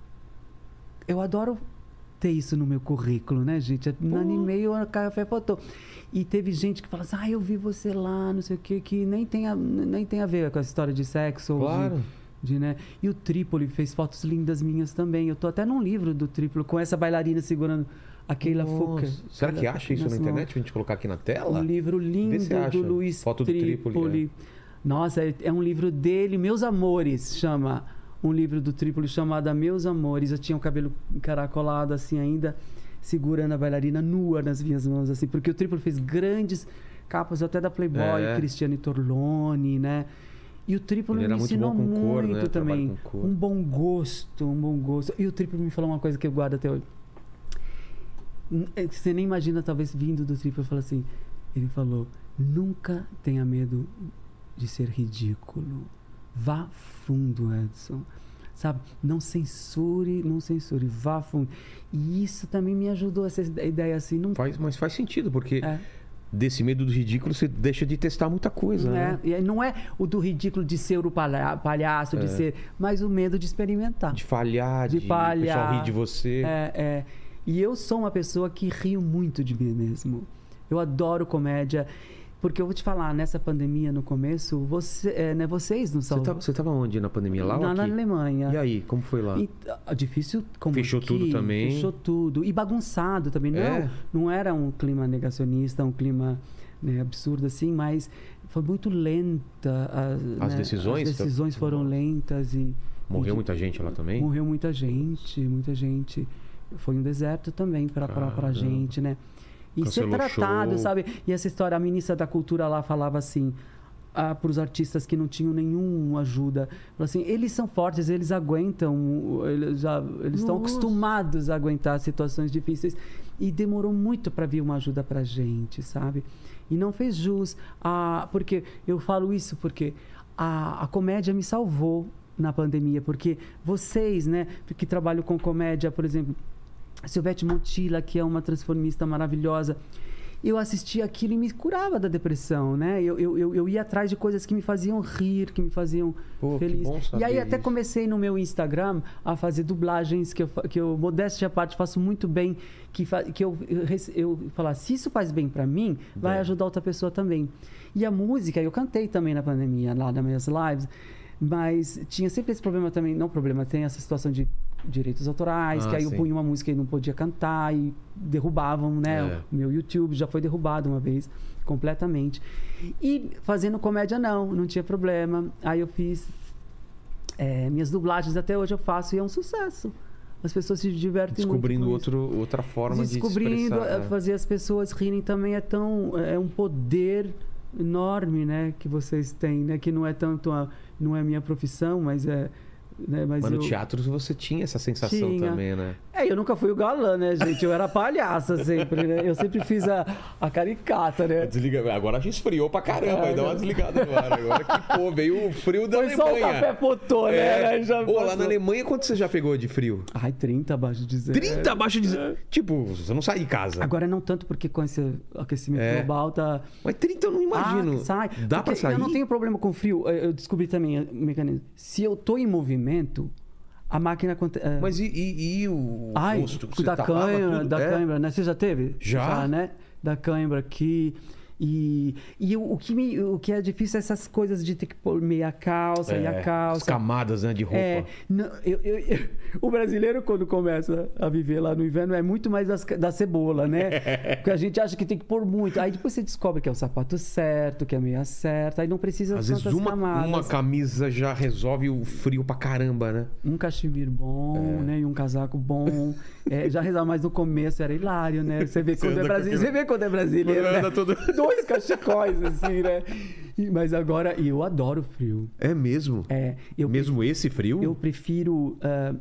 eu adoro ter isso no meu currículo, né, gente? No Animei o Café Fotô. E teve gente que fala assim, ah, eu vi você lá, não sei o quê, que nem tem a, nem tem a ver com essa história de sexo. ou Claro. De, de, né? E o Trípoli fez fotos lindas minhas também. Eu tô até num livro do Trípoli, com essa bailarina segurando a Keila Nossa. Foucault. Será que Keila acha isso na Foucault internet pra gente colocar aqui na tela? um livro lindo Vê se acha. do Luiz Foto do Trípoli. Trípoli, Nossa, é, é um livro dele, Meus Amores, chama. Um livro do Trípoli chamado Meus Amores. Eu tinha o cabelo encaracolado assim ainda, segurando a bailarina nua nas minhas mãos, assim. Porque o Trípoli fez grandes capas até da Playboy, É. Cristiane Torlone, né? E o Trípoli Ele era me muito ensinou bom com cor, muito né? também. Trabalho com cor. Um bom gosto, um bom gosto. E o Trípoli me falou uma coisa que eu guardo até hoje. Você nem imagina, talvez, vindo do Trípoli, falar assim, ele falou, nunca tenha medo de ser ridículo. Vá fundo, Edson. Sabe? Não censure, não censure, vá fundo. E isso também me ajudou, essa ideia assim. Não... Faz, mas faz sentido, porque É. desse medo do ridículo você deixa de testar muita coisa, É, né? e aí não é o do ridículo de ser o palha- palhaço, de ser, mas o medo de experimentar. De falhar, De de, falhar. o pessoal rir de você. É, é. E eu sou uma pessoa que rio muito de mim mesmo. Eu adoro comédia. Porque eu vou te falar, nessa pandemia, no começo, você, é, né, vocês não Você são... tava, você tava onde na pandemia? Lá ou na, aqui? na Alemanha. E aí, como foi lá? E, ah, difícil como Fechou aqui, tudo também? Fechou tudo. E bagunçado também. Não, É? não era um clima negacionista, um clima né, absurdo assim, mas foi muito lenta. a- As né, decisões? As decisões foram lentas e... Morreu e- muita gente lá também? Morreu muita gente, muita gente. Foi um deserto também para pra Caramba. gente, né? E Cancelou ser tratado, show. sabe? E essa história, a ministra da Cultura lá falava assim, ah, para os artistas que não tinham nenhuma ajuda. Falou assim, eles são fortes, eles aguentam, eles, já, eles estão Nossa. acostumados a aguentar situações difíceis. E demorou muito para vir uma ajuda para gente, sabe? E não fez jus. A, porque eu falo isso porque a, a comédia me salvou na pandemia, porque vocês, né, que trabalham com comédia, por exemplo, Silvete Montilla, que é uma transformista maravilhosa, eu assistia aquilo e me curava da depressão, né? Eu, eu, eu, eu ia atrás de coisas que me faziam rir, que me faziam Pô, que feliz. bom saber E aí até isso. comecei no meu Instagram a fazer dublagens que eu, fa- que eu modéstia à parte, faço muito bem, que, fa- que eu, eu, rece- eu falar, se isso faz bem para mim, vai Bem. ajudar outra pessoa também. E a música, eu cantei também na pandemia, lá nas minhas lives, mas tinha sempre esse problema também, não problema, tem essa situação de direitos autorais, Ah, que aí eu sim. punha uma música e não podia cantar e derrubavam, né? É. O meu YouTube já foi derrubado uma vez, completamente. E fazendo comédia, não, não tinha problema. Aí eu fiz é, minhas dublagens, até hoje eu faço e é um sucesso. As pessoas se divertem Descobrindo muito com isso. outro, outra forma Descobrindo, de se expressar. eh, fazer as pessoas rirem também é tão é um poder enorme, né, que vocês têm, né, que não é tanto a, não é a minha profissão, mas é, né, mas, Mas no eu, teatro você tinha essa sensação Tinha. também, né? É, eu nunca fui o galã, né, gente? Eu era palhaça sempre, né? Eu sempre fiz a, a caricata, né? Desliga. Agora esfriou pra caramba, aí dá uma desligada agora. Agora que, pô, veio o frio da Foi só o Alemanha. café potô, né? É. Já Pô, lá passou. na Alemanha, quanto você já pegou de frio? Ai, trinta abaixo de zero. trinta abaixo de... Tipo, você não sai de casa. Agora não tanto, porque com esse aquecimento É. global tá... Mas trinta eu não imagino. Ah, sai. Dá Porque pra sair? Eu não tenho problema com frio. Eu eu descobri também o mecanismo. Se eu tô em movimento, a máquina... aconte- é, Mas e, e, e o Ai, rosto? Você da tapava cãibra, tudo? da É? cãibra, né? Você já teve? Já. né? Da cãibra aqui. E, e o, o, que me, o que é difícil é essas coisas de ter que pôr meia calça e a As calça. camadas, né, de roupa. É, não, eu, eu- eu- o brasileiro, quando começa a viver lá no inverno, é muito mais das- da cebola, né? Porque a gente acha que tem que pôr muito. Aí depois você descobre que é o sapato certo, que é a meia certa, aí não precisa Às de vezes tantas uma, camadas. uma camisa já resolve o frio pra caramba, né? Um cachemir bom, É. né? E um casaco bom. É, já resolve, mas no começo era hilário, né? Você vê Você quando é anda com brasileiro. aquilo- Você vê quando é brasileiro, Anda né? todo- Dois cachecóis, assim, né? E- Mas agora, e eu adoro frio. É mesmo? É, eu mesmo esse frio? Eu prefiro ah,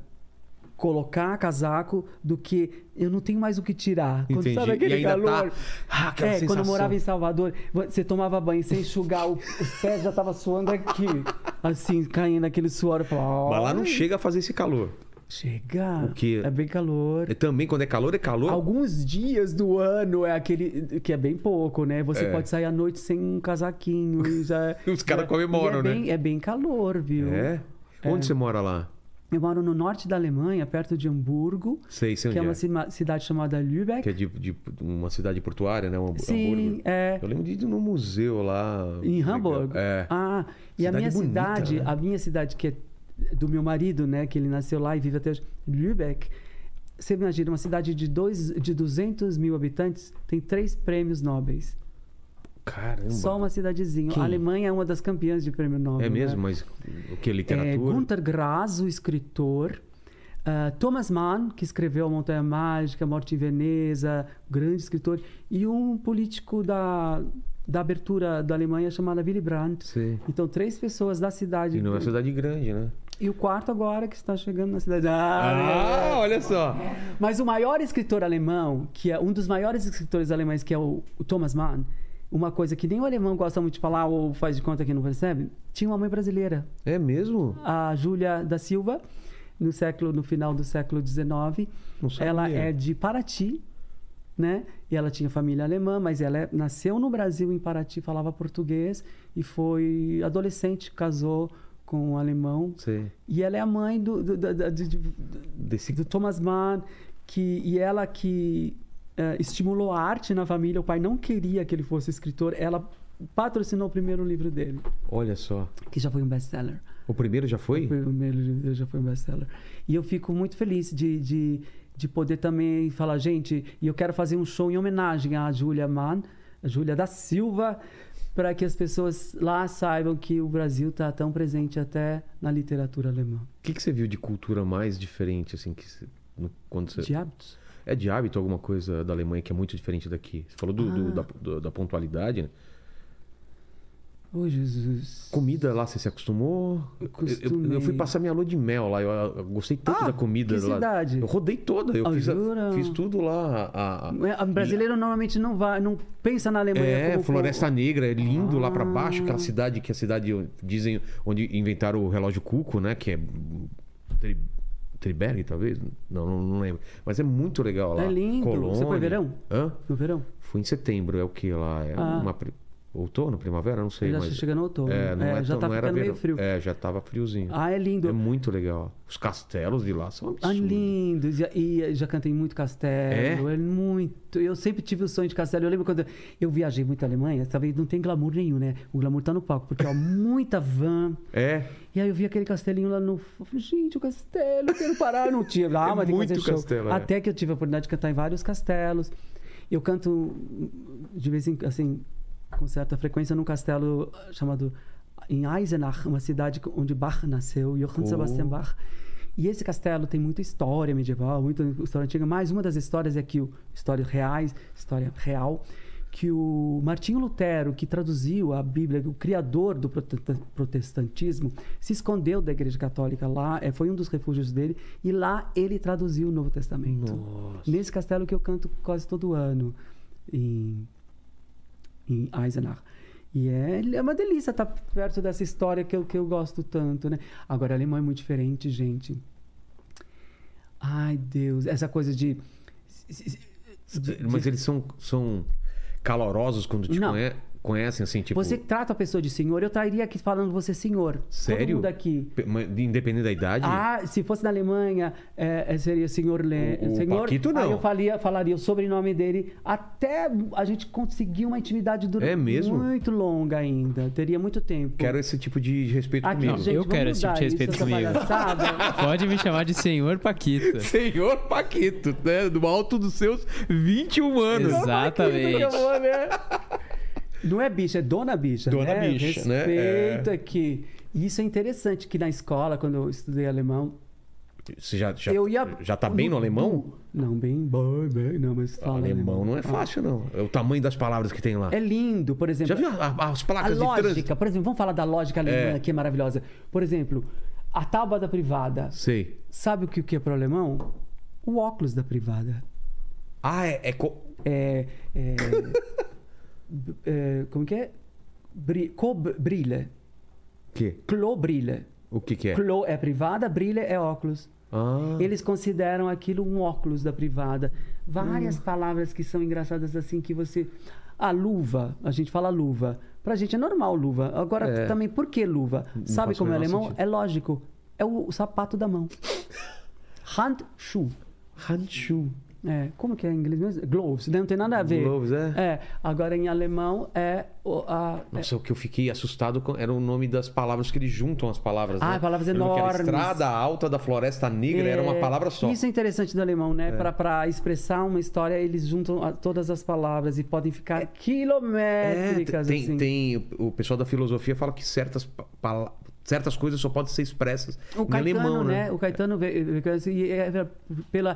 colocar casaco do que eu não tenho mais o que tirar. Quando Entendi. sabe aquele E ainda calor. tá- Ah, aquela é, quando eu sensação. morava em Salvador, você tomava banho sem enxugar, o- os pés já tava suando aqui, assim, caindo aquele suor. Eu falava, Mas lá não "Ai, chega a fazer esse calor. chega. O quê? É bem calor. E também, quando é calor, é calor? Alguns dias do ano é aquele que é bem pouco, né? Você É. pode sair à noite sem um casaquinho. E já, Os caras já- comemoram, e é né? Bem, é bem calor, viu? É? Onde você mora lá? Eu moro no norte da Alemanha, perto de Hamburgo, Sei, sei onde que é é. uma cima- cidade chamada Lübeck. Que é de, de uma cidade portuária, né? Um, Sim, Hamburgo. é. Eu lembro de ir no museu lá. Em Hamburgo? É. Ah, e a Cidade minha bonita, cidade, né? a minha cidade que é do meu marido, né, que ele nasceu lá e vive até hoje, Lübeck. Você imagina, uma cidade de, dois, de duzentos mil habitantes tem três prêmios nobres. Caramba. Só uma cidadezinha. Quem? A Alemanha é uma das campeãs de prêmio Nobel. É mesmo? né? Mas o que? É, Literatura? Günter Grass, o escritor. ah, Thomas Mann, que escreveu A Montanha Mágica, Morte em Veneza, grande escritor. E um político da, da abertura da Alemanha chamado Willy Brandt. Sei. Então, três pessoas da cidade. E não é uma cidade grande, né? E o quarto agora que está chegando na cidade. Ah, é. olha só. Mas o maior escritor alemão, que é um dos maiores escritores alemães, que é o, o Thomas Mann, uma coisa que nem o alemão gosta muito de falar ou faz de conta que não percebe, tinha uma mãe brasileira, É mesmo? a Júlia da Silva, no século, no final do século dezenove. Não sabia. Ela é de Paraty, né? E ela tinha família alemã, mas ela é- nasceu no Brasil, em Paraty, falava português e foi adolescente, casou com um alemão. Sei. E ela é a mãe do, do, do, do- do- Desse... do Thomas Mann, que, e ela que eh, estimulou a arte na família. O pai não queria que ele fosse escritor. Ela patrocinou o primeiro livro dele, Olha só. que já foi um best-seller. O primeiro já foi? O primeiro livro dele já foi um best-seller. E eu fico muito feliz de, de, de poder também falar, gente, e eu quero fazer um show em homenagem à Júlia Mann, a Júlia da Silva, para que as pessoas lá saibam que o Brasil está tão presente até na literatura alemã. O que, que você viu de cultura mais diferente, assim, que você- no- quando você... De hábitos. É de hábito alguma coisa da Alemanha que é muito diferente daqui? Você falou do, do- Ah. da, do- da pontualidade, né? Oh, Jesus. Comida lá, você se acostumou? Eu, eu- Acostumei. eu fui passar minha lua de mel lá, eu, eu gostei tanto Ah, da comida que lá. cidade? Eu rodei toda, eu Ah, fiz, a- jura? fiz tudo lá. A, a- O brasileiro normalmente não vai, não pensa na Alemanha É, como Floresta Negra, é lindo lá pra Ah. baixo, aquela cidade que é a cidade, dizem, onde inventaram o relógio Cuco, né? Que é Tri, Triberg, talvez? Não, não, não lembro. Mas é muito legal lá. É lindo. Colônia. Você foi verão? Hã? no verão. Fui em setembro, é o que lá? É Ah. uma... pri- Outono, primavera? Não sei, Já mas... chega no outono. É, não, é já tão- tá não era ficando meio verão. frio. É, já tava friozinho. Ah, é lindo. É muito legal. Os castelos de lá são Ah, absurdos. lindos. E, e já cantei muito castelo. É? muito. Eu sempre tive o sonho de castelo. Eu lembro quando eu viajei muito à Alemanha, talvez não tem glamour nenhum, né? O glamour tá no palco, porque ó, muita van. É, E aí eu vi aquele castelinho lá no. Eu falei, gente, o castelo, eu quero parar. Não tinha. Ah, É mas tem que muito fazer show. castelo, é. Até que eu tive a oportunidade de cantar em vários castelos. Eu canto de vez em assim, com certa frequência, num castelo chamado em Eisenach, uma cidade onde Bach nasceu, Johann Oh. Sebastian Bach. E esse castelo tem muita história medieval, muita história antiga, mas uma das histórias é que o histórias reais, história real, que o Martinho Lutero, que traduziu a Bíblia, o criador do protestantismo, se escondeu da Igreja Católica lá, é, foi um dos refúgios dele, e lá ele traduziu o Novo Testamento. Nossa. Nesse castelo que eu canto quase todo ano, em, em Eisenach. E é, é uma delícia estar perto dessa história que eu, que eu gosto tanto, né? Agora, alemão é muito diferente, gente. Ai, Deus, essa coisa de... de Mas de, eles são, são calorosos quando te Não. conhe- conhecem, assim, tipo... Você trata a pessoa de senhor, eu estaria aqui falando você senhor. Sério? Todo mundo aqui. Pe- mas Independente da idade? Ah, se fosse na Alemanha, é, é, seria senhor Le... O- o senhor. Paquito, não. Aí eu falia, falaria o sobrenome dele, até a gente conseguir uma intimidade durante É mesmo? muito longa ainda. Teria muito tempo. Quero esse tipo de respeito Aqui, comigo. gente, Eu vamos quero esse tipo mudar de isso, respeito essa comigo. palhaçada. Pode me chamar de senhor Paquito. Senhor Paquito, né? Do alto dos seus vinte e um anos. Exatamente. Que eu vou, né? Não é bicha, é dona bicha. Dona né? bicha, né? Respeito É. aqui. E isso é interessante, que na escola, quando eu estudei alemão, Você já, já, eu ia... já tá bem no alemão? Não, bem, bem, bem. Não, mas fala Alemão não é fácil, não. É o tamanho das palavras que tem lá. É lindo, por exemplo. Já viu a- a- as A placas de lógica, trânsito? por exemplo, vamos falar da lógica alemã, É. que é maravilhosa. Por exemplo, a tábua da privada. Sei. Sabe o que, o que é pro alemão? O óculos da privada. Ah, é... é co- É... é, é como que é? Bri, co-brilha. O quê? Clo-brilha. O que que é? Clo é privada, brilha é óculos. Ah, Eles consideram aquilo um óculos da privada. Várias Hum. palavras que são engraçadas assim que você... A luva, a gente fala luva. Pra gente é normal luva. Agora É. também, por que luva? Sabe faz o como é menor alemão? sentido. É lógico. É o, o sapato da mão. Handschuh. Handschuh. É, como que é em inglês mesmo? Gloves, né? Não tem nada a ver. Gloves, é? É, agora em alemão é o- a... Nossa, o que eu fiquei assustado com era o nome das palavras que eles juntam as palavras, Ah, né? palavras Eu lembro que era enormes. Estrada Alta da Floresta Negra era uma É, palavra só. Isso é interessante do alemão, né? Pra Para expressar uma história, eles juntam a- todas as palavras e podem ficar É, quilométricas. tem, assim. tem o pessoal da filosofia fala que certas pa- pala- certas coisas só podem ser expressas O em Caetano, alemão, né? né? O Caetano veio, veio assim, e é pela,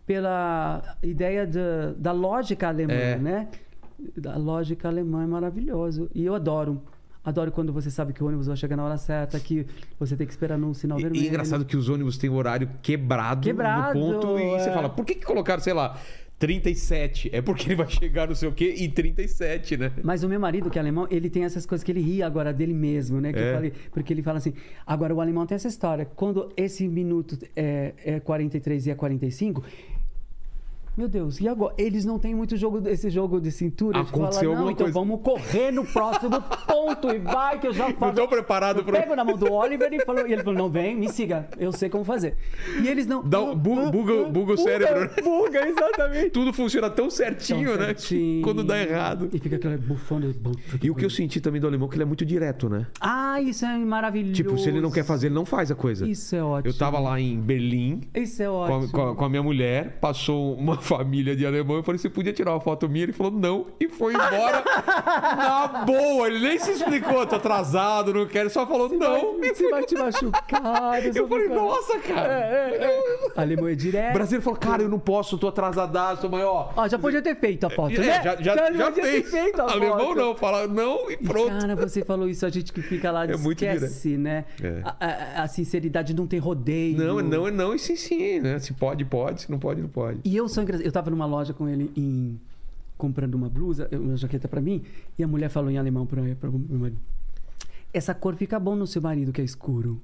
pela ideia de- da lógica alemã, É. né? Da lógica alemã é maravilhoso. E eu adoro. Adoro quando você sabe que o ônibus vai chegar na hora certa, que você tem que esperar num sinal E, vermelho. e é engraçado que os ônibus têm o horário quebrado, Quebrado, no ponto e você é. fala, por que, que colocaram, sei lá, trinta e sete? É porque ele vai chegar não sei o quê em trinta e sete, né? Mas o meu marido, que é alemão, ele tem essas coisas que ele ri agora dele mesmo, né? Que É. eu falei, porque ele fala assim, agora o alemão tem essa história, quando esse minuto é, é quarenta e três e é quarenta e cinco, meu Deus, e agora? Eles não têm muito jogo, esse jogo de cintura. de falar, Aconteceu não, alguma então coisa." vamos correr no próximo ponto e vai que eu já Não faço. tô preparado Eu pra... pego na mão do Oliver e, falou, e ele falou, não, vem, me siga, eu sei como fazer. E eles não... Dá um- bu- buga- buga o cérebro. Buga, exatamente. Tudo funciona tão certinho, Tão né? certinho. Quando dá errado. E fica aquele bufando. E o que eu senti também do alemão é que ele é muito direto, né? Ah, isso é maravilhoso. Tipo, se ele não quer fazer, ele não faz a coisa. Isso é ótimo. Eu tava lá em Berlim Isso é com ótimo. a, com a- com a minha mulher, passou uma família de alemão, eu falei, você podia tirar uma foto minha? Ele falou, não, e foi embora na boa, ele nem se explicou, tô atrasado, não quero, só falou, não, e Você foi. vai te machucar. Eu falei, nossa, cara. É, é, é. Alemão é O direto. brasileiro falou, cara, eu não posso, tô atrasadaço, tô maior. Ó, já podia ter feito a foto, É, né? já, já, já, podia ter fez. feito a Alemão foto. não, fala não e pronto. Cara, você falou isso, a gente que fica lá É muito esquece, né? É. A, a- a sinceridade não tem rodeio. Não, é não, é não e sim, sim, né? Se pode, pode, se não pode, não pode. E eu sou engraçado. Eu tava numa loja com ele em comprando uma blusa, uma jaqueta pra mim, e a mulher falou em alemão pra, pra meu marido. Essa cor fica bom no seu marido que é escuro.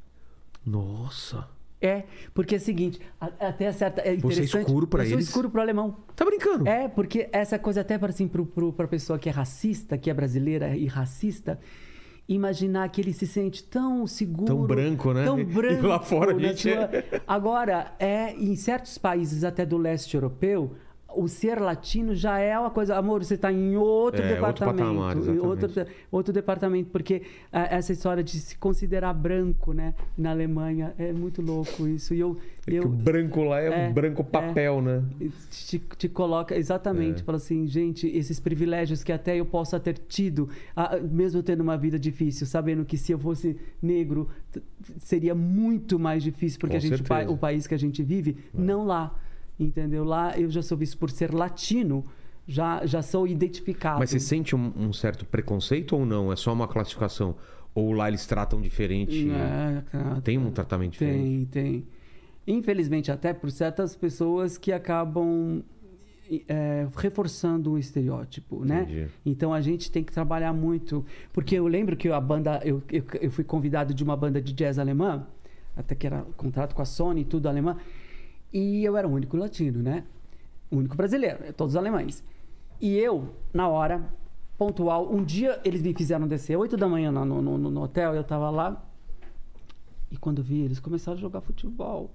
Nossa. É, porque é o seguinte, a- até certa é Você é interessante. escuro pra eu eles? sou escuro pro alemão. Tá brincando? É, porque essa coisa até para assim pro, pro, pra pessoa que é racista, que é brasileira e racista, imaginar que ele se sente tão seguro, Tão branco, né? Tão E branco. lá fora a na gente sua- é- Agora, é em certos países até do leste europeu, o ser latino já é uma coisa, amor, você está em outro É, outro departamento, patamar, em exatamente. outro, outro departamento, porque ah, essa história de se considerar branco, né, na Alemanha é muito louco isso. E eu, É que eu o branco lá é, é, um branco papel, né? te, te coloca exatamente, É. fala assim, gente, esses privilégios que até eu possa ter tido, ah, mesmo tendo uma vida difícil, sabendo que se eu fosse negro t- seria muito mais difícil, porque Com a gente, certeza. pa- o país que a gente vive, não lá, entendeu? Lá eu já sou visto por ser latino, Já, já sou identificado. Mas você sente um, um certo preconceito ou não? É só uma classificação? Ou lá eles tratam diferente? É, cara, Tem um tratamento diferente? Tem, tem. Infelizmente, até por certas pessoas que acabam é, reforçando o estereótipo, né? Entendi. Então a gente tem que trabalhar muito. Porque eu lembro que a banda. Eu, eu, eu fui convidado de uma banda de jazz alemã, até que era contrato com a Sony e tudo alemã. E eu era o único latino, né? O único brasileiro, todos alemães. E eu, na hora, pontual, um dia eles me fizeram descer oito da manhã no, no, no hotel, eu tava lá. E quando eu vi, eles começaram a jogar futebol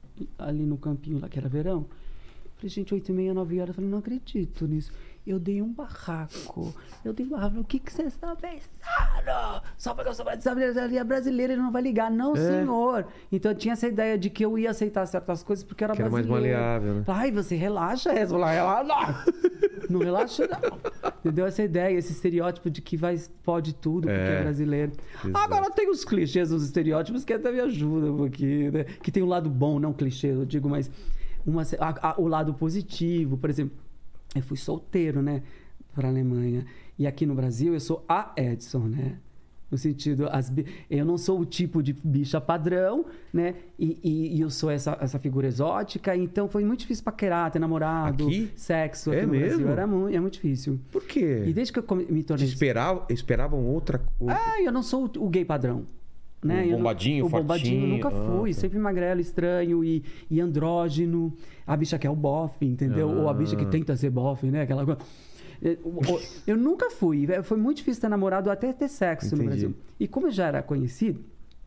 ali no campinho lá, que era verão. Falei, gente, oito e meia, nove horas. Eu falei, não acredito nisso. Eu dei um barraco. Eu dei um barraco. O que, que vocês estão pensando? Só porque eu sou brasileira, brasileira, ele não vai ligar. Não, É. senhor. Então eu tinha essa ideia de que eu ia aceitar certas coisas porque eu era Que era mais brasileira. maleável, né? Ai, você relaxa, essa. Lá, relaxa. Não relaxa, não. Entendeu? Essa ideia, esse estereótipo de que vai, pode tudo porque é, É. brasileiro. Exato. Agora tem os clichês, os estereótipos que até me ajudam um pouquinho, né? Que tem um lado bom, não clichê, eu digo, mas uma, a, a, o lado positivo. Por exemplo, eu fui solteiro, né? Para a Alemanha. E aqui no Brasil eu sou a Edson, né? No sentido, as, bi- eu não sou o tipo de bicha padrão, né? E, e, e eu sou essa, essa figura exótica, então foi muito difícil paquerar, ter namorado, Aqui? sexo aqui É no mesmo? Brasil. Era muito, é muito difícil. Por quê? E desde que eu come- me Te tornei... esperava, esperavam outra coisa? Ah, eu não sou o o gay padrão. Né? O Eu não- bombadinho, o bombadinho, fortinho. nunca Ah, fui. tá. Sempre magrelo, estranho e, e andrógeno. A bicha que é o bofe, entendeu? Ah. Ou a bicha que tenta ser bofe, né? Aquela coisa. Eu, eu- eu nunca fui. Foi muito difícil ter namorado até ter sexo Entendi. no Brasil. E como eu já era conhecido,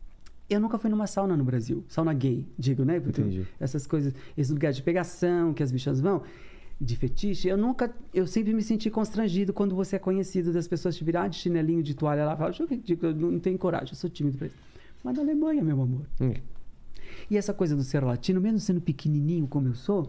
eu nunca fui numa sauna no Brasil. Sauna gay, digo, né? Porque Entendi. essas coisas, esses lugares de pegação que as bichas vão, de fetiche, eu nunca, eu sempre me senti constrangido quando você é conhecido, das pessoas te virar de chinelinho, de toalha lá, falar, eu digo, eu não tenho coragem, eu sou tímido pra isso. Mas na Alemanha, meu amor. Hum. E essa coisa do ser latino, mesmo sendo pequenininho como eu sou,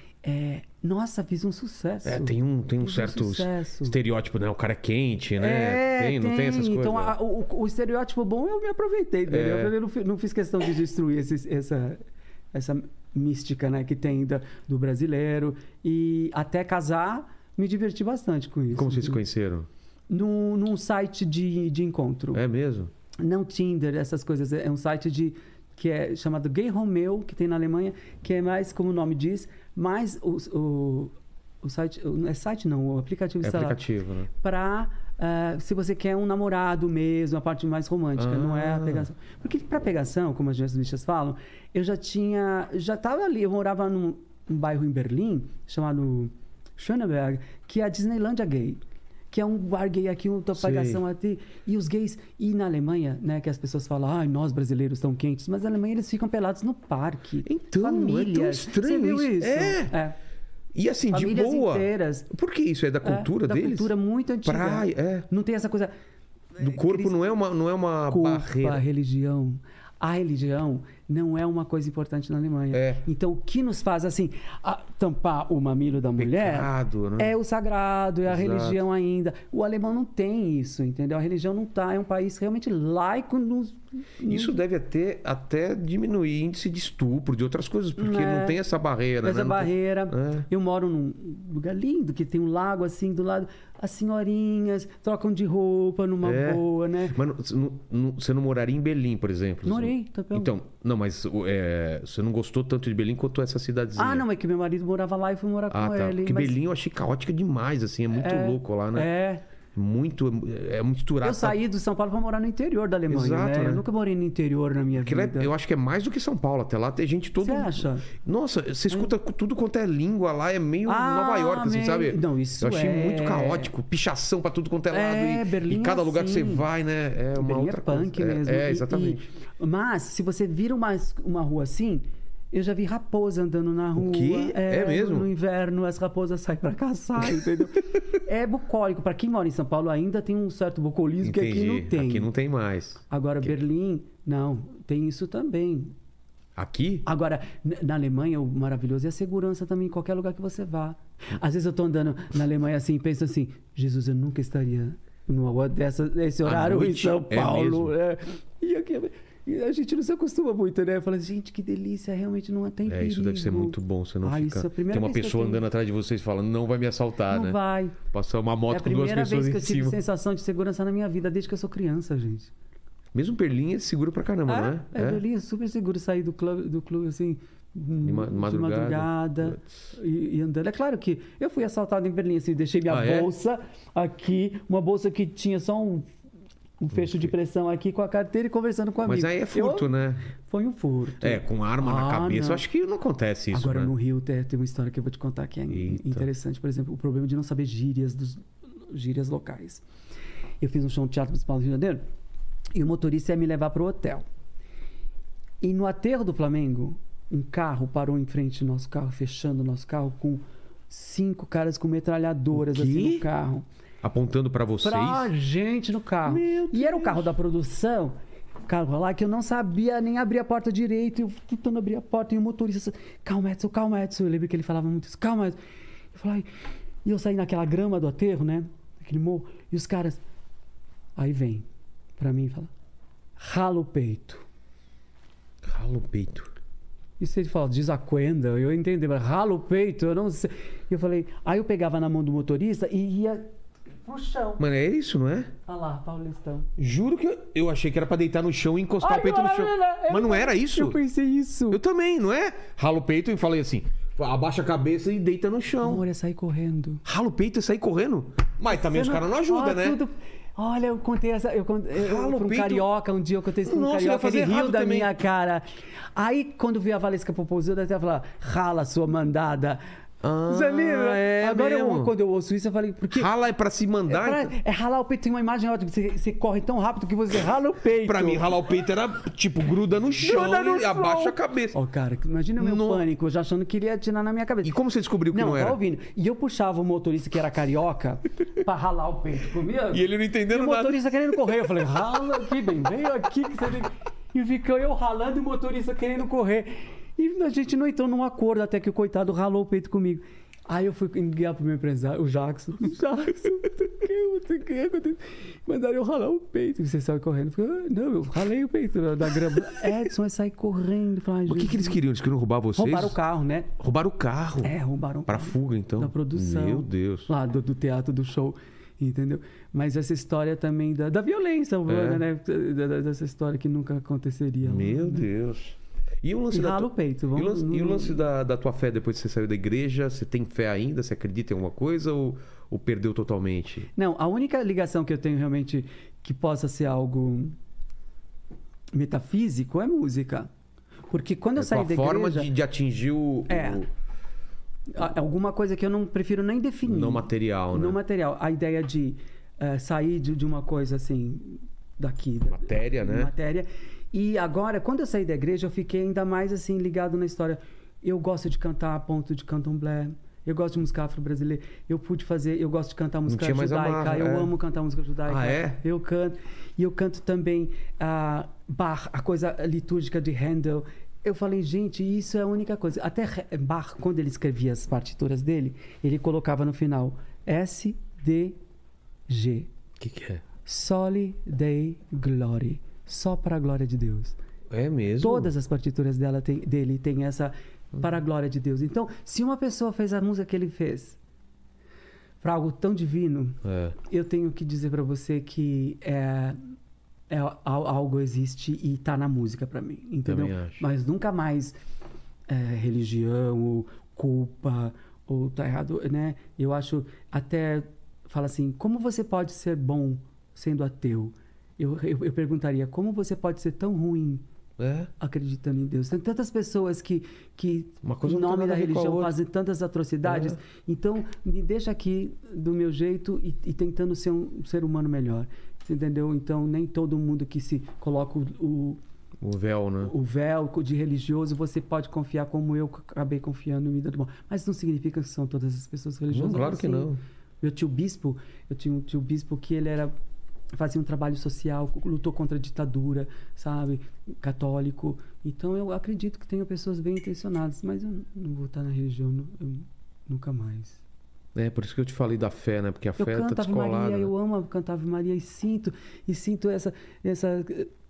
é, nossa, fiz um sucesso. É, tem um, tem um Fiz certo sucesso. estereótipo, né? O cara é quente, né? É, tem, não tem essas coisas. Então, a- o, o estereótipo bom eu me aproveitei dele. É. Eu não, fi- não fiz questão de destruir esse- essa, essa mística, né, que tem da- do brasileiro. E até casar, me diverti bastante com isso. Como vocês se conheceram? Num, num site de, de encontro. É mesmo? Não Tinder, essas coisas. É um site de que é chamado Gay Romeo, que tem na Alemanha, que é mais, como o nome diz, mais o, o, o site... Não é site, não, o aplicativo É está lá. aplicativo, né? Para, se você quer um namorado mesmo, a parte mais romântica, Ah. não é a pegação. Porque para pegação, como as bichas falam, eu já tinha... Já estava ali, eu morava num, num bairro em Berlim, chamado Schöneberg, que é a Disneylândia gay. Que é um bar gay aqui, uma Sei. pegação aqui. E os gays... E na Alemanha, né, que as pessoas falam, ai, nós brasileiros estão quentes. Mas na Alemanha eles ficam pelados no parque. Então, Famílias. é tão estranho Você viu isso. isso? É. é. E assim, Famílias de boa. inteiras. Por que isso? É da cultura é, da deles? cultura muito antiga. Praia, é. Não tem essa coisa... Do corpo Cris- não é uma, não é uma culpa, barreira. religião. A religião não é uma coisa importante na Alemanha. É. Então, o que nos faz, assim, a- tampar o mamilo da mulher Pecado, né? é o sagrado, é a Exato. religião ainda. O alemão não tem isso, entendeu? A religião não tá. É um país realmente laico. Nos, Isso deve até, até diminuir índice de estupro, de outras coisas, porque É. não tem essa barreira, Essa né? Não tem- barreira. É. Eu moro num lugar lindo, que tem um lago assim do lado. As senhorinhas trocam de roupa numa É. boa, né? Mas não- você não, não- você não moraria em Berlim, por exemplo? Morei, tá bom. Então, não, mas o- é, você não gostou tanto de Berlim quanto essa cidadezinha. Ah, não, é que meu marido morava lá e fui morar Ah, com tá. ele. Porque mas- Berlim eu achei caótica demais, assim, é muito É, louco lá, né? É. Muito, é misturado. Eu saí do São Paulo para morar no interior da Alemanha, Exato, né? né? Eu nunca morei no interior na minha Aquilo é- vida. eu acho que é mais do que São Paulo. Até lá tem gente todo. Você acha? Nossa, você escuta tudo quanto é língua lá, é meio Ah, Nova York, assim, meio- sabe? Não, isso Eu achei é- muito caótico, pichação pra tudo quanto é lado. É, e, Berlim e cada é lugar que você assim. vai, né? É uma Berlim outra é punk coisa. mesmo. É, E- exatamente. e- mas, se você vira uma, uma rua assim, eu já vi raposa andando na rua. quê? É mesmo? No inverno, as raposas saem para caçar, entendeu? É bucólico. Para quem mora em São Paulo, ainda tem um certo bucolismo que aqui não tem. Aqui não tem mais. Agora, Berlim, não. Tem isso também. Aqui? Agora, n- na Alemanha, o maravilhoso é a segurança também em qualquer lugar que você vá. Às vezes eu tô andando na Alemanha assim e penso assim, Jesus, eu nunca estaria numa rua dessa, nesse horário em noite São é Paulo. mesmo. É. E aqui, E a gente não se acostuma muito, né? Eu falo, gente, que delícia, realmente não tem É, isso deve ser perigo. muito bom. Você não Ah, fica... isso é a primeira Tem uma vez que eu pessoa tenho. andando atrás de vocês falando, não vai me assaltar, Não né? vai. Passar uma É moto a com duas primeira pessoas vez que em eu tive cima. sensação de segurança na minha vida, desde que eu sou criança, gente. Mesmo Perlinha é seguro pra caramba, não é? É, é, Berlim é super seguro sair do clube, do clube assim, de, ma- de madrugada. madrugada Putz. e, e andando. É claro que eu fui assaltado em Berlim, assim, deixei minha Ah, é? bolsa aqui, uma bolsa que tinha só um, um fecho de pressão aqui com a carteira e conversando com a amigo. Mas aí é furto, Eu- né? Foi um furto. É, com arma na Ah, cabeça. não. Eu acho que não acontece isso, Agora né? no Rio tem, tem uma história que eu vou te contar que é Eita. interessante. Por exemplo, o problema de não saber gírias dos gírias locais. Eu fiz um show no Teatro Municipal do Rio de Janeiro e o motorista ia me levar para o hotel. E no aterro do Flamengo, um carro parou em frente do nosso carro, fechando o nosso carro, com cinco caras com metralhadoras O assim quê? no carro. Apontando pra vocês. Pra gente no carro. Meu E era o carro da produção, o carro lá que eu não sabia nem abrir a porta direito. Eu tentando abrir a porta e o motorista, calma, Edson, calma, Edson. Eu lembro que ele falava muito isso, calma, Edson. Eu falei, e eu saí naquela grama do aterro, né? Aquele morro. E os caras, aí vem pra mim e fala, rala o peito. Rala o peito. E se ele fala, desacuenda, eu entendi, mas rala o peito, eu não sei. E eu falei, aí eu pegava na mão do motorista e ia pro chão. Mano, é isso, não é? Olha lá, Paulistão. Juro que eu, eu achei que era pra deitar no chão e encostar Ai, o peito que no chão. maravilha! Eu- Mas não era isso? Eu pensei isso. Eu também, não é? Rala o peito e falei assim, abaixa a cabeça e deita no chão. Amor, é sair correndo. Rala o peito e sair correndo? Mas também os Você caras não ajudam, Ah, né? tudo- Olha, eu contei essa. Eu contei eu, Rala o pra um peito. carioca, um dia eu contei isso pra um Nossa, eu ia carioca, fazer ele riu errado da também. minha cara. Aí, quando vi a Valesca Popozuda, eu até falar, rala sua mandada. Ah, Janine, é agora eu, mesmo. quando eu ouço isso, eu falei, por quê? Rala é pra se É, mandar. pra- então. é ralar o peito, tem uma imagem ótima. Você, você corre tão rápido que você rala o peito. Pra mim, ralar o peito era tipo, gruda no chão Gruda no e chão. abaixa a cabeça. Ó, cara, imagina o meu No- pânico, eu já achando que ele ia atirar na minha cabeça. E como você descobriu que Não, não, tá era? ouvindo. E eu puxava o motorista que era carioca pra ralar o peito comigo. E ele não E entendendo o nada. motorista querendo correr. Eu falei, rala aqui, bem, vem aqui que você tem... E ficou eu ralando e o motorista querendo correr. E a gente não entrou num acordo até que o coitado ralou o peito comigo. Aí eu fui ligar pro meu empresário, o Jackson. Jackson, o que, o que aconteceu? Mandaram eu ralar o peito. E você saiu correndo. Eu falei, ah, não, eu ralei o peito da- da grama. Edson, é sair correndo. Eu falei, O que, que eles queriam? Eles queriam roubar vocês? Roubaram o carro, né? Roubaram o carro. É, roubaram o Pra carro. fuga, então. Da produção. Meu Deus. Lá do, do teatro, do show, entendeu? Mas essa história também da, da violência urbana, É. né? Da- da- Dessa história que nunca aconteceria. lá, Meu né? Deus. E o lance, E da, rala tu- o peito. e o Vamos, lance, e o não- lance da, da tua fé depois que você saiu da igreja? Você tem fé ainda? Você acredita em alguma coisa ou, ou perdeu totalmente? Não, a única ligação que eu tenho realmente que possa ser algo metafísico é música. Porque quando eu É saí tua da forma igreja... de, de atingir o, É. o a- Alguma coisa que eu não prefiro nem definir. não material, né? No material. A ideia de eh, sair de, de uma coisa assim, daqui. da- Matéria, né? Matéria. E agora, quando eu saí da igreja, eu fiquei ainda mais assim, ligado na história. Eu gosto de cantar a ponto de candomblé. Eu gosto de música afro-brasileira. Eu pude fazer, eu gosto de cantar música tinha mais judaica. amarra, eu é. amo cantar música judaica. Ah, é? Eu canto. E eu canto também a Bach, a coisa litúrgica de Handel. Eu falei, gente, isso é a única coisa. Até Re- Bach, quando ele escrevia as partituras dele, ele colocava no final S, D, G. O que, que é? Soli Dei Glory. Só para a glória de Deus. É mesmo? Todas as partituras dela tem, dele tem essa para a glória de Deus. Então, se uma pessoa fez a música que ele fez para algo tão divino, É. eu tenho que dizer para você que é, é al- algo existe e tá na música para mim, entendeu? Também acho. Mas nunca mais é, religião ou culpa ou tá errado, né? Eu acho até fala assim, como você pode ser bom sendo ateu? Eu, eu, eu perguntaria, como você pode ser tão ruim É? acreditando em Deus? Tem tantas pessoas que, que Uma coisa em não tem nome nada da a ver com a religião, outra. fazem tantas atrocidades. É. Então, me deixa aqui do meu jeito e, e tentando ser um ser humano melhor. Você entendeu? Então, nem todo mundo que se coloca o, o, O véu, né? o véu de religioso, você pode confiar como eu acabei confiando em vida do bom. Mas não significa que são todas as pessoas religiosas. Não, claro que assim. não. Meu tio bispo, eu tinha um tio bispo que ele era fazia um trabalho social, lutou contra a ditadura, sabe, católico. Então eu acredito que tenho pessoas bem intencionadas, mas eu não vou estar na religião nu- eu nunca mais. É, por isso que eu te falei da fé, né? Porque a Eu fé tá canto Ave descolada. Maria, né? eu amo cantar Ave Maria e sinto e sinto essa essa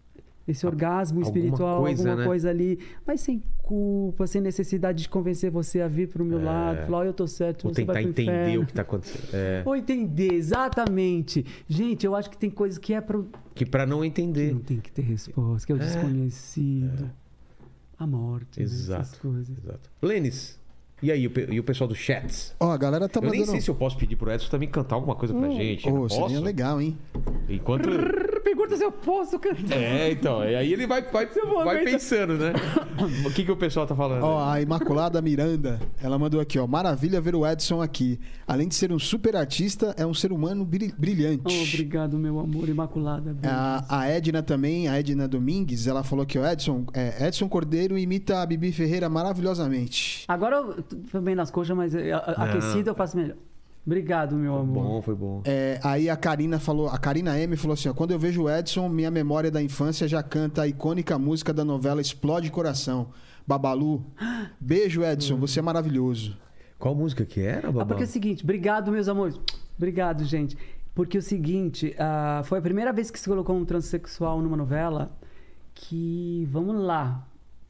esse orgasmo alguma espiritual, coisa, alguma né? coisa ali, mas sem culpa, sem necessidade de convencer você a vir pro meu lado, falar, oh, eu tô certo, Ou você tentar vai pro entender inferno. o que tá acontecendo. É, Ou entender, exatamente. Gente, eu acho que tem coisas que é pro... que pra não que entender. não tem que ter resposta, que é o desconhecido, a morte, né? Essas Exato. coisas. Exato. Lênis, e aí, o pe- e o pessoal do chats? Ó, a galera tá Eu nem mandando... sei se eu posso pedir pro Edson também cantar alguma coisa pra gente. Ô, Eu seria posso? legal, hein? Enquanto... Pergunta se eu posso cantar. É, então. E aí ele vai, vai, vou vai aguentar. pensando, né? O que, que o pessoal tá falando? Ó, a Imaculada Miranda, ela mandou aqui, ó. Maravilha ver o Edson aqui. Além de ser um super artista, é um ser humano bri- brilhante. Oh, obrigado, meu amor, Imaculada. beijos. A, a Edna também, a Edna Domingues, ela falou que o Edson, é, Edson Cordeiro imita a Bibi Ferreira maravilhosamente. Agora eu tô bem nas coxas, mas a- a- aquecido eu faço melhor. Obrigado, meu Foi amor. bom, foi bom. É, aí a Karina falou, a Karina M falou assim, ó, quando eu vejo o Edson, minha memória da infância já canta a icônica música da novela Explode Coração. Babalu. Beijo, Edson, você é maravilhoso. Qual música que era, Babá? Ah, porque é o seguinte, obrigado, meus amores. Obrigado, gente. Porque é o seguinte, ah, foi a primeira vez que se colocou um transexual numa novela que, vamos lá,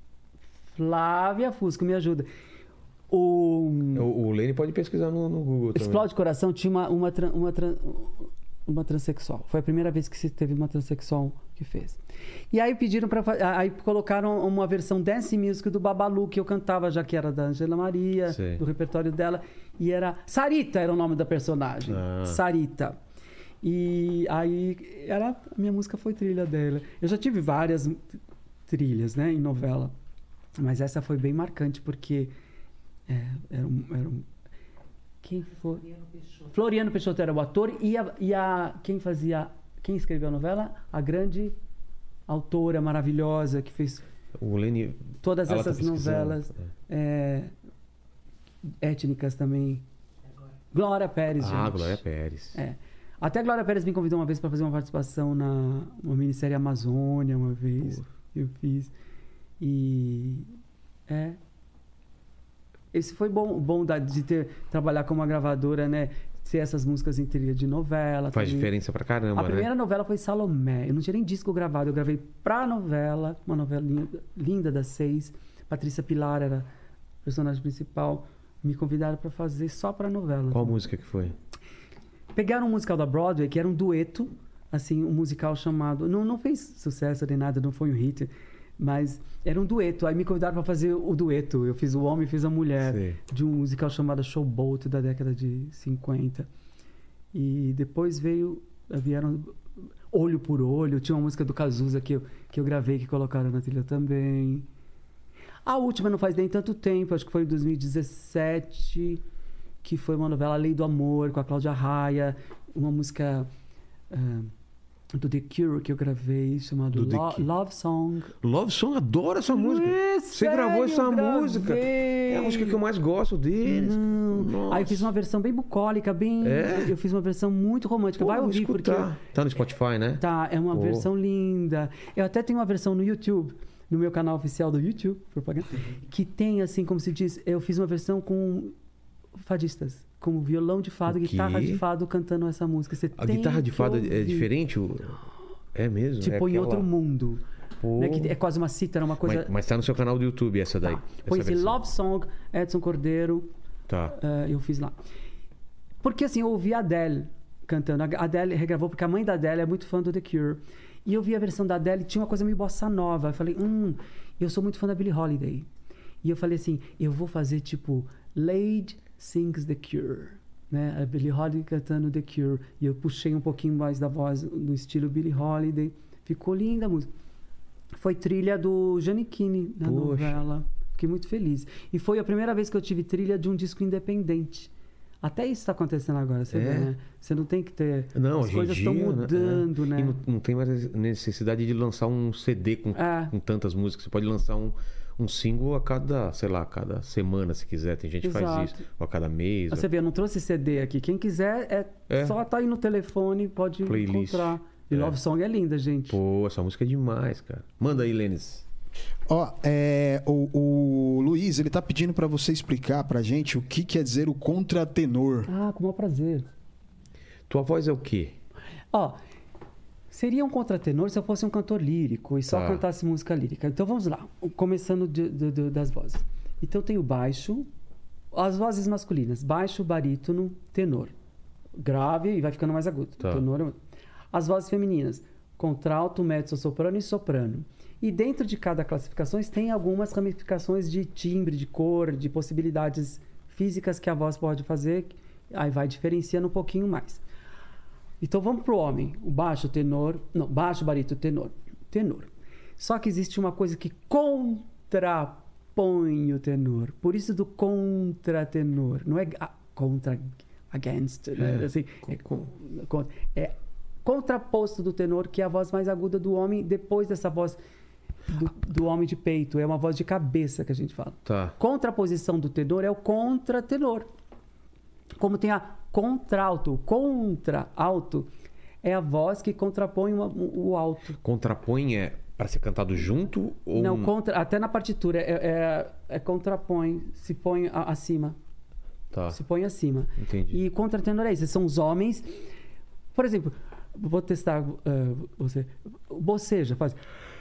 Flávia Fusco, me ajuda. O O, o Lene pode pesquisar no, no Google também. Explode Coração tinha uma, uma, tran- uma, tran- uma transexual. Foi a primeira vez que se teve uma transexual que fez. E aí pediram para aí colocaram uma versão dance music do Babalu que eu cantava, já que era da Angela Maria, Sei. do repertório dela, e era Sarita era o nome da personagem. Ah. Sarita. E aí era a minha música foi trilha dela. Eu já tive várias trilhas, né, em novela. Mas essa foi bem marcante porque é, era um, era um quem foi? Floriano Peixoto. Floriano Peixoto era o ator e a, e a quem fazia, quem escreveu a novela? A grande autora maravilhosa que fez O Lene... todas ela tá essas pesquisando. novelas é, étnicas também. Glória Pérez, Ah, gente. Glória Pérez. É. Até a Glória Pérez me convidou uma vez para fazer uma participação na uma minissérie Amazônia, uma vez. Pô. Eu fiz. E. É. Esse foi bom, bom da- de ter trabalhar com uma gravadora, né? Ser essas músicas em trilha de novela. Faz também. diferença pra caramba, A né? primeira novela foi Salomé. Eu não tinha nem disco gravado. Eu gravei pra novela, uma novela linda, linda das seis. Patrícia Pilar era a personagem principal. Me convidaram para fazer só pra novela. Qual música que foi? Pegaram um musical da Broadway, que era um dueto, assim, um musical chamado... Não, não fez sucesso nem nada, não foi um hit, mas era um dueto. Aí me convidaram para fazer o dueto. Eu fiz o homem e fiz a mulher, Sei. de um musical chamado Showboat, da década de cinquenta. E depois veio... Vieram Olho por Olho, tinha uma música do Cazuza que eu, que eu gravei, que colocaram na trilha também. A última não faz nem tanto tempo, acho que foi em dois mil e dezessete... que foi uma novela Lei do Amor, com a Cláudia Raia, uma música ah, do The Cure que eu gravei, chamado Do The Lo- Cure. Love Song. Love Song, adoro essa música. É Você gravou sério, essa gravei. música. É a música que eu mais gosto deles. Não. Nossa. Aí eu fiz uma versão bem bucólica, bem... É? Eu fiz uma versão muito romântica. Pô, Vai vou ouvir, porque... escutar. Tá no Spotify, né? Tá, é uma Pô. versão linda. Eu até tenho uma versão no YouTube, no meu canal oficial do YouTube, propaganda, que tem, assim, como se diz, eu fiz uma versão com fadistas, com violão de fado, O quê? guitarra de fado cantando essa música. Você A tem guitarra de que fado é ouvir. diferente? o- É mesmo? Tipo, é em aquela- outro mundo. Pô. Né? Que é quase uma cítara, uma coisa... Mas, mas tá no seu canal do YouTube essa daí. Tá. essa Põe esse versão. Love Song, Edson Cordeiro, Tá. eh, eu fiz lá. Porque assim, eu ouvi a Adele cantando. A Adele regravou, porque a mãe da Adele é muito fã do The Cure. E eu vi a versão da Adele, tinha uma coisa meio bossa nova. Eu falei, hum, eu sou muito fã da Billie Holiday. E eu falei assim, eu vou fazer tipo, Lady Sings The Cure. Né? A Billie Holiday cantando The Cure. E eu puxei um pouquinho mais da voz no estilo Billie Holiday. Ficou linda a música. Foi trilha do Giannichini na Poxa. novela. Fiquei muito feliz. E foi a primeira vez que eu tive trilha de um disco independente. Até isso está acontecendo agora, você É? vê, né? Você não tem que ter... Não, As hoje em coisas estão dia, né? mudando, É. né? E não, não tem mais necessidade de lançar um C D com, É. com tantas músicas. Você pode lançar um, um single a cada, sei lá, a cada semana, se quiser. Tem gente que faz Exato. isso. Ou a cada mês. Você vê, eu não trouxe C D aqui. Quem quiser, é, É. só tá aí no telefone, pode Playlist. encontrar. E É. Love Song é linda, gente. Pô, essa música é demais, cara. Manda aí, Lênis. Ó, é, o, o Luiz, ele tá pedindo pra você explicar pra gente o que quer dizer o contratenor. Ah, com o maior prazer. Tua voz é o quê? Ó, Seria um contratenor se eu fosse um cantor lírico e só Tá. cantasse música lírica. Então vamos lá, começando de- de- de- das vozes. Então tem o baixo, as vozes masculinas, baixo, barítono, tenor. Grave e vai ficando mais agudo. Tá. Tenor. As vozes femininas, contralto, mezzo-soprano e soprano. E dentro de cada classificação tem algumas ramificações de timbre, de cor, de possibilidades físicas que a voz pode fazer, aí vai diferenciando um pouquinho mais. Então vamos pro homem, o baixo, tenor, não, baixo, barítono, tenor, tenor. Só que existe uma coisa que contrapõe o tenor, por isso do contratenor, não é a- contra, against, né? É, Assim, com- é, com- con- é contraposto do tenor, que é a voz mais aguda do homem, depois dessa voz do, do homem de peito, é uma voz de cabeça que a gente fala. Tá. Contraposição do tenor é o contratenor. Como tem a contralto, o contralto é a voz que contrapõe uma- o alto. Contrapõe é pra ser cantado junto ou Não, um- contra, até na partitura é, é, é contrapõe, se põe a- acima, Tá. se põe acima. Entendi. E contratenor é isso, são os homens. Por exemplo, vou testar eh, você. Boceja, faz.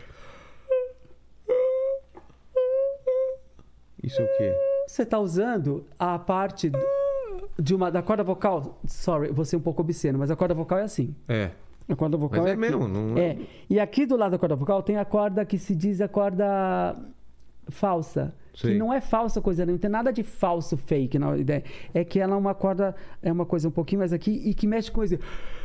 Isso é o quê? Você está usando a parte do- de uma da corda vocal. Sorry, vou ser um pouco obsceno, mas a corda vocal é assim. É. A corda vocal Mas é aqui. mesmo, não é. E aqui do lado da corda vocal tem a corda que se diz a corda falsa. Sim. Que não é falsa coisa, não tem nada de falso, fake na ideia. É que ela é uma corda, é uma coisa um pouquinho mais aqui e que mexe com isso.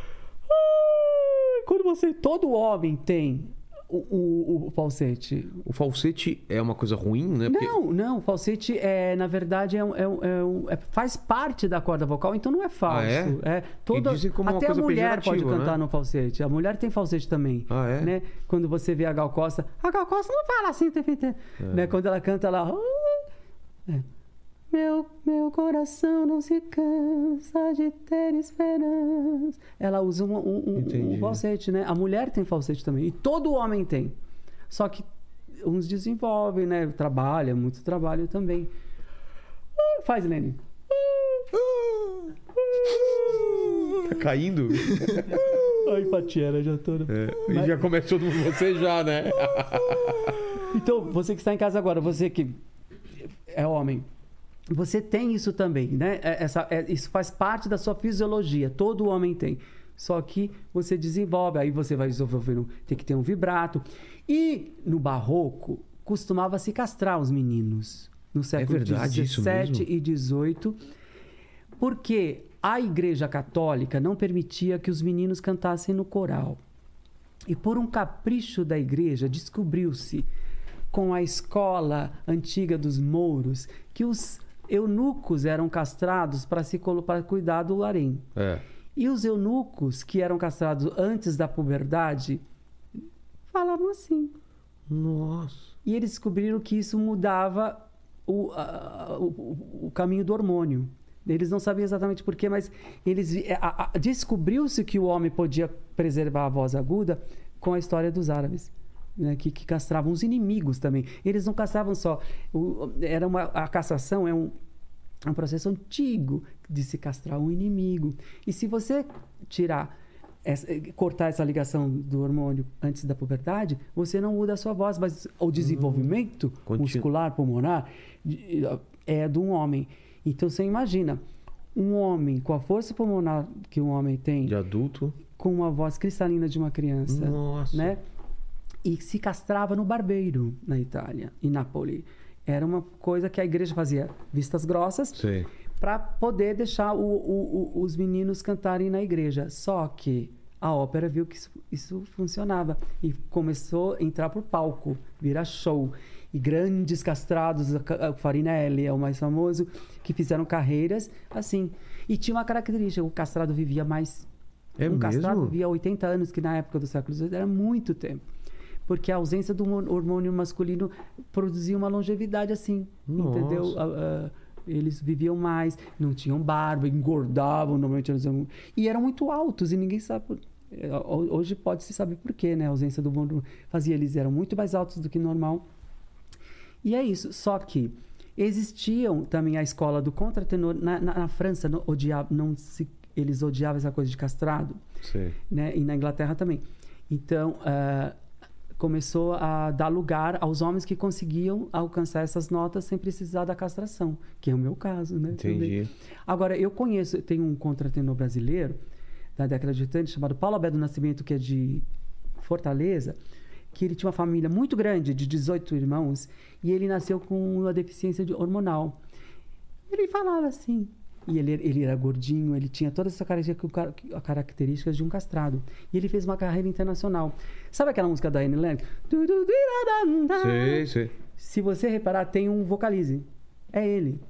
Quando você. Todo homem tem o, o, o falsete. O falsete é uma coisa ruim, né? Porque- Não, não, o falsete é, na verdade, é, um- é, um- é um- é- faz parte da corda vocal, então não é falso. Ah, é? toda, dizem como uma até a coisa mulher pode pejorativa, cantar né? no falsete. A mulher tem falsete também. Ah, é? Né? Quando você vê a Gal Costa, a Gal Costa não fala assim o tempo inteiro. Né? Quando ela canta lá. É. Meu, meu coração não se cansa de ter esperança. Ela usa um, um, um- Entendi. um falsete, né? A mulher tem falsete também. E todo homem tem. Só que uns desenvolvem, né? Trabalha, muito trabalho também. Ah, Faz, Lenny. Tá caindo? Ai, patiera, já tô. É. E Mas- já começou com você já, né? Então, você que está em casa agora, você que é homem, você tem isso também, né? É- Essa, é- isso faz parte da sua fisiologia. Todo homem tem. Só que você desenvolve, aí você vai desenvolver, um- tem que ter um vibrato. E no barroco, costumava se castrar os meninos. No século verdade isso dezessete mesmo? e dezoito, porque a Igreja Católica não permitia que os meninos cantassem no coral. E por um capricho da igreja, descobriu-se, com a escola antiga dos mouros, que os eunucos eram castrados para se colo- para cuidar do harém. É. E os eunucos, que eram castrados antes da puberdade, falavam assim. Nossa. E eles descobriram que isso mudava o, a- o, o- o caminho do hormônio. Eles não sabiam exatamente porquê, mas eles vi- a- a- descobriu-se que o homem podia preservar a voz aguda com a história dos árabes, né, que, que castravam os inimigos também. Eles não castravam só. O- era uma, a castração é um, é um processo antigo de se castrar um inimigo. E se você tirar essa- cortar essa ligação do hormônio antes da puberdade, você não muda a sua voz, mas o desenvolvimento Continu- muscular, pulmonar, de- é de um homem. Então você imagina, um homem com a força pulmonar que um homem tem, De adulto. com uma voz cristalina de uma criança, Nossa. né? E se castrava no barbeiro na Itália, em Nápoles. Era uma coisa que a igreja fazia vistas grossas, Sei. para poder deixar o- o- o- os meninos cantarem na igreja. Só que a ópera viu que isso, isso funcionava e começou a entrar por palco, virar show. E grandes castrados, a Ca- a Farinelli é o mais famoso, que fizeram carreiras assim. E tinha uma característica, o castrado vivia mais. É um castrado mesmo? vivia oitenta anos, que na época do século dezoito era muito tempo. Porque a ausência do hormônio- hormônio masculino produzia uma longevidade assim, Nossa. entendeu? Ah, ah, eles viviam mais, não tinham barba, engordavam, normalmente eles eram- e eram muito altos e ninguém sabe por... eh, ho- hoje pode se saber por quê, né? A ausência do hormônio fazia eles eram muito mais altos do que normal. E é isso, só que existiam também a escola do contratenor na, na, na França, não, odiava, não se, eles odiavam essa coisa de castrado, Sei. né? E na Inglaterra também. Então, uh, começou a dar lugar aos homens que conseguiam alcançar essas notas sem precisar da castração, que é o meu caso, né? Entendi. Também. Agora, eu conheço, tem um contratenor brasileiro da década de oitenta chamado Paulo Alberto do Nascimento, que é de Fortaleza, que ele tinha uma família muito grande, de dezoito irmãos, e ele nasceu com uma deficiência de hormonal. Ele falava assim, e ele, ele era gordinho, ele tinha todas essas características, características de um castrado. E ele fez uma carreira internacional. Sabe aquela música da Annie Lennox? Sei, sei. Se você reparar, tem um vocalize. É ele.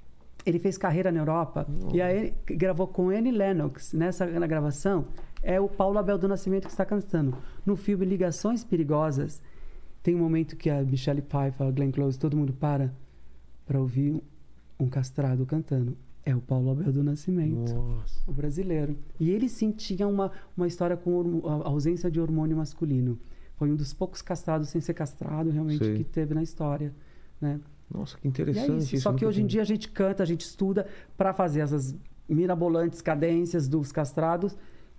Ele fez carreira na Europa oh. e aí gravou com Annie Lennox. Nessa na gravação, é o Paulo Abel do Nascimento que está cantando. No filme Ligações Perigosas, tem um momento que a Michelle Pfeiffer, a Glenn Close, todo mundo para para ouvir um castrado cantando. É o Paulo Abel do Nascimento, Nossa. O brasileiro. E ele sim tinha uma, uma história com a ausência de hormônio masculino. Foi um dos poucos castrados sem ser castrado, realmente, Sei. que teve na história, né? Nossa, que E interessante. é isso. isso Só que nunca hoje em tinha- dia a gente canta, a gente estuda para fazer essas mirabolantes cadências dos castrados.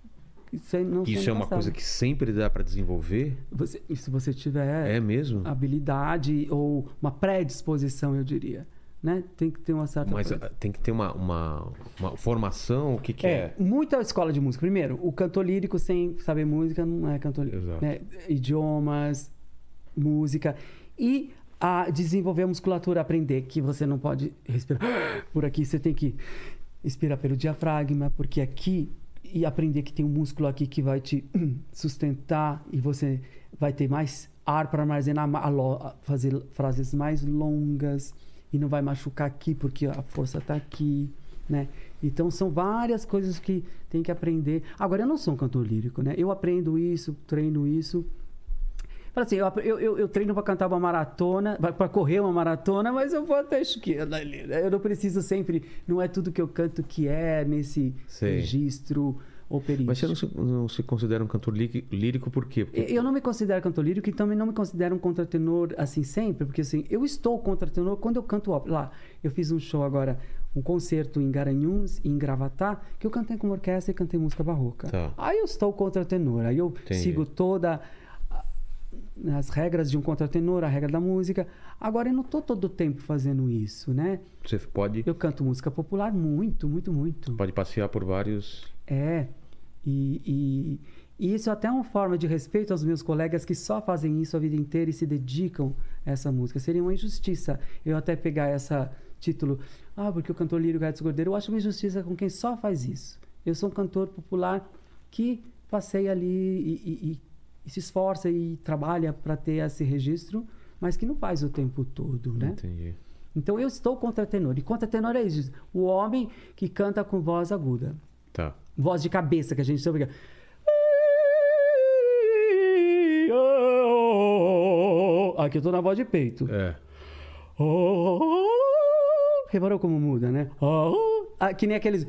Sem, não Isso sendo é uma castrado. coisa que sempre dá pra desenvolver? Você, e se você tiver É mesmo? habilidade ou uma predisposição, eu diria. Né? Tem que ter uma certa... Mas pre- ah, tem que ter uma, uma, uma formação, o que que é? É, muita escola de música. Primeiro, o cantor lírico sem saber música não é cantor lírico. Exato. Né? Idiomas, música. E a desenvolver a musculatura, aprender que você não pode respirar por aqui, você tem que expirar pelo diafragma, porque aqui... E aprender que tem um músculo aqui que vai te sustentar e você vai ter mais ar para armazenar, ma- a lo- fazer frases mais longas e não vai machucar aqui porque a força está aqui, né? Então são várias coisas que tem que aprender. Agora eu não sou um cantor lírico, né? Eu aprendo isso, treino isso. Fala assim, eu, apre- eu, eu, eu treino para cantar uma maratona, para correr uma maratona, mas eu vou até a esquerda ali, né? Eu não preciso sempre, não é tudo que eu canto que é nesse Sei. registro operístico. Mas você não se, não se considera um cantor lí- lírico por quê? Porque... Eu não me considero cantor lírico e também não me considero um contratenor assim sempre, porque assim, eu estou contratenor quando eu canto ópera. Lá, eu fiz um show agora, um concerto em Garanhuns e em Gravatá, que eu cantei com orquestra e cantei música barroca. Tá. Aí eu estou contratenor, aí eu Entendi. sigo toda a- as regras de um contratenor, a regra da música. Agora eu não estou todo o tempo fazendo isso, né? Você pode, Eu canto música popular muito, muito, muito. pode passear por vários... É, e, e, e isso é até uma forma de respeito aos meus colegas que só fazem isso a vida inteira e se dedicam a essa música. Seria uma injustiça eu até pegar esse título, ah, porque o cantor lírico é Edson Cordeiro. Eu acho uma injustiça com quem só faz isso. Eu sou um cantor popular que passeia ali e, e, e, e se esforça e trabalha para ter esse registro, mas que não faz o tempo todo, né? Entendi. Então eu estou contratenor. E contratenor é isso, o homem que canta com voz aguda. Tá. Voz de cabeça, que a gente chama. Aqui eu tô na voz de peito. É. Reparou como muda, né? Ah, que nem aqueles.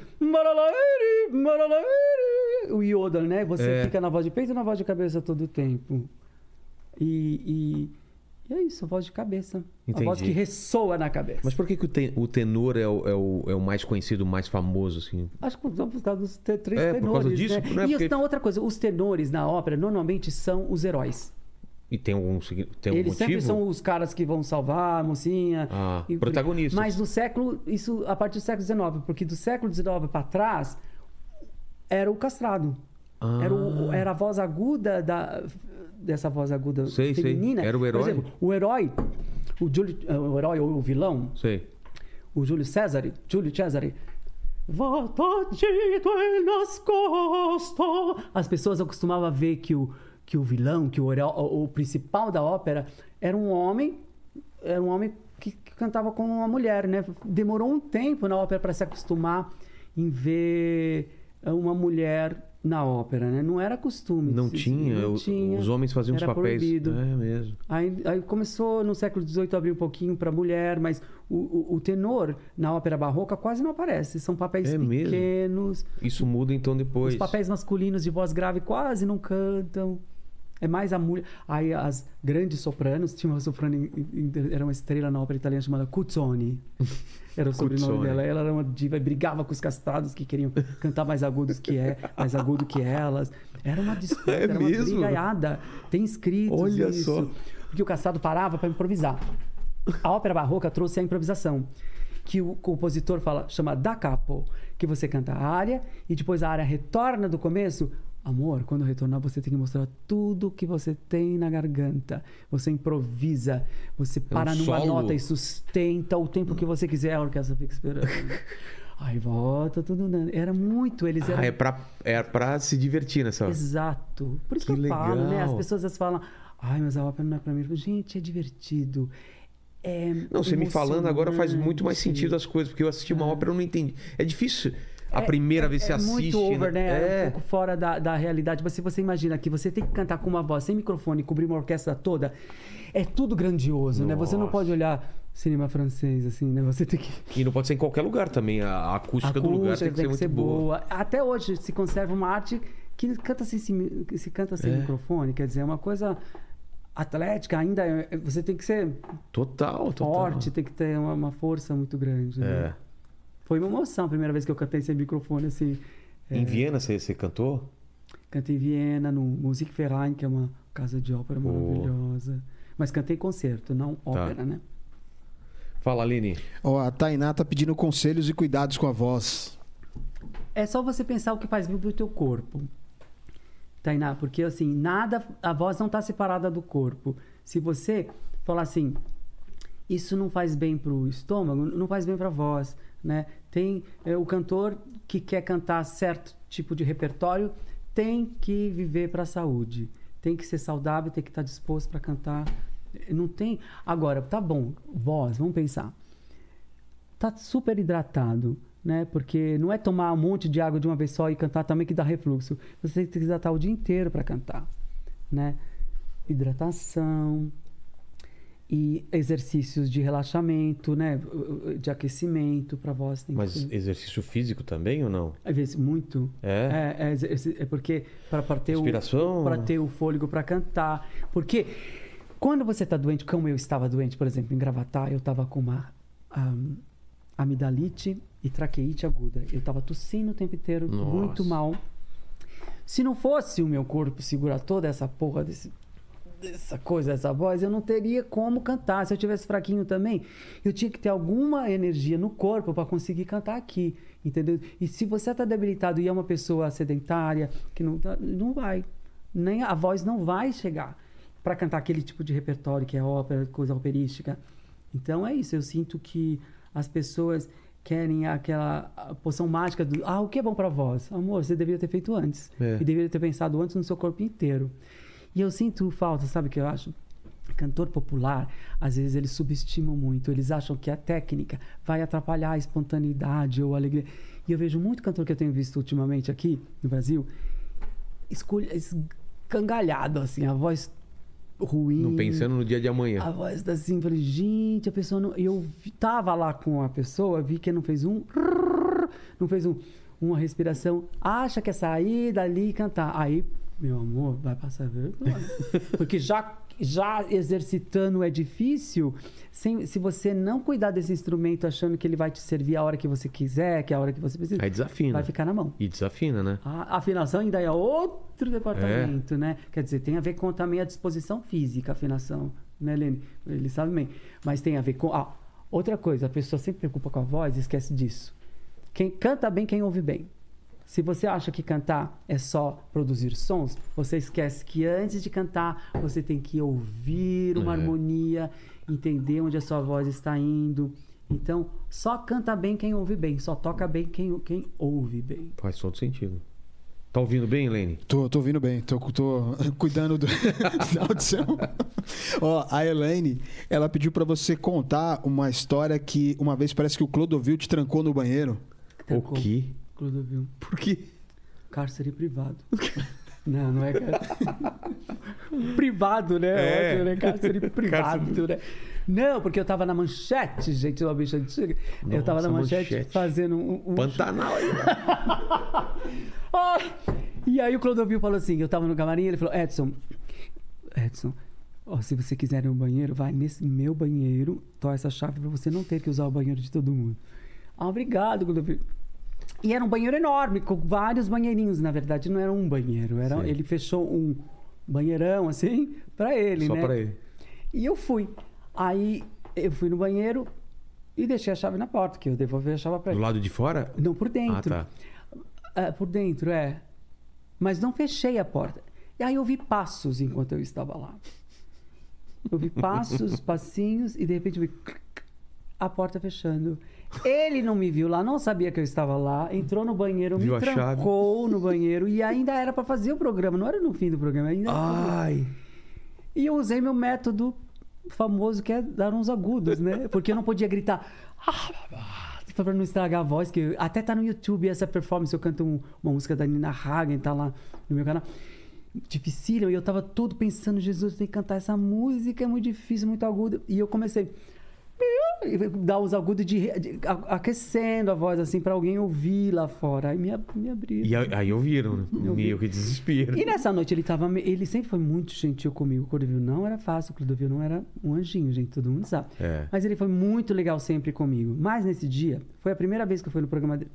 O Yoda, né? Você É. fica na voz de peito e na voz de cabeça todo o tempo. E, e, e é isso, a voz de cabeça. Entendi. A voz que ressoa na cabeça. Mas por que, que o, te- o tenor é o, é, o, é o mais conhecido, o mais famoso, assim? Acho que são por causa dos te- três É, tenores. por causa disso, né? né? E Porque- então, outra coisa, os tenores na ópera normalmente são os heróis. E tem algum, segui- tem algum Eles motivo? sempre são os caras que vão salvar a mocinha. Ah, e- protagonistas. Mas no século, isso a partir do século dezenove, porque do século dezenove para trás era o castrado. Ah. Era, o- era a voz aguda da, dessa voz aguda Sei, sei. feminina. Era o herói. Por exemplo, o herói, o, Júlio, o herói ou o vilão, Sei. o Júlio César, Júlio César. Voltagito nas costas. As pessoas acostumavam a ver que o, que o vilão, que o, herói- o, o principal da ópera era um homem, era um homem que, que cantava com uma mulher, né? Demorou um tempo na ópera para se acostumar em ver uma mulher na ópera, né? Não era costume. Não Isso- tinha, não o- tinha. os homens faziam os Era papéis. proibido. É mesmo. Aí, aí começou no século dezoito a abrir um pouquinho para mulher, mas o, o, o tenor na ópera barroca quase não aparece. São papéis É mesmo? pequenos. Isso muda então depois. Os papéis masculinos de voz grave quase não cantam. É mais a mulher. Aí as grandes sopranos, tinha uma soprano, em- em- era uma estrela na ópera italiana chamada Cuzzoni. Era o sobrenome Cuzzoni. dela. Ela era uma diva e brigava com os castrados que queriam cantar mais agudos que é, mais agudo que elas. Era uma disputa, É era uma mesmo? brigaiada. Tem escritos Olha isso. só. Porque o castrado parava para improvisar. A ópera barroca trouxe a improvisação, que o compositor fala, chama da capo, que você canta a área e depois a área retorna do começo. Amor, quando retornar você tem que mostrar tudo que você tem na garganta. Você improvisa, você para numa solo. nota e sustenta o tempo que você quiser. A orquestra fica esperando. Aí volta tudo. Era muito, eles eram... Ah, é pra, é pra se divertir nessa hora. Exato. Por isso Que que, eu falo, né? As legal. pessoas às vezes falam, ai, mas a ópera não é pra mim. Gente, é divertido. É Não, você me falando agora faz muito mais emocionante. sentido as coisas, porque eu assisti uma ópera e eu não entendi. É difícil a primeira vez que você é assiste. muito over, né? É É. um pouco fora da, da realidade. Mas se você imagina que você tem que cantar com uma voz sem microfone e cobrir uma orquestra toda, é tudo grandioso, né? Você não Nossa. pode olhar cinema francês, assim, né? Você tem que... E não pode ser em qualquer lugar também. A a acústica, do lugar tem que ser muito boa. Até hoje se conserva uma arte que canta sem, se, que se canta sem É. microfone. Quer dizer, é uma coisa atlética ainda. é- Você tem que ser Total, total. forte, tem que ter uma, uma força muito grande. Né? É. Foi uma emoção a primeira vez que eu cantei sem microfone, assim. Em Viena você, você cantou? Cantei em Viena, no Musikverein, que é uma casa de ópera Pô. maravilhosa. Mas cantei concerto, não ópera, né? Fala, Aline. Ó, a Tainá tá pedindo conselhos e cuidados com a voz. É só você pensar o que faz bem pro teu corpo, Tainá, porque assim, nada, a voz não está separada do corpo. Se você falar assim, isso não faz bem pro estômago, não faz bem pra voz, né? Tem é, o cantor que quer cantar certo tipo de repertório, tem que viver para a saúde, tem que ser saudável, tem que estar disposto para cantar. Não tem. Agora, tá bom, voz, vamos pensar. Tá super hidratado, né? Porque não é tomar um monte de água de uma vez só e cantar também que dá refluxo. Você tem que se hidratar o dia inteiro para cantar, né? Hidratação e exercícios de relaxamento, né? De aquecimento para voz. Tem Mas que ter. exercício físico também ou não? Às vezes muito. É? É, é, exerci- é porque para ter o Respiração? para ter o fôlego para cantar. Porque quando você está doente, como eu estava doente, por exemplo, em Gravatar, eu estava com uma um, amidalite e traqueite aguda. Eu estava tossindo o tempo inteiro, Nossa. muito mal. Se não fosse o meu corpo segurar toda essa porra desse, dessa coisa, essa voz, eu não teria como cantar. Se eu tivesse fraquinho também, eu tinha que ter alguma energia no corpo para conseguir cantar aqui, entendeu? E se você está debilitado e é uma pessoa sedentária, que não, tá- não vai, nem a voz não vai chegar para cantar aquele tipo de repertório que é ópera, coisa operística. Então é isso, eu sinto que as pessoas querem aquela a poção mágica do ah, o que é bom para voz? Amor, você deveria ter feito antes. É. E deveria ter pensado antes no seu corpo inteiro. E eu sinto falta, sabe o que eu acho? Cantor popular, às vezes eles subestimam muito, eles acham que a técnica vai atrapalhar a espontaneidade ou a alegria. E eu vejo muito cantor que eu tenho visto ultimamente aqui no Brasil, escolha, escangalhado, assim, a voz ruim. Não pensando no dia de amanhã. A voz tá assim, falei, gente, a pessoa não. Eu vi- tava lá com a pessoa, vi que não fez um. Não fez um, uma respiração. Acha que é sair dali e cantar. Aí, meu amor, vai passar vergonha. Porque já, já exercitando é difícil. Sem, se você não cuidar desse instrumento achando que ele vai te servir a hora que você quiser, que é a hora que você precisa, Aí desafina. vai ficar na mão. E desafina, né? A afinação ainda é outro departamento, né? Quer dizer, tem a ver com também a disposição física, a afinação, né, Lene? Ele sabe bem. Mas tem a ver com... Ah, outra coisa, a pessoa sempre se preocupa com a voz e esquece disso. Quem canta bem, quem ouve bem. Se você acha que cantar é só produzir sons, você esquece que antes de cantar, você tem que ouvir uma É. harmonia, entender onde a sua voz está indo. Então, só canta bem quem ouve bem, só toca bem quem, quem ouve bem. Faz todo sentido. Tá ouvindo bem, Lene? Tô, tô ouvindo bem, tô, tô cuidando do, da audição. Ó, a Elaine, ela pediu pra você contar uma história que uma vez parece que o Clodovil te trancou no banheiro. O quê? Clodovil. Por quê? Cárcere privado. Não, não é cárcere. Privado, né? É. Óbvio, né? Cárcere privado, né? Não, porque eu tava na manchete, gente, uma bicha antiga. Eu tava na Nossa, manchete, manchete. fazendo um. um... Pantanal aí. Ah! E aí o Clodovil falou assim, eu tava no camarim, ele falou, Edson, Edson, ó, se você quiser ir no banheiro, vai nesse meu banheiro, tô essa chave pra você não ter que usar o banheiro de todo mundo. Ah, obrigado, Clodovil. E era um banheiro enorme, com vários banheirinhos. Na verdade, não era um banheiro. Era, ele fechou um banheirão, assim, pra ele, Só né? Só pra ele. E eu fui. Aí, eu fui no banheiro e deixei a chave na porta, que eu devolvi a chave pra ele. Do lado de fora? Não, por dentro. Ah, tá. Ah, por dentro, é. Mas não fechei a porta. E aí eu vi passos enquanto eu estava lá. Eu vi passos, passinhos, e de repente eu vi a porta fechando. Ele não me viu lá, não sabia que eu estava lá, entrou no banheiro, Viu me a trancou no banheiro e ainda era para fazer o programa, não era no fim do programa, ainda era Ai! E eu usei meu método famoso, que é dar uns agudos, né? Porque eu não podia gritar para não estragar a voz, que até tá no YouTube essa performance, eu canto um, uma música da Nina Hagen, tá lá no meu canal. Dificílimo, e eu tava todo pensando, Jesus, tem que cantar essa música, é muito difícil, muito agudo. E eu comecei dar os agudos de, de, aquecendo a voz assim para alguém ouvir lá fora. Aí me, me abriram. E aí, aí ouviram, né? Meu, que desespero. E nessa noite ele tava. Ele sempre foi muito gentil comigo. O Clodovil não era fácil, o Clodovil não era um anjinho, gente, todo mundo sabe. É. Mas ele foi muito legal sempre comigo. Mas nesse dia, foi a primeira vez que eu fui no programa dele.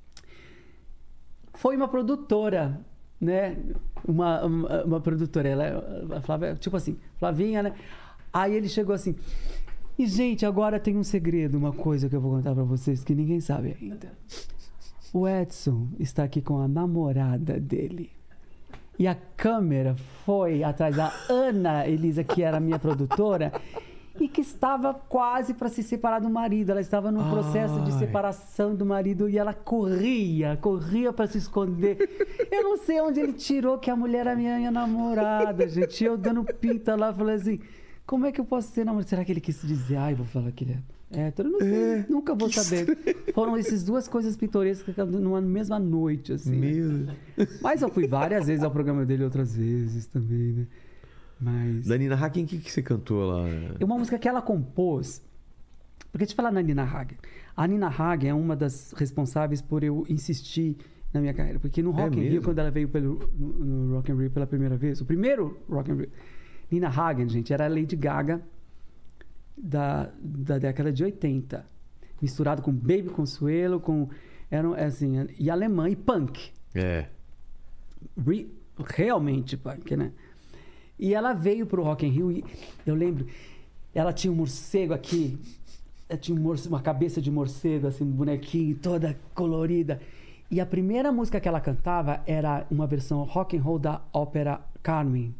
Foi uma produtora, né? Uma, uma, uma produtora, ela, a Flávia, tipo assim, Flavinha, né? Aí ele chegou assim. E, gente, agora tem um segredo, uma coisa que eu vou contar pra vocês que ninguém sabe ainda. O Edson está aqui com a namorada dele. E a câmera foi atrás da Ana Elisa, que era a minha produtora, e que estava quase para se separar do marido. Ela estava num processo Ai. de separação do marido e ela corria, corria para se esconder. Eu não sei onde ele tirou que a mulher era minha, minha namorada, gente. Eu dando pinta lá, falei assim... Como é que eu posso ser namorado? Será que ele quis dizer, ai, vou falar que ele é hétero? Eu não sei, É, nunca vou saber. Foram essas duas coisas pitorescas numa mesma noite, assim. Meu... Mas eu fui várias vezes ao programa dele, outras vezes também, né? Mas... Da Nina Hagen, o que, que você cantou lá? É uma música que ela compôs. Porque deixa eu falar na Nina Hagen. A Nina Hagen é uma das responsáveis por eu insistir na minha carreira. Porque no Rock É in Rio, mesmo? quando ela veio pelo, no, no Rock in Rio pela primeira vez, o primeiro Rock in Rio... Nina Hagen, gente, era a Lady Gaga da, da década de oitenta. Misturado com Baby Consuelo, com... Eram, assim, e alemã e punk. É. Re, realmente punk, né? E ela veio pro Rock in Rio e eu lembro, ela tinha um morcego aqui, ela tinha um morcego, uma cabeça de morcego, assim, um bonequinho, toda colorida. E a primeira música que ela cantava era uma versão rock and roll da ópera Carmen.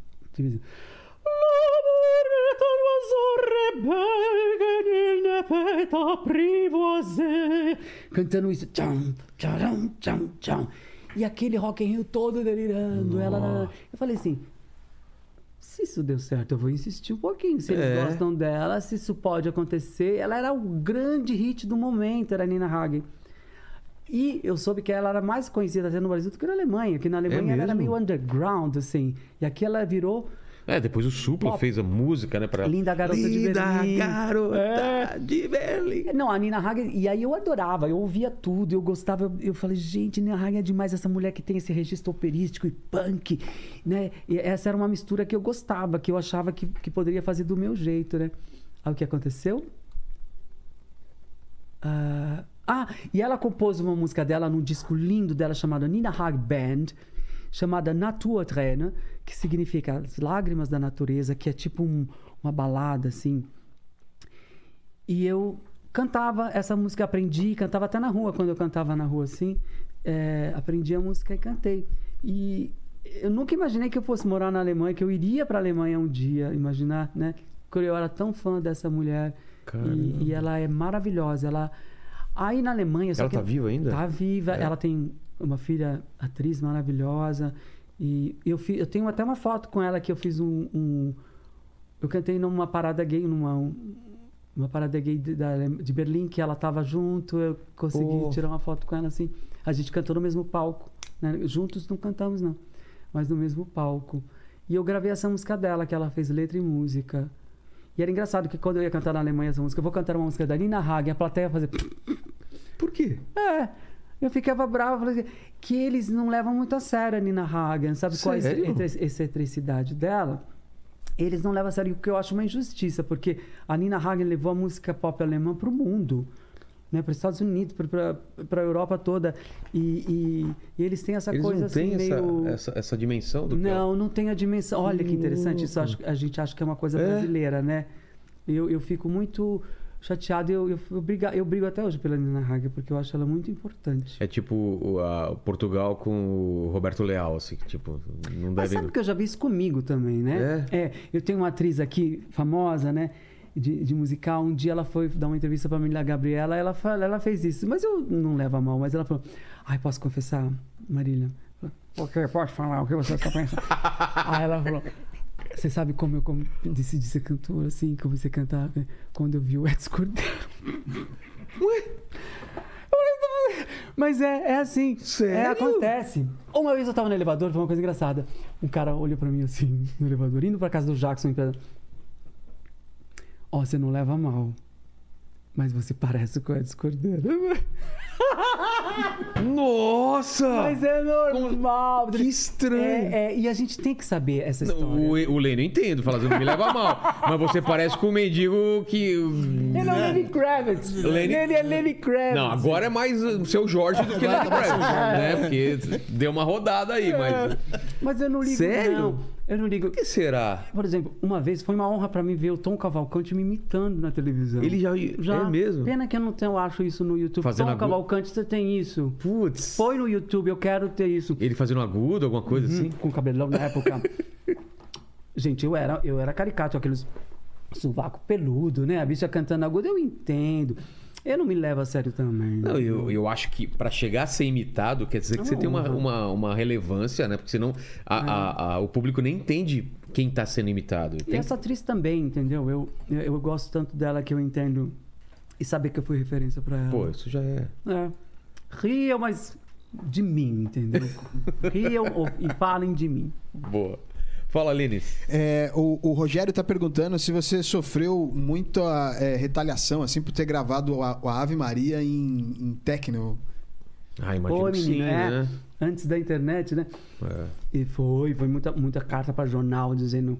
Cantando isso, tcham, tcham, tcham, tcham. E aquele Rock in Rio todo delirando. Ela, eu falei assim, se isso deu certo, eu vou insistir um pouquinho. Se eles É. gostam dela, se isso pode acontecer. Ela era o grande hit do momento, era a Nina Hagen. E eu soube que ela era mais conhecida até no Brasil do que na Alemanha, que na Alemanha ela era mesmo? meio underground, assim. E aqui ela virou É, depois o Supla Pop. fez a música, né? Pra... Linda Garota de Berlim. Linda Garota É. de Berlim. Não, a Nina Hagen, e aí eu adorava, eu ouvia tudo, eu gostava, eu, eu falei, gente, Nina Hagen é demais, essa mulher que tem esse registro operístico e punk, né? E essa era uma mistura que eu gostava, que eu achava que, que poderia fazer do meu jeito, né? Aí o que aconteceu? Ah, ah, e ela compôs uma música dela num disco lindo dela chamado Nina Hagen Band, chamada Naturträne, que significa as lágrimas da natureza, que é tipo um, uma balada, assim. E eu cantava essa música, aprendi, cantava até na rua, quando eu cantava na rua, assim. É, aprendi a música e cantei. E eu nunca imaginei que eu fosse morar na Alemanha, que eu iria para a Alemanha um dia, imaginar, né? Porque eu era tão fã dessa mulher. E, e ela é maravilhosa. Ela... Aí na Alemanha... só Ela que tá viva ainda? Tá viva. É. Ela tem uma filha, atriz maravilhosa. E eu, fiz, eu tenho até uma foto com ela que eu fiz um... um eu cantei numa parada gay, numa... Um, uma parada gay de, da, de Berlim, que ela tava junto. Eu consegui Oh. tirar uma foto com ela, assim. A gente cantou no mesmo palco. Né? Juntos não cantamos, não. Mas no mesmo palco. E eu gravei essa música dela, que ela fez letra e música. E era engraçado que quando eu ia cantar na Alemanha essa música, eu vou cantar uma música da Nina Hagen, a plateia ia fazer... Por quê? É, eu ficava brava, falei que eles não levam muito a sério a Nina Hagen, sabe qual é a Sério? excentricidade dela? eles não levam a sério, o que eu acho uma injustiça, porque a Nina Hagen levou a música pop alemã para o mundo, né, para os Estados Unidos, para a Europa toda, e, e, e eles têm essa Eles coisa não têm assim meio... essa, essa, essa dimensão do que Não, não tem a dimensão. Olha que interessante, isso acho, a gente acha que é uma coisa É. brasileira, né? Eu, eu fico muito chateado, eu, eu, eu, brigo, eu brigo até hoje pela Nina Hagen, porque eu acho ela muito importante. é tipo o a Portugal com o Roberto Leal, assim, que, tipo, não Mas deve... sabe que eu já vi isso comigo também, né? É? É, eu tenho uma atriz aqui, famosa, né? De, de musical. Um dia ela foi dar uma entrevista pra Marília Gabriela, ela, fala- ela fez isso. Mas eu não levo a mal, mas ela falou: ai, posso confessar, Marília? Eu falei, o quê? Pode falar, o que você está pensando? Aí ela falou: você sabe como eu como, decidi ser cantora, assim, comecei a cantar né, quando eu vi o Edson Cordeiro. Ué? Mas é, é assim. Sério? É, acontece. Uma vez eu tava no elevador, foi uma coisa engraçada. Um cara olhou pra mim assim, no elevador, indo pra casa do Jackson, empresa. Ó, você não leva mal, mas você parece com o Edson Cordeiro. Nossa! Mas é normal. Que estranho! É, é, e a gente tem que saber essa história. O, o Lênin eu entendo, fala assim, não me leva mal. Mas você parece com um mendigo que... Ele é o Lenny Kravitz. Lenny- Ele é Lenny Kravitz. Não, agora é mais o seu Jorge do que Lenny Kravitz, né? Porque deu uma rodada aí, mas... Mas eu não ligo, Sério? não. Eu não ligo. O que será? Por exemplo, uma vez foi uma honra pra mim ver o Tom Cavalcante me imitando na televisão. Ele já... É mesmo? Pena que eu não tenho, eu acho isso no YouTube. Fazendo Tom agu- Cavalcante, você tem isso. Putz. Põe no YouTube, eu quero ter isso. Ele fazendo agudo, alguma coisa Uhum, assim? com cabelão na época. Gente, eu era, eu era caricato, aqueles sovaco peludo, né? A bicha cantando agudo, eu entendo. Eu não me levo a sério também. Não, eu, eu acho que pra chegar a ser imitado, quer dizer que É você uma tem uma, honra. uma, uma relevância, né? Porque senão a, a- a- o público nem entende quem tá sendo imitado. E Tem- essa atriz também, entendeu? Eu, eu, eu gosto tanto dela que eu entendo e saber que eu fui referência pra ela. Pô, isso já é... É. Riam, mas de mim, entendeu? Riam ou- e falem de mim. Boa. Fala, Lênis. É, o, o Rogério tá perguntando se você sofreu muita é, retaliação, assim, por ter gravado a, a Ave Maria em, em techno. Ah, imagino Oi, que sim, menino, é. né? Antes da internet, né? É. E foi, foi muita, muita carta para jornal dizendo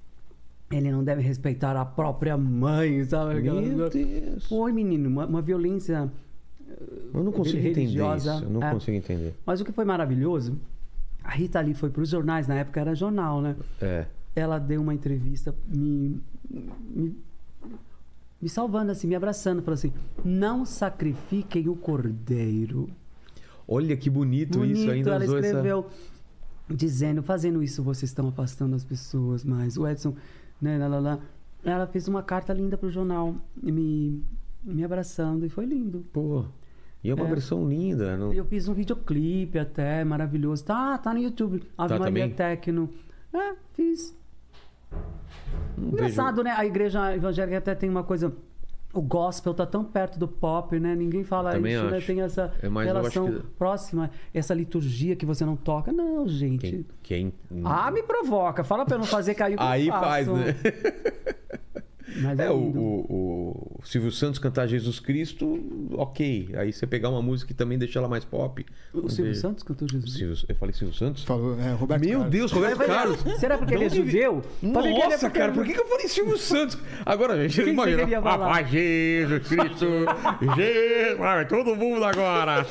ele não deve respeitar a própria mãe, sabe? Aquela- Meu Deus. Foi, menino, uma, uma violência. Eu não consigo entender religiosa, isso. Eu não é. consigo entender. Mas o que foi maravilhoso, a Rita Lee foi para os jornais, na época era jornal, né? É. Ela deu uma entrevista me, me, me salvando, assim, me abraçando, falou assim: não sacrifiquem o cordeiro. Olha que bonito, Bonito, isso. Ainda ela usou essa... escreveu dizendo, fazendo isso vocês estão afastando as pessoas mais. O Edson, né, lá, lá, lá. Ela fez uma carta linda pro jornal, me, me abraçando, e foi lindo. Pô. E é uma É. versão linda. Não... Eu fiz um videoclipe até, maravilhoso. Tá, tá no YouTube. Ave Tá Maria também? Tecno. É, fiz. não Engraçado, né? A igreja evangélica até tem uma coisa... O gospel tá tão perto do pop, né? Ninguém fala Também isso, né? acho. Tem essa É mais, eu acho relação que- próxima. Essa liturgia que você não toca. Não, gente. Quem, quem... Ah, me provoca. Fala pra eu não fazer cair o que eu Aí faço. faz, né? Mas é, É, o, lindo. o, o Silvio Santos cantar Jesus Cristo, ok. Aí você pegar uma música e também deixar ela mais pop. O Silvio Santos cantou Jesus. Silvio, eu falei Silvio Santos? Falou, é, Roberto Meu Carlos. Deus, Roberto Carlos. Será porque ele é De onde judeu? Pra mim que ele é Nossa, porque- cara, por que que eu falei Silvio Santos? Agora, gente, Quem imagina. você queria falar? Ah, Jesus Cristo. Jesus, vai, todo mundo agora.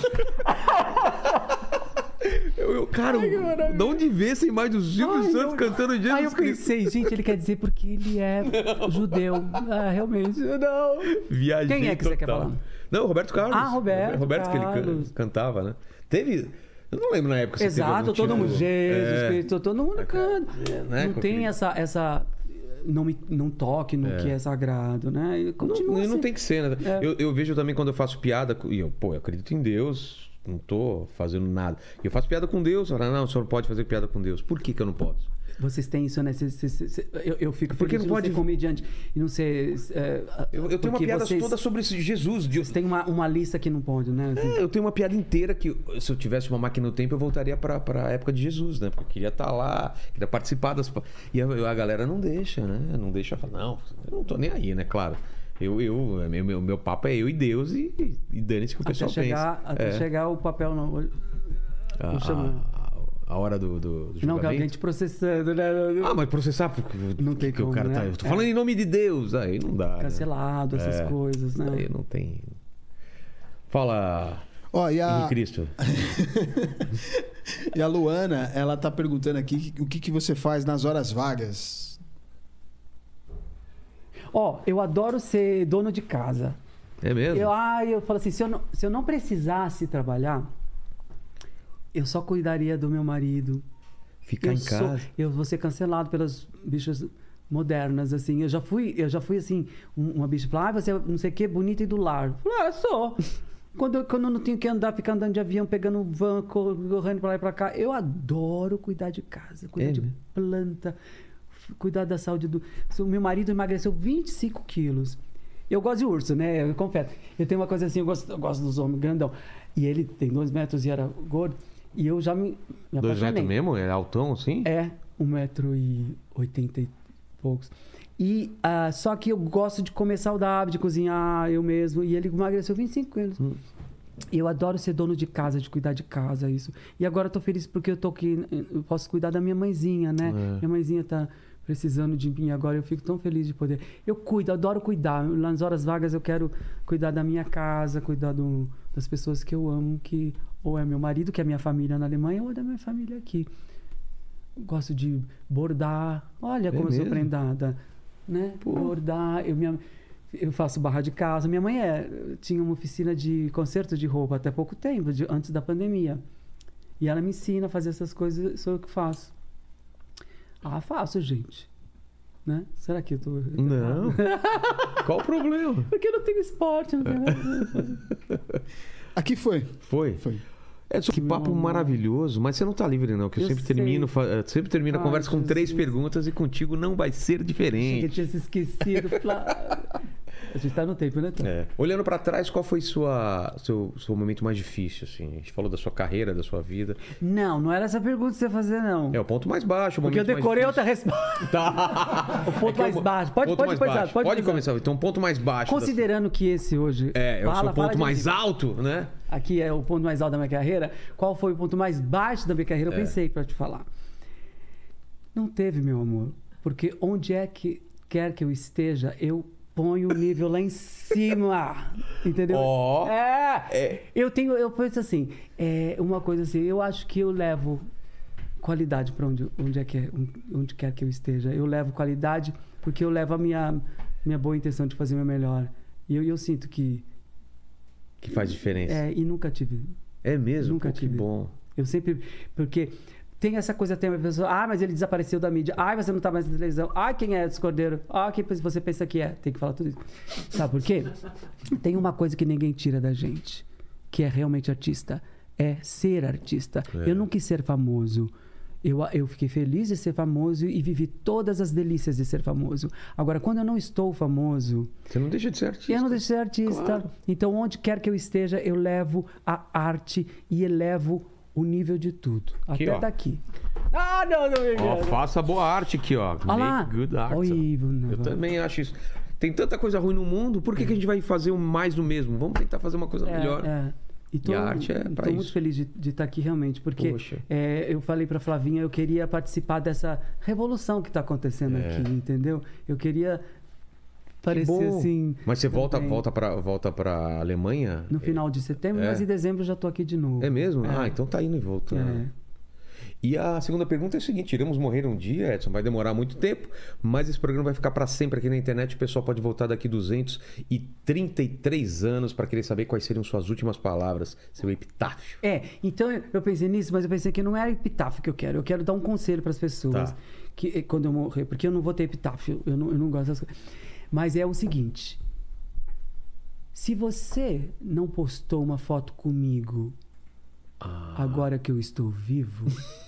Eu, eu, cara, de onde vê essa imagem do Silvio Ai, Santos eu- cantando Jesus Aí eu Cristo? pensei, gente, ele quer dizer porque ele é judeu. Ah, realmente. Não. Viajei Quem é que você quer total. falar? Não, Roberto Carlos. Ah, Roberto Roberto que ele can- Carlos. cantava, né? Teve... Eu não lembro na época se teve Exato, algum todo tipo- mundo. Jesus É. Cristo, todo mundo canta. É, né, Não com tem aquele- essa, essa. Não, me, não toque no que é sagrado, né? E Não, continua não assim. tem que ser, né? É. Eu, eu vejo também quando eu faço piada, com- e eu, pô, eu acredito em Deus, não tô fazendo nada. E eu faço piada com Deus, fala, não, o senhor não pode fazer piada com Deus. Por que que eu não posso? Vocês têm isso, né? Cê- cê- cê- cê- eu, eu fico Por que feliz não de pode- ser comediante e não ser. É, Eu, eu tenho uma porque piada vocês, toda sobre esse Jesus. De... Vocês têm uma, uma lista que não pode, né? É, eu tenho uma piada inteira que, se eu tivesse uma máquina do tempo, eu voltaria pra, pra época de Jesus, né? Porque eu queria estar lá, queria participar das... E a, a galera não deixa, né? Não deixa falar, não, eu não tô nem aí, né? Claro. Eu, eu, meu, meu, meu papo é eu e Deus e, e dane-se o que o Até pessoal chegar, pensa. até É. chegar o papel não. Ah, Como chama? ah, A hora do, do, do julgamento? Não, que alguém te processando, né? Ah, mas processar porque, Não tem porque como, o cara né? tá... Eu tô falando É. em nome de Deus. Aí não dá, Cancelado, né? essas É, coisas, né? Aí não tem... Fala, Ó, e a, Henrique Cristo. e a Luana, ela tá perguntando aqui o que, que você faz nas horas vagas. Ó, eu adoro ser dono de casa. É mesmo? Eu, ah, eu falo assim, se eu, não, se eu não precisasse trabalhar, eu só cuidaria do meu marido. Ficar eu em sou- casa. eu vou ser cancelado pelas bichas modernas, assim. Eu já fui, eu já fui assim, um- uma bicha falou, ah, você é não sei o que, bonita e do lar. Eu falei, ah, eu sou. Quando, eu- quando eu não tenho que andar, ficar andando de avião, pegando van, cor- correndo pra lá e pra cá. Eu adoro cuidar de casa, cuidar É de mesmo? planta, f- cuidar da saúde do... O meu marido emagreceu vinte e cinco quilos. Eu gosto de urso, né? Eu confesso. Eu tenho uma coisa assim, eu gosto, eu gosto dos homens grandão. E ele tem dois metros e era gordo. E eu já me, me Dois apaixonei. metros mesmo? É altão, assim? É, um metro e oitenta e poucos. E ah, só que eu gosto de comer saudável, de cozinhar eu mesmo. E ele emagreceu vinte e cinco quilos. Hum. E eu adoro ser dono de casa, de cuidar de casa, isso. E agora eu tô feliz porque eu tô aqui, eu posso cuidar da minha mãezinha, né? É. Minha mãezinha tá precisando de mim agora, eu fico tão feliz de poder. Eu cuido, eu adoro cuidar. Nas horas vagas eu quero cuidar da minha casa, cuidar do, das pessoas que eu amo, que ou é meu marido, que é minha família na Alemanha, ou é da minha família aqui. Gosto de bordar. Olha como eu sou mesmo? prendada, né? Pô. Bordar, eu minha eu faço barra de casa. Minha mãe é, tinha uma oficina de conserto de roupa até pouco tempo, de- antes da pandemia. E ela me ensina a fazer essas coisas, sou eu que faço. Ah, faço, gente. Né? Será que eu tô... Não. Qual o problema? Porque eu não tenho esporte. Não tenho... Aqui foi. Foi? Foi. Edson, que papo Não, não. maravilhoso, mas você não tá livre não, que eu, Eu sempre sei. termino, fa- eh, sempre termino a Ai, conversa com três Jesus. perguntas e contigo não vai ser Eu diferente. tinha se esquecido. Fla- A gente tá no tempo, né, Tom? É. Olhando pra trás, qual foi sua, seu, seu momento mais difícil? Assim? A gente falou da sua carreira, da sua vida. Não, não era essa pergunta que você ia fazer, não. É o ponto mais baixo, o Porque eu momento mais decorei difícil. outra resposta. Tá. O ponto mais baixo. Pode- ponto pode mais começar, baixo. pode começar. começar. Então, ponto mais baixo. da Considerando que esse hoje... sua- É, é o Fala, seu fala ponto de mais mim. alto, né? Aqui é o ponto mais alto da minha carreira. Qual foi o ponto mais baixo da minha carreira? Eu É. pensei pra te falar. Não teve, meu amor. Porque onde é que quer que eu esteja, eu ponho o nível lá em cima. Entendeu? Ó. É. É. Eu tenho, eu penso assim, é uma coisa assim, eu acho que eu levo qualidade para onde, onde é que é, onde quer que eu esteja. Eu levo qualidade porque eu levo a minha minha boa intenção de fazer o meu melhor. E eu, eu sinto que Que faz diferença. é, e nunca tive. É, mesmo? Nunca Pô, que tive. bom. Eu sempre. Porque tem essa coisa, tem uma pessoa. Ah, mas ele desapareceu da mídia. Ah, você não tá mais na televisão. Ah, quem é esse cordeiro? Ah, quem você pensa que é? Tem que falar tudo isso. Sabe por quê? Tem uma coisa que ninguém tira da gente, que é realmente artista. É ser artista. É. Eu não quis ser famoso. Eu, eu fiquei feliz de ser famoso e vivi todas as delícias de ser famoso. Agora, quando eu não estou famoso, Você não deixa de ser artista. eu não deixo de ser artista. Claro. Então, onde quer que eu esteja, eu levo a arte e elevo o nível de tudo. Aqui, Até ó. daqui. Ah, não, não me Ó, engano. faça boa arte aqui, ó. Olha lá. Make good art. Olha aí, não, Eu não. também acho isso. Tem tanta coisa ruim no mundo, por que, que a gente vai fazer o mais do mesmo? Vamos tentar fazer uma coisa É, melhor. é. E, tô, E a arte é tô pra muito isso. feliz de, de estar aqui realmente, porque Poxa. é, eu falei pra Flavinha, eu queria participar dessa revolução que está acontecendo É. aqui, entendeu? Eu queria parecer bom. assim. Mas você volta, também volta para volta para Alemanha? no final de setembro, É. mas em dezembro eu já tô aqui de novo. É mesmo? É. Ah, então tá indo e voltando. É. E a segunda pergunta é a seguinte: iremos morrer um dia, Edson? Vai demorar muito tempo, mas esse programa vai ficar para sempre aqui na internet. O pessoal pode voltar daqui duzentos e trinta e três anos para querer saber quais seriam suas últimas palavras, seu epitáfio. É, então eu eu pensei nisso, mas eu pensei que não era epitáfio que eu quero. Eu quero dar um conselho para as pessoas Tá. que eh, quando eu morrer, porque eu não vou ter epitáfio, eu não, eu não gosto dessas coisas. Mas é o seguinte: se você não postou uma foto comigo Ah. agora que eu estou vivo,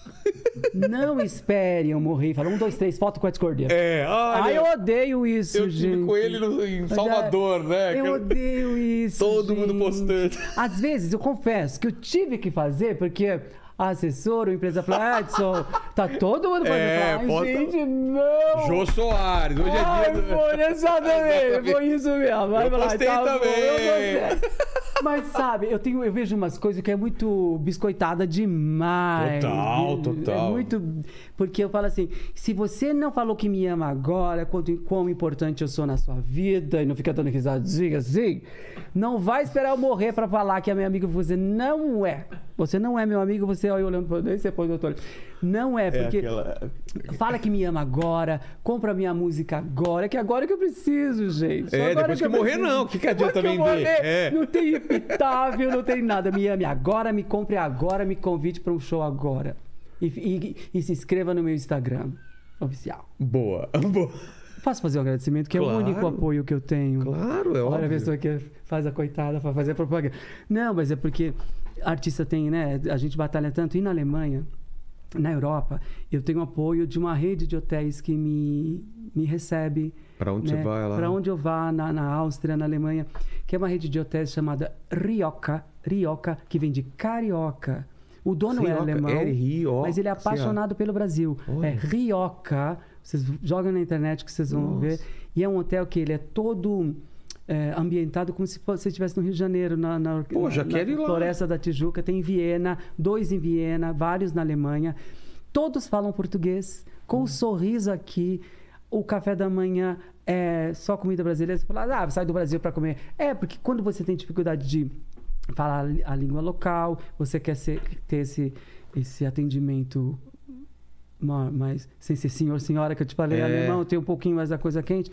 não espere eu morrer e falar um, dois, três, foto com a discordia. É, Ah, eu odeio isso, eu gente. tive com ele no- em Mas é- Salvador, né? Eu odeio isso. Todo mundo gente. postando. Às vezes, eu confesso que eu tive que fazer, porque a assessora, a empresa falou, Edson, tá todo mundo fazendo. É, Eu falei, posta- Ai, gente, não. Jô Soares, hoje Ai, é dia do... foi exatamente, foi isso mesmo. Vai Eu lá, postei tá bom, também. eu gostei. Mas sabe, eu, tenho, eu vejo umas coisas que é muito biscoitada demais. Total, total. É muito. Porque eu falo assim: se você não falou que me ama agora, quanto, quão importante eu sou na sua vida, e não fica dando risadinha assim, não vai esperar eu morrer pra falar que é meu amigo. Você não é. Você não é meu amigo, você olha olhando pra mim, você põe o doutor. Não é, porque. É aquela... Fala que me ama agora, compra minha música agora, que agora que eu preciso, gente. É, agora depois que, que morrer, preciso. não. O que, que adianta vender? Morrer, é. Não tem epitáfio, não tem nada. Me ame agora, me compre agora, me convide para um show agora. E, e, e se inscreva no meu Instagram oficial. Boa, boa. Posso fazer um agradecimento, que claro. É o único apoio que eu tenho. Claro, é óbvio. Olha a pessoa que faz a coitada para fazer a propaganda. Não, mas é porque artista tem, né? A gente batalha tanto. E na Alemanha, na Europa, eu tenho apoio de uma rede de hotéis que me, me recebe. Para onde né? você vai lá? Para onde eu vá, na, na Áustria, na Alemanha, que é uma rede de hotéis chamada Rioja, Rioja, que vem de carioca. O dono Rioja, é alemão, é Rio, mas ele é apaixonado pelo Brasil. Olha. É Rioja. Vocês jogam na internet que vocês vão Nossa. ver. E é um hotel que ele é todo é, ambientado como se você estivesse no Rio de Janeiro, na, na, Pô, já na, quero ir lá. Floresta da Tijuca. Tem em Viena, dois em Viena, vários na Alemanha. Todos falam português, com hum. um sorriso aqui. O café da manhã é só comida brasileira. Você fala, ah, sai do Brasil para comer. É, porque quando você tem dificuldade de falar a língua local, você quer ser, ter esse, esse atendimento... mas sem ser senhor, senhora, que eu te falei, é. alemão, tem um pouquinho mais da coisa quente.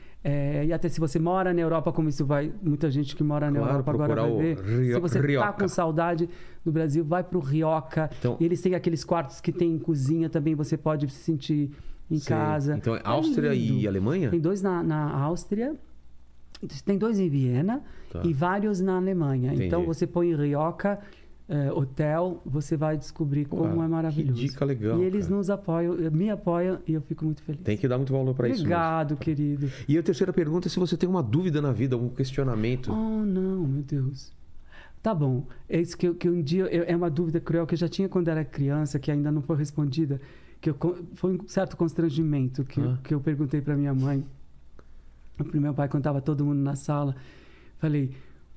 É, e até se você mora na Europa, como isso vai... Muita gente que mora na claro, Europa agora vai ver. Rio, se você Rioja. tá com saudade do Brasil, vai pro Rioja. Então, e eles têm aqueles quartos que tem cozinha também, você pode se sentir em sim. casa. Então é Áustria é e Alemanha? Tem dois na, na Áustria, tem dois em Viena tá. e vários na Alemanha. Entendi. Então você põe Rioja... É, hotel, você vai descobrir Pô, como é maravilhoso. Que dica legal. E eles cara. nos apoiam, me apoiam e eu fico muito feliz. Tem que dar muito valor para isso. Obrigado, querido. E a terceira pergunta é se você tem uma dúvida na vida, algum questionamento. Oh, não, meu Deus. Tá bom. É isso que, eu, que um dia eu, é uma dúvida cruel que eu já tinha quando era criança, que ainda não foi respondida, que eu, foi um certo constrangimento que, ah. que eu perguntei para minha mãe, para meu pai, quando estava todo mundo na sala. Falei,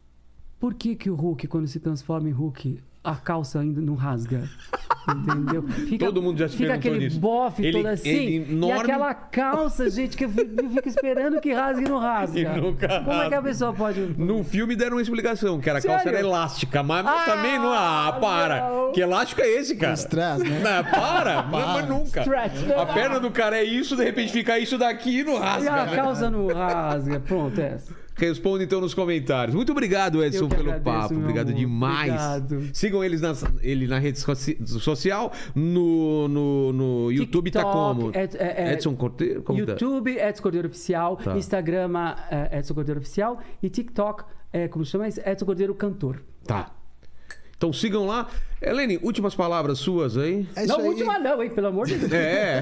por que que o Hulk, quando se transforma em Hulk, a calça ainda não rasga? Entendeu? Fica, todo mundo já se fica aquele nisso. bofe ele, todo assim. ele enorme... E aquela calça, gente, que eu fico, eu fico esperando que rasgue e não rasga. E nunca Como rasga. é que a pessoa pode... No filme deram uma explicação, que era a Sério? calça era elástica, mas Ah, também não... Ah, para! não. Que elástico é esse, cara? Stress, né? Não, para! Não, mas nunca. Stretch. A perna do cara é isso, de repente fica isso daqui e não E rasga. a calça não rasga. Pronto, é essa. Responda então nos comentários. Muito obrigado, Edson, pelo agradeço, papo. Obrigado amor. demais. Obrigado. Sigam eles na, ele na rede soci, social. No, no, no YouTube TikTok, tá como? é, é, é, Edson Cordeiro? Como YouTube, tá? Edson Cordeiro Oficial. Tá. Instagram, é, Edson Cordeiro Oficial. E TikTok, é, como chama isso? Edson Cordeiro Cantor. Tá. Então sigam lá. Helene, últimas palavras suas aí. É isso não, aí. última não, hein? Pelo amor de Deus. É.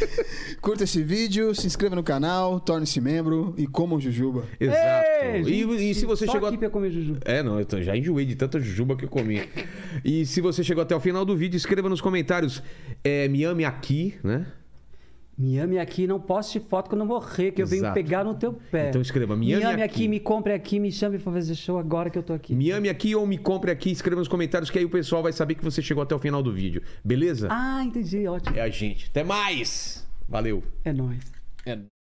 Curta esse vídeo, se inscreva no canal, torne-se membro e coma o Jujuba. Exato. Ei, e, gente, e se você só chegou aqui a... pra comer juju. É, não, eu tô- já enjoei de tanta jujuba que eu comi. E se você chegou até o final do vídeo, escreva nos comentários. É, me ame aqui, né? Me ame aqui, não poste foto quando eu morrer, que eu venho Exato. pegar no teu pé. Então escreva, me me ame ame aqui. aqui, me compre aqui, me chame pra fazer show agora que eu tô aqui. Me ame aqui ou me compre aqui, escreva nos comentários que aí o pessoal vai saber que você chegou até o final do vídeo. Beleza? Ah, entendi, ótimo. É a gente. Até mais! Valeu! É nóis. É.